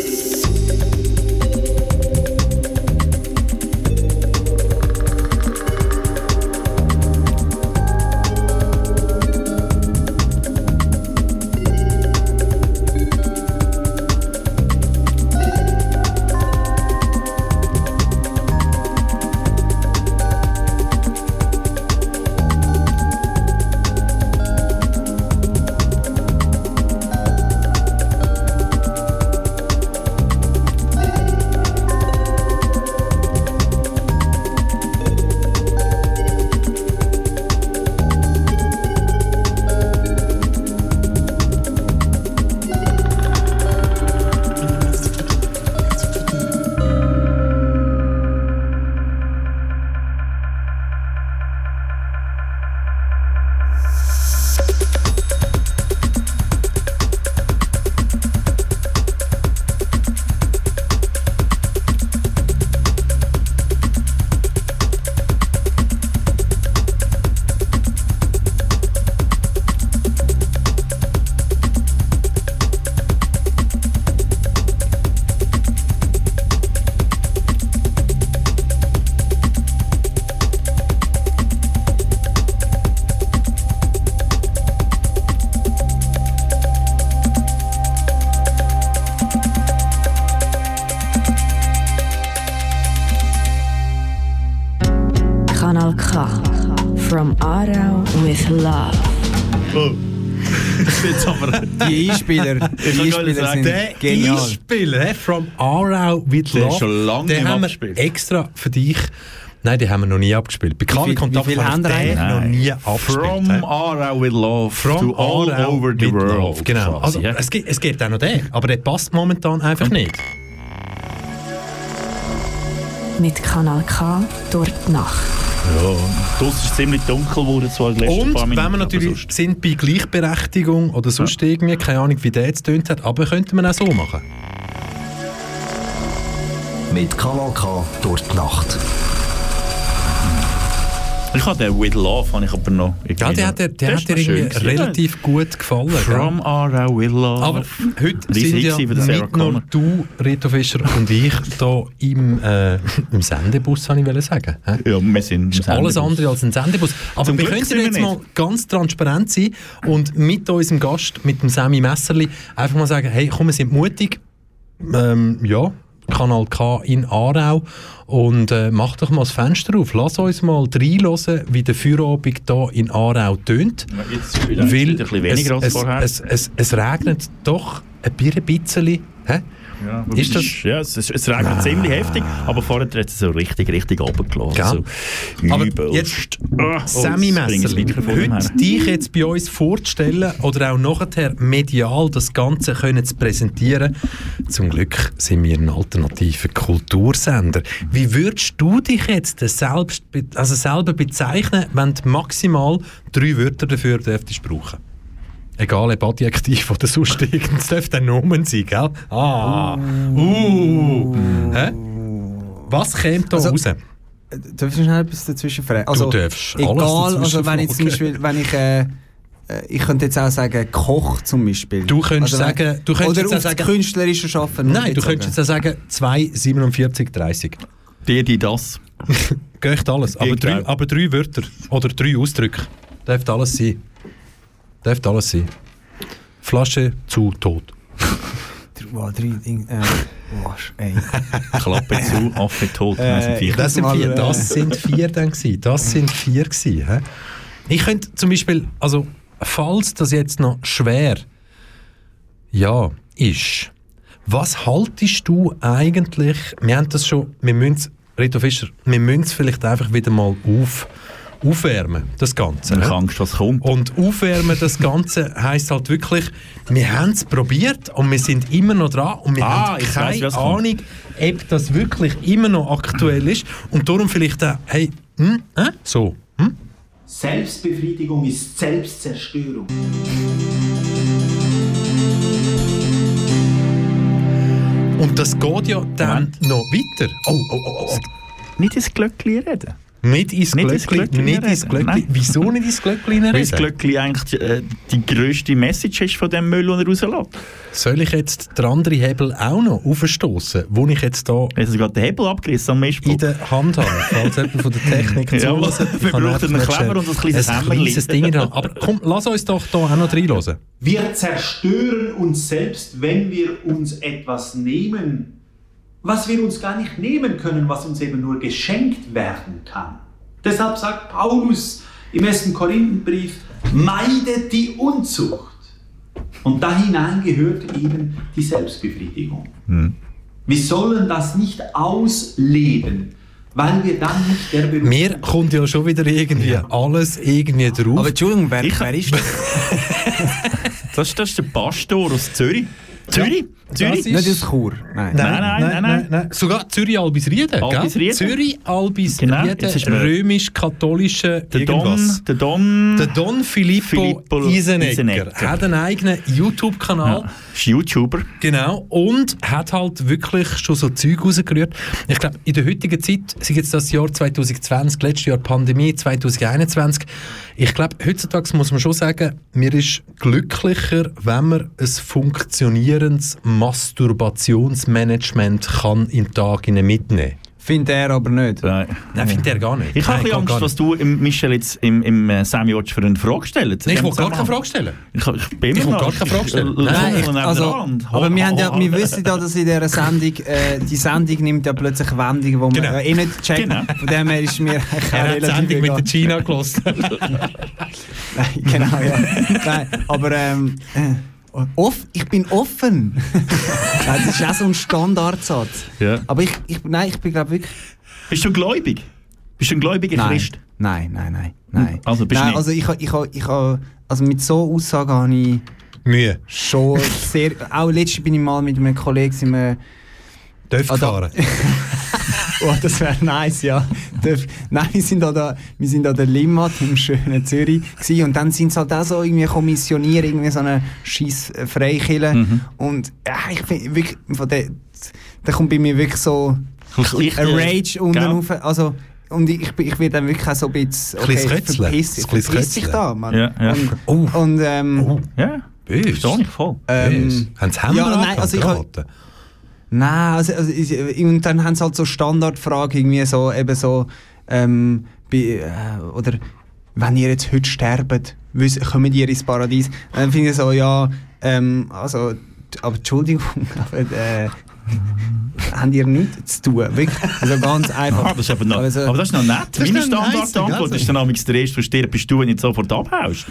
S9: Kanal K. From Aarau with Love.
S2: Oh. Jetzt aber
S3: die Einspieler sind genial.
S1: Einspieler, From Aarau with Love.
S2: Der ist schon lange
S1: den haben wir
S2: abgespielt.
S1: Extra für dich. Nein, die haben wir noch nie abgespielt. Bei Kanal Kontakt haben wir den noch nie abgespielt.
S2: From Aarau with Love to all over the world.
S1: Love. Genau. Also, es gibt auch noch den, aber der passt momentan einfach nicht.
S9: Mit Kanal K durch die Nacht.
S2: Ja, das ist ziemlich dunkel geworden, so in den letzten
S1: und
S2: paar Minuten.
S1: Wenn wir natürlich sind bei Gleichberechtigung oder sonst irgendwie, keine Ahnung, wie der jetzt tönt hat, aber könnte man auch so machen.
S5: Mit Kanal K durch die Nacht.
S2: Ich habe den With Love, habe ich aber noch.
S1: Ja, der hat dir irgendwie relativ gut gefallen.
S2: From Aarau With Love.
S1: Aber heute sind ja nicht nur du, Reto Fischer, und ich hier im Sendebus, habe ich sagen.
S2: Ja, wir sind
S1: ist alles andere als ein Sendebus. Aber wir könnten jetzt mal ganz transparent sein und mit unserem Gast, mit dem Sammy Messerli, einfach mal sagen, hey, komm, wir sind mutig. Ja, Kanal K in Aarau und mach doch mal das Fenster auf. Lass uns mal reinhören, wie der Feierabend hier in Aarau tönt.
S2: Weil ein bisschen weniger als vorher.
S1: Es regnet doch ein bisschen. Hä?
S2: Ja, ist das? Ja, es regnet ziemlich heftig, aber vorher hat es so richtig runtergelassen. Also,
S1: aber jetzt, Sammy Messerli, heute dich jetzt bei uns vorzustellen oder auch nachher medial das Ganze können zu präsentieren, zum Glück sind wir ein alternativer Kultursender. Wie würdest du dich jetzt selber bezeichnen, wenn du maximal 3 Wörter dafür dürftest brauchen? Egal, ob Adjektiv oder sonst irgendwas, dürfte ein Nomen sein, gell? Hä? Was käme da raus?
S3: Darf ich schnell etwas dazwischen fragen?
S1: Also, du darfst
S3: egal,
S1: alles
S3: also wenn ich zum Beispiel, ich könnte jetzt auch sagen, Koch zum Beispiel.
S1: Du könntest sagen...
S3: Oder auf das künstlerische Schaffen.
S1: Nein, du könntest jetzt auch sagen 2, 47, 30.
S2: Die das.
S1: Geht alles, aber 3 Wörter oder 3 Ausdrücke. Dürfte alles sein. Flasche zu tot.
S3: 3 Dinge.
S2: Klappe zu, Affe tot.
S1: Das sind 4 dann gewesen. Das sind 4 gewesen. He? Ich könnte zum Beispiel, also falls das jetzt noch schwer ist, was haltest du eigentlich, wir haben das schon, Reto Fischer, wir müssen es vielleicht einfach wieder mal aufwärmen, das Ganze.
S2: Ich habe Angst, was kommt.
S1: Und aufwärmen, das Ganze heisst halt wirklich, wir haben es probiert und wir sind immer noch dran und wir haben keine Ahnung, ob das wirklich immer noch aktuell ist und darum vielleicht auch, hey, so.
S17: Selbstbefriedigung ist Selbstzerstörung.
S1: Und das geht ja dann noch weiter. Oh.
S2: Nicht ins Glöckchen reden.
S1: Nicht ins Glöckchen. Wieso nicht ins Glöckchen reden?
S2: Weil das Glöckchen eigentlich die grösste Message ist von dem Müll, den er rauslässt.
S1: Soll ich jetzt den anderen Hebel auch noch aufstoßen, wo ich jetzt da...
S2: Hast du gerade den Hebel abgerissen am Mischpult?
S1: In der Hand habe, falls jemand von der Technik zuhört.
S2: Wir brauchen einen Kleber und ein kleines
S1: Ding. Aber komm, lass uns doch da auch noch reinhören.
S17: Wir zerstören uns selbst, wenn wir uns etwas nehmen, was wir uns gar nicht nehmen können, was uns eben nur geschenkt werden kann. Deshalb sagt Paulus im 1. Korintherbrief, meidet die Unzucht. Und da hinein gehört eben die Selbstbefriedigung. Wir sollen das nicht ausleben, weil wir dann nicht der Beruf...
S1: Mir kommt ja schon wieder irgendwie alles irgendwie drauf.
S3: Aber Entschuldigung, wer ist das?
S2: Das ist der Pastor aus Zürich. Zürich?
S3: Nicht aus Chur.
S2: Nein.
S1: Sogar Zürich-Albisrieden. Zürich-Albisrieden, römisch-katholische irgendwas. Der Don Filippo Isenegger hat einen eigenen YouTube-Kanal.
S2: Ja, ist YouTuber.
S1: Genau. Und hat halt wirklich schon so Zeug rausgerührt. Ich glaube, in der heutigen Zeit, sei jetzt das Jahr 2020, letztes Jahr Pandemie, 2021, ich glaube, heutzutage muss man schon sagen, mir ist glücklicher, wenn man ein funktionierendes Masturbationsmanagement kann im Tag mitnehmen.
S3: Findet er aber nicht.
S1: Nein, findet er gar nicht.
S2: Ich habe ein bisschen Angst, was du Michel jetzt im Sammy für eine Frage stellst.
S1: Ich will gar keine Frage stellen.
S2: Ich will gar keine Frage stellen.
S3: Aber wir wissen ja, dass in dieser Sendung, die Sendung nimmt ja plötzlich Wendungen, die man nicht checkt. Genau. Von dem her ist mir
S1: die Sendung mit der China gelassen.
S3: Nein, genau, ja. Nein, aber ich bin offen. Das ist auch so ein Standardsatz.
S2: Ja.
S3: Aber ich bin glaube wirklich...
S2: Bist du gläubig? Bist du ein gläubiger Christ?
S3: Nein.
S2: Also bist du nicht?
S3: Also ich mit so Aussagen habe ich...
S1: Mühe.
S3: Schon sehr... Auch letztens bin ich mal mit einem Kollegen...
S1: Dürft fahren?
S3: Oh, das wäre nice, ja. Nein, wir sind an der Limmat im schönen Zürich gewesen, und dann sind sie halt auch so irgendwie kommissioniert, irgendwie so eine scheiß Freikirche. Und ja, ich finde wirklich, da kommt bei mir wirklich so ein Rage unten rauf. Also, und ich werde dann wirklich auch so ein bisschen... Okay, verpiss dich da, Mann.
S2: Ja.
S3: Und
S2: ja, verstehe ich voll.
S1: Haben sie Hämmer geraten?
S3: Nein, also und dann haben sie halt so Standardfragen, irgendwie so, eben so, oder wenn ihr jetzt heute sterbt, kommen ihr ins Paradies? Dann finde ich so, ja, also, aber Entschuldigung, aber, haben ihr nichts zu tun, wirklich, also ganz einfach.
S2: Das ist aber das ist noch nett. Meine Standardantwort ist dann der erste, verstehen, bist du, wenn du nicht sofort abhaust.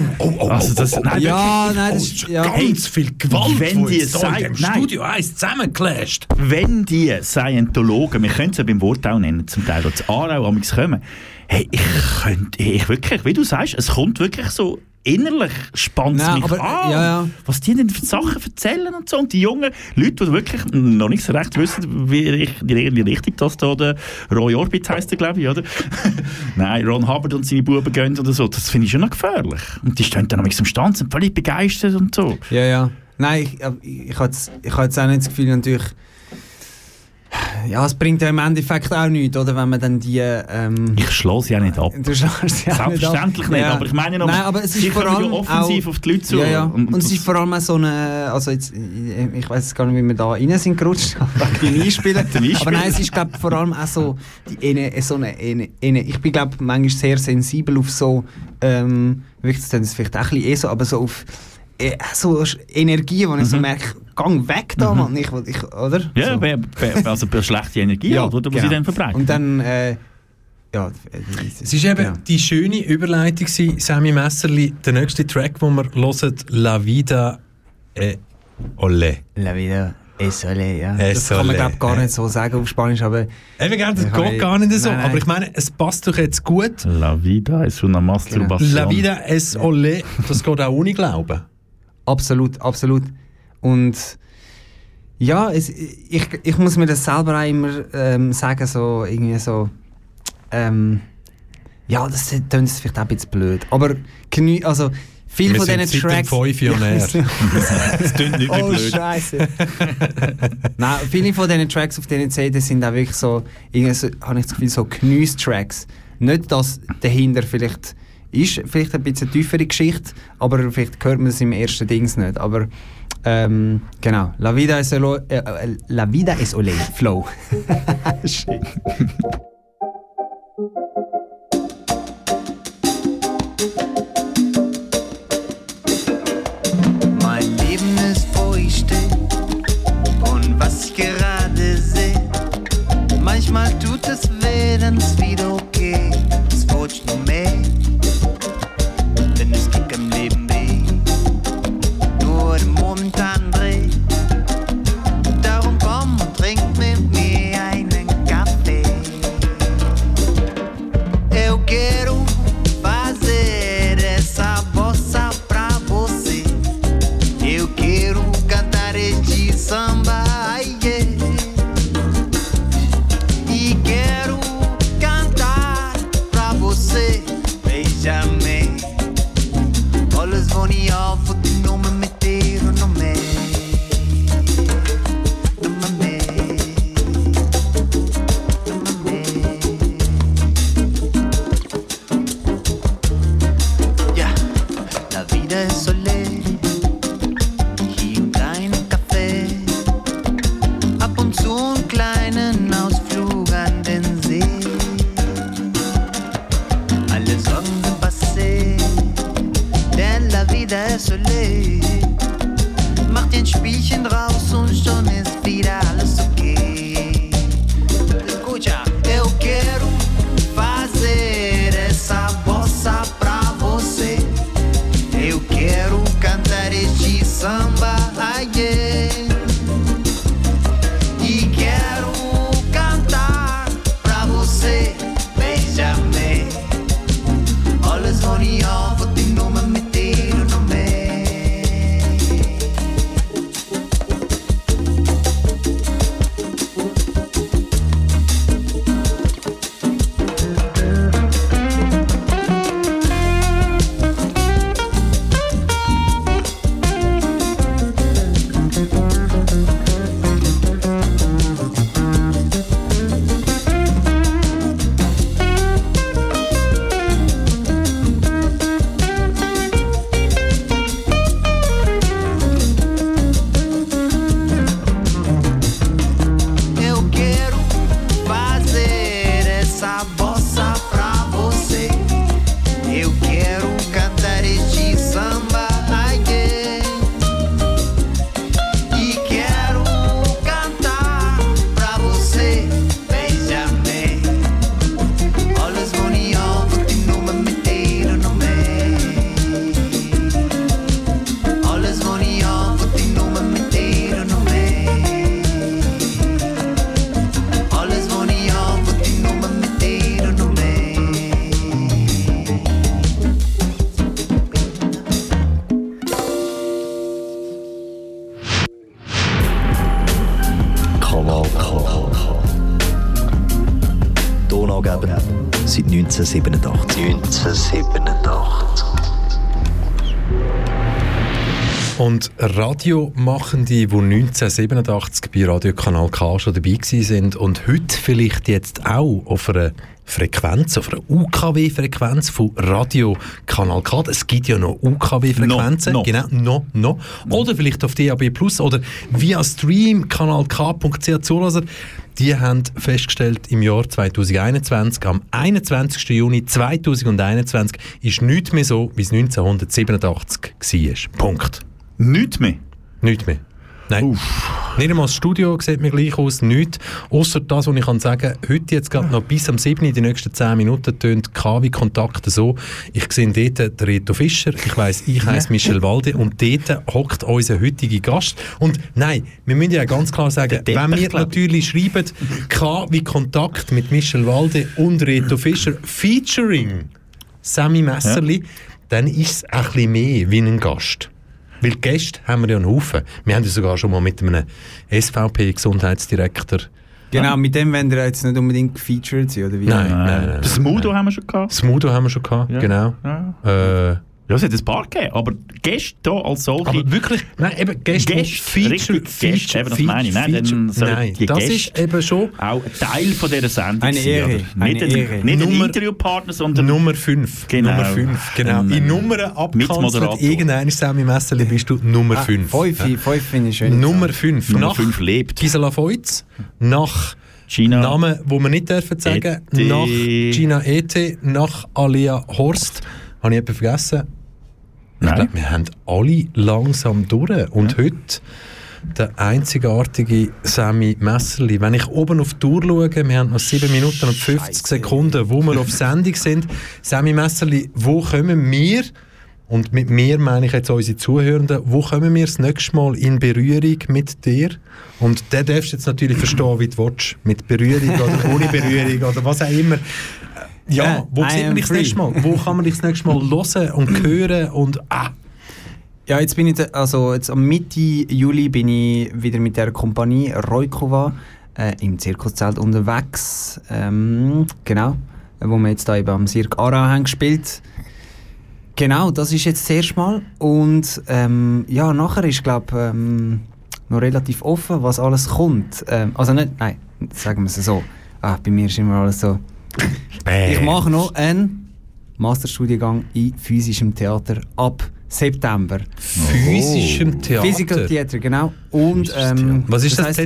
S1: Ganz viel Gewalt,
S2: wenn die
S1: im Studio 1 zusammengeclasht.
S2: Wenn die Scientologen, wir können es ja beim Wort auch nennen, zum Teil, die zu Aarau amigs kommen, hey, ich wirklich, wie du sagst, es kommt wirklich so, innerlich spannt es mich an, was die denn für Sachen erzählen und so. Und die jungen Leute, die wirklich noch nicht so recht wissen, wie richtig das da der Roy Orbit heisst, glaube ich, oder? Nein, Ron Hubbard und seine Buben gehen oder so, das finde ich schon noch gefährlich. Und die stehen dann am Stand, sind völlig begeistert und so.
S3: Ja. Nein, ich habe jetzt auch nicht das Gefühl, natürlich, ja, es bringt ja im Endeffekt auch nichts, oder, wenn man dann die...
S2: ich schlosse sie ja nicht ab.
S3: Du schlägst sie auch
S2: selbstverständlich nicht, aber ich meine noch,
S3: aber es ist vor allem
S2: offensiv
S3: auch,
S2: auf die Leute zu.
S3: Ja. Und es ist vor allem auch so eine... Also jetzt, ich weiss gar nicht, wie wir da rein sind gerutscht, wegen den Einspielen. Aber nein, es ist, glaube ich, vor allem auch so... Ich bin, glaube ich, manchmal sehr sensibel auf so... wirklich, das ist vielleicht auch ein bisschen so, aber so auf... so Energie, wo ich so merke, gang weg da, Mann. Oder?
S2: Ja,
S3: so.
S2: Also bei schlechte Energie, ja, oder? Die sie dann verbreiten.
S3: Und dann,
S1: es ist eben die schöne Überleitung, Sammy Messerli. Der nächste Track, den wir hören, La Vida es Olé.
S3: La Vida es Olé, ja. Das kann man, glaube ich, gar nicht so sagen auf Spanisch, aber...
S1: Das geht gar nicht so, aber ich meine, es passt doch jetzt gut.
S2: La Vida es una masturbación.
S1: La Vida es Olé, das geht auch ohne Glauben.
S3: Absolut. Und ja, ich muss mir das selber auch immer sagen, so irgendwie so, ja, das klingt vielleicht auch ein bisschen blöd, aber also viele von diesen Tracks...
S2: Das klingt nicht blöd.
S3: Scheiße. Nein, viele von diesen Tracks auf diesen CDs sind auch wirklich so, habe ich das Gefühl, so Geniess-Tracks. Nicht, dass dahinter vielleicht ein bisschen tiefere Geschichte, aber vielleicht hört man es im ersten Dings nicht. Aber genau, La Vida es Olé, Flow. Shit.
S4: Mein Leben ist, wo ich stehe und was ich gerade sehe. Manchmal tut es weh, dann ist wieder okay. Es furcht nur mehr. Denn es gibt im Leben weh, nur den momentan Dreh. Darum komm und trink mit mir einen Kaffee. Eu quero fazer essa bossa pra você. Eu quero cantar este samba, yeah. E quero cantar pra você. Beija-me. Alles vão nie auf und não me meteram no meio. Ja, la vida es Olé. Hier ein kleiner Café. Ab und zu einen kleinen Ausflug an den See. Alle Sorgen sind passé. Denn la vida es Olé. Macht ein Spielchen draus und schon ist wieder alles okay. Escucha, eu quero fazer essa bossa pra você. Eu quero cantar este samba, yeah. E quero cantar pra você. Beija-me. Alles vão nie auf und die Nummer mit dir no meio.
S5: Kanal K. Donaugeber seit 1987. 1987.
S1: Und Radiomachende, die 1987 bei Radiokanal K schon dabei waren und heute vielleicht jetzt auch auf einer Frequenz, auf einer UKW-Frequenz von Radiokanal K. Es gibt ja noch UKW-Frequenzen.
S2: No.
S1: Genau, no. Oder vielleicht auf DAB+ oder via Stream kanalk.ch zuhören. Die haben festgestellt, im Jahr 2021, am 21. Juni 2021, ist nichts mehr so, wie es 1987 war. Punkt.
S2: Nichts mehr?
S1: Nichts mehr. Nein. Nicht einmal das Studio sieht mir gleich aus, nichts. Ausser das, was ich kann sagen, heute jetzt gerade noch bis am 7. die nächsten 10 Minuten tönt KW-Kontakte so. Ich sehe dort den Reto Fischer, ich weiss, ich heisse Michel Walde und dort hockt unser heutiger Gast. Und nein, wir müssen ja ganz klar sagen, wenn wir natürlich schreiben, KW-Kontakt mit Michel Walde und Reto Fischer featuring Sammy Messerli, dann ist es ein bisschen mehr wie ein Gast. Weil Gäste haben wir ja einen Haufen. Wir haben ja sogar schon mal mit einem SVP-Gesundheitsdirektor...
S3: Genau, mit dem wollen wir jetzt nicht unbedingt gefeatured sein, oder wie?
S1: Nein.
S2: Smudo haben wir schon gehabt.
S1: Smudo haben wir schon gehabt,
S2: ja.
S1: Genau.
S2: Ja. Ja, es hat ein paar gegeben, aber Gäste hier als solche...
S1: Aber wirklich, nein, eben Gäste,
S2: Feature, eben das meine ich. Nein, die
S1: das
S2: Gäste
S1: ist eben schon...
S2: auch Teil von dieser Sendung.
S3: Eine Ehre.
S2: Nicht ein Interviewpartner, sondern...
S1: Nummer 5.
S2: Genau.
S1: Nummer 5, genau. In Nummern abgekanzelt, irgendein Sammy Messerli bist du Nummer 5.
S3: 5 finde ich schön.
S1: Nummer 5.
S2: Nummer 5 lebt.
S1: Gisela Feutz, nach...
S2: Gina
S1: Namen, die wir nicht dürfen sagen, nach Gina Ete, nach Alia Horst. Habe ich etwas vergessen? Ich glaube, wir haben alle langsam durch. Und heute der einzigartige Sammy Messerli. Wenn ich oben auf die Uhr schaue, wir haben noch 7 Minuten und 50 Sekunden, wo wir auf Sendung sind. Sammy Messerli, wo kommen wir, und mit mir meine ich jetzt unsere Zuhörenden, wo kommen wir das nächste Mal in Berührung mit dir? Und der darfst du jetzt natürlich verstehen, wie du willst. Mit Berührung oder ohne Berührung oder was auch immer. Ja, wo sieht man dich das nächste Mal? Wo kann man dich das nächste Mal hören und hören und
S3: Ja, jetzt bin ich, also jetzt am Mitte Juli bin ich wieder mit der Kompanie Roykova im Zirkuszelt unterwegs. Genau, wo wir jetzt da eben am Cirque Aarau haben gespielt. Genau, das ist jetzt das erste Mal. Und ja, nachher ist, glaube noch relativ offen, was alles kommt. Also nicht, nein, sagen wir es so. Bei mir ist immer alles so... Ich mache noch einen Masterstudiengang in physischem Theater ab September.
S1: Physischem Theater?
S3: Physical Theater, genau. Und,
S1: was ist das?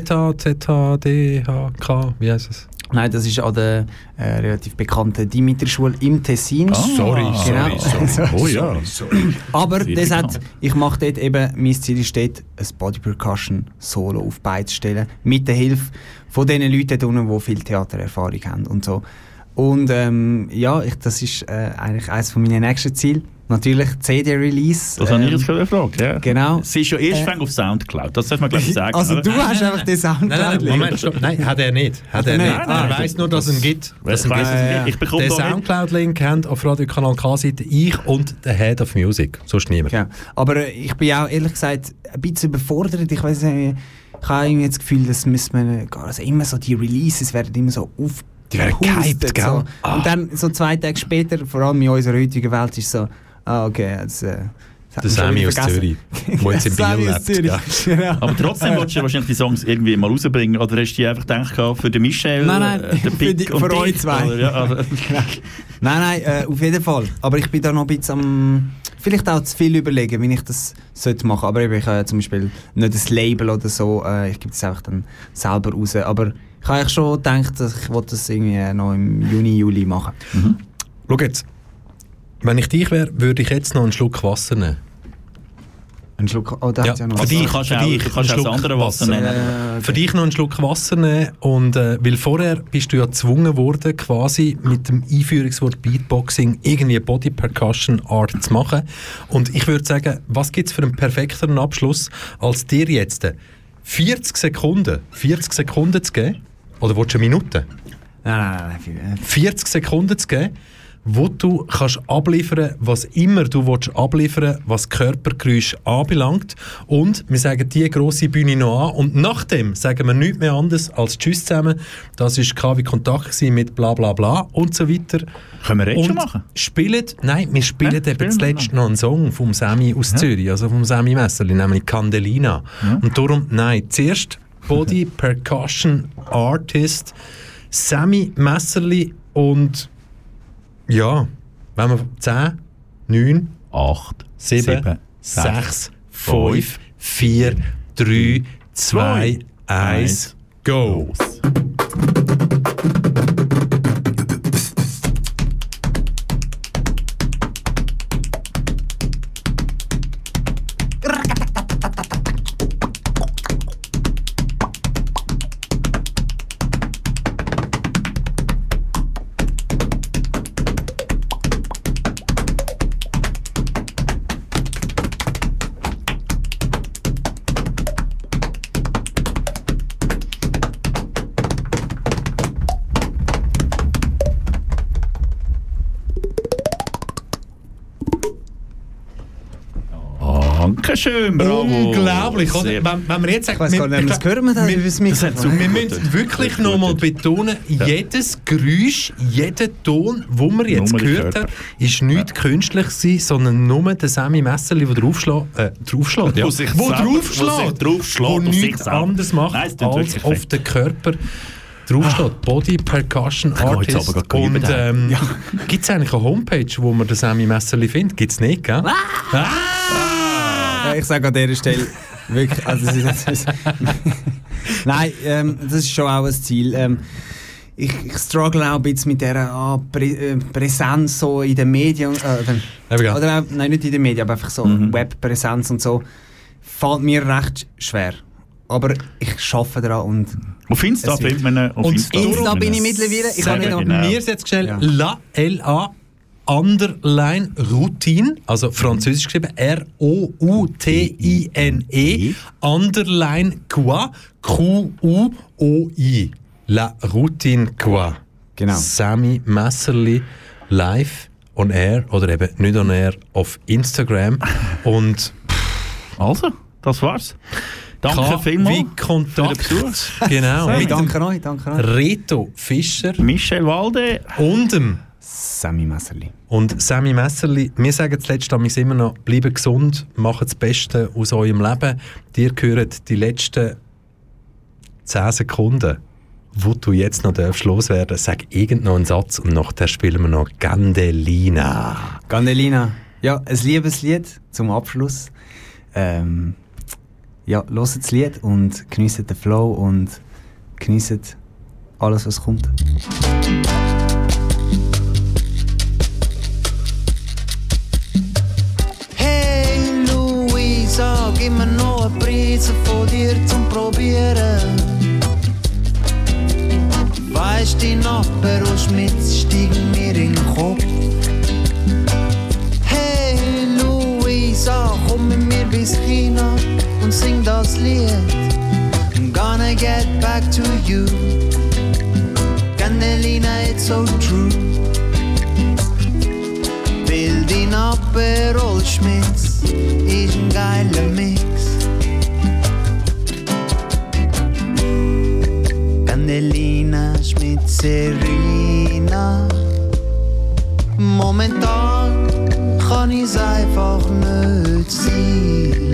S1: ZHDHK? Wie heisst es?
S3: Nein, das ist an der relativ bekannten Dimitri-Schule im Tessin.
S1: Sorry.
S2: Oh ja.
S3: Aber ich mache dort eben, mein Ziel ist dort, ein Body Percussion Solo auf Beine zu stellen, mit der Hilfe von den Leuten da unten, die viel Theatererfahrung haben und so. Und ja, das ist eigentlich eines von meinen nächsten Zielen. Natürlich CD-Release.
S2: Das habe ich jetzt gerade gefragt, ja.
S3: Genau.
S2: Sie ist ja erst auf Soundcloud, das darf man gleich sagen.
S3: Also oder? Du hast einfach den Soundcloud-Link.
S1: Nein, hat er nicht. Er weiss nur, dass es ihn gibt.
S2: Ich bekomme
S1: den Soundcloud-Link haben auf Radiokanal K-Seite ich und der Head of Music. Sonst niemand.
S3: Ja. Aber ich bin auch ehrlich gesagt ein bisschen überfordert. Ich weiss nicht, ich habe irgendwie das Gefühl, dass also immer so die Releases werden immer so auf.
S1: Die werden gehypt, gell?
S3: So. Und dann so 2 Tage später, vor allem in unserer heutigen Welt, ist so, okay, jetzt...
S1: der Sammy aus Zürich, der jetzt in Biel lebt. Ja.
S3: Genau.
S2: Aber trotzdem wolltest du wahrscheinlich die Songs irgendwie mal rausbringen, oder hast du einfach gedacht, für den Michel,
S3: nein,
S2: den Pick
S3: für euch zwei.
S2: Oder, ja, also.
S3: Nein, auf jeden Fall. Aber ich bin da noch ein bisschen vielleicht auch zu viel überlegen, wie ich das sollte machen. Aber ich habe zum Beispiel nicht ein Label oder so, ich gebe es einfach dann selber raus. Aber ich habe eigentlich schon gedacht, dass ich das irgendwie noch im Juni, Juli machen.
S1: Mhm. Schau jetzt, wenn ich dich wäre, würde ich jetzt noch einen Schluck Wasser nehmen.
S3: Einen Schluck? Oh, da ja noch
S2: für dich kannst du auch das andere Wasser nehmen.
S3: Okay.
S1: Für dich noch einen Schluck Wasser nehmen. Und, weil vorher bist du ja gezwungen worden, quasi mit dem Einführungswort Beatboxing irgendwie eine Body Percussion Art zu machen. Und ich würde sagen, was gibt es für einen perfekteren Abschluss, als dir jetzt 40 Sekunden zu geben? Oder willst du eine Minute?
S3: Nein.
S1: 40 Sekunden zu geben, wo du kannst abliefern, was immer du willst abliefern, was Körpergeräusche anbelangt. Und wir sagen die grosse Bühne noch an. Und nachdem sagen wir nichts mehr anderes als Tschüss zusammen. Das war KW Kontakt mit bla bla bla und so weiter.
S2: Können wir jetzt schon machen?
S1: Wir spielen eben zuletzt noch einen Song vom Sammy aus Zürich, also vom Sammy Messerli, nämlich Candelina. Ja. Und darum, zuerst Body Percussion Artist Sammy Messerli und ja, wenn wir 10, 9,
S2: 8,
S1: 7, 6, 5, 4, 3, 2, 1, go!
S2: Dankeschön, bravo.
S1: Unglaublich, oder? Wenn wir jetzt sagen, wir müssen wirklich nochmal betonen, jedes Geräusch, jeder Ton, den wir jetzt gehört haben, ist nicht künstlich gewesen, sondern nur der Sammy Messerli, der draufschlägt, der nichts anderes macht, als auf den Körper draufsteht. Body Percussion Artist. Und gibt es eigentlich eine Homepage, wo man den Sammy Messerli findet? Gibt es nicht, gell?
S3: Ja, ich sage an dieser Stelle wirklich, also nein, das ist schon auch ein Ziel. Ich struggle auch ein bisschen mit dieser Präsenz so in den Medien. Oder nein, nicht in den Medien, aber einfach so Webpräsenz und so. Fällt mir recht schwer. Aber ich arbeite daran und...
S2: Auf Insta findet man auf
S3: Insta bin ich mittlerweile. Ich habe noch
S1: mir jetzt gestellt, LA Underline Routine, also französisch geschrieben, R-O-U-T-I-N-E, Underline Quoi, Q-U-O-I. La Routine Quoi.
S3: Genau.
S1: Sammy Messerli live on air oder eben nicht on air auf Instagram. Und
S2: also, das war's. Danke vielmals.
S1: Wie Kontakt. Genau.
S3: Hey, danke euch.
S1: Reto Fischer,
S2: Michel Walde
S1: und
S3: Sammy Messerli.
S1: Und Sammy Messerli, wir sagen zuletzt immer noch, bleibt gesund, macht das Beste aus eurem Leben. Dir gehören die letzten 10 Sekunden, wo du jetzt noch loswerden darfst. Sag irgendeinen Satz und nachher spielen wir noch Candelina.
S3: Candelina. Ja, ein Liebeslied zum Abschluss. Ja, hört das Lied und genießt den Flow und genießt alles, was kommt.
S4: Gib mir noch eine Prise von dir zum Probieren. Weisst die Nachbarn Schmitz steigen mir in den Kopf. Hey Luisa, komm mit mir bis China und sing das Lied. I'm gonna get back to you. Candelina, it's so true. Will die Aperol Schmitz ist ein geiler Mix. Candelina Schmitzerina. Momentan kann ich's einfach nicht sein.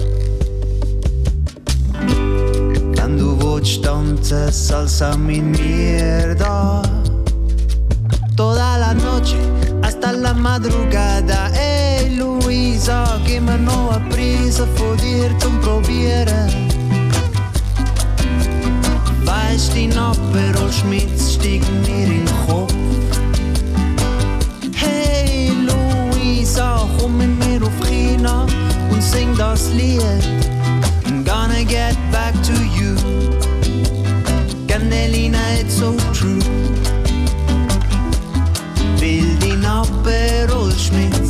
S4: Wenn du willst tanzen, salsa mit mir da. Toda la noche hasta la madrugada. Hey Luisa, gib mir noch eine Prise von dir zum Probieren. Weisst die Aperol Schmitz steigen mir in den Kopf. Hey Luisa, komm mit mir auf China und sing das Lied. I'm gonna get back to you. Candelina, it's so true. Will die Aperol Schmitz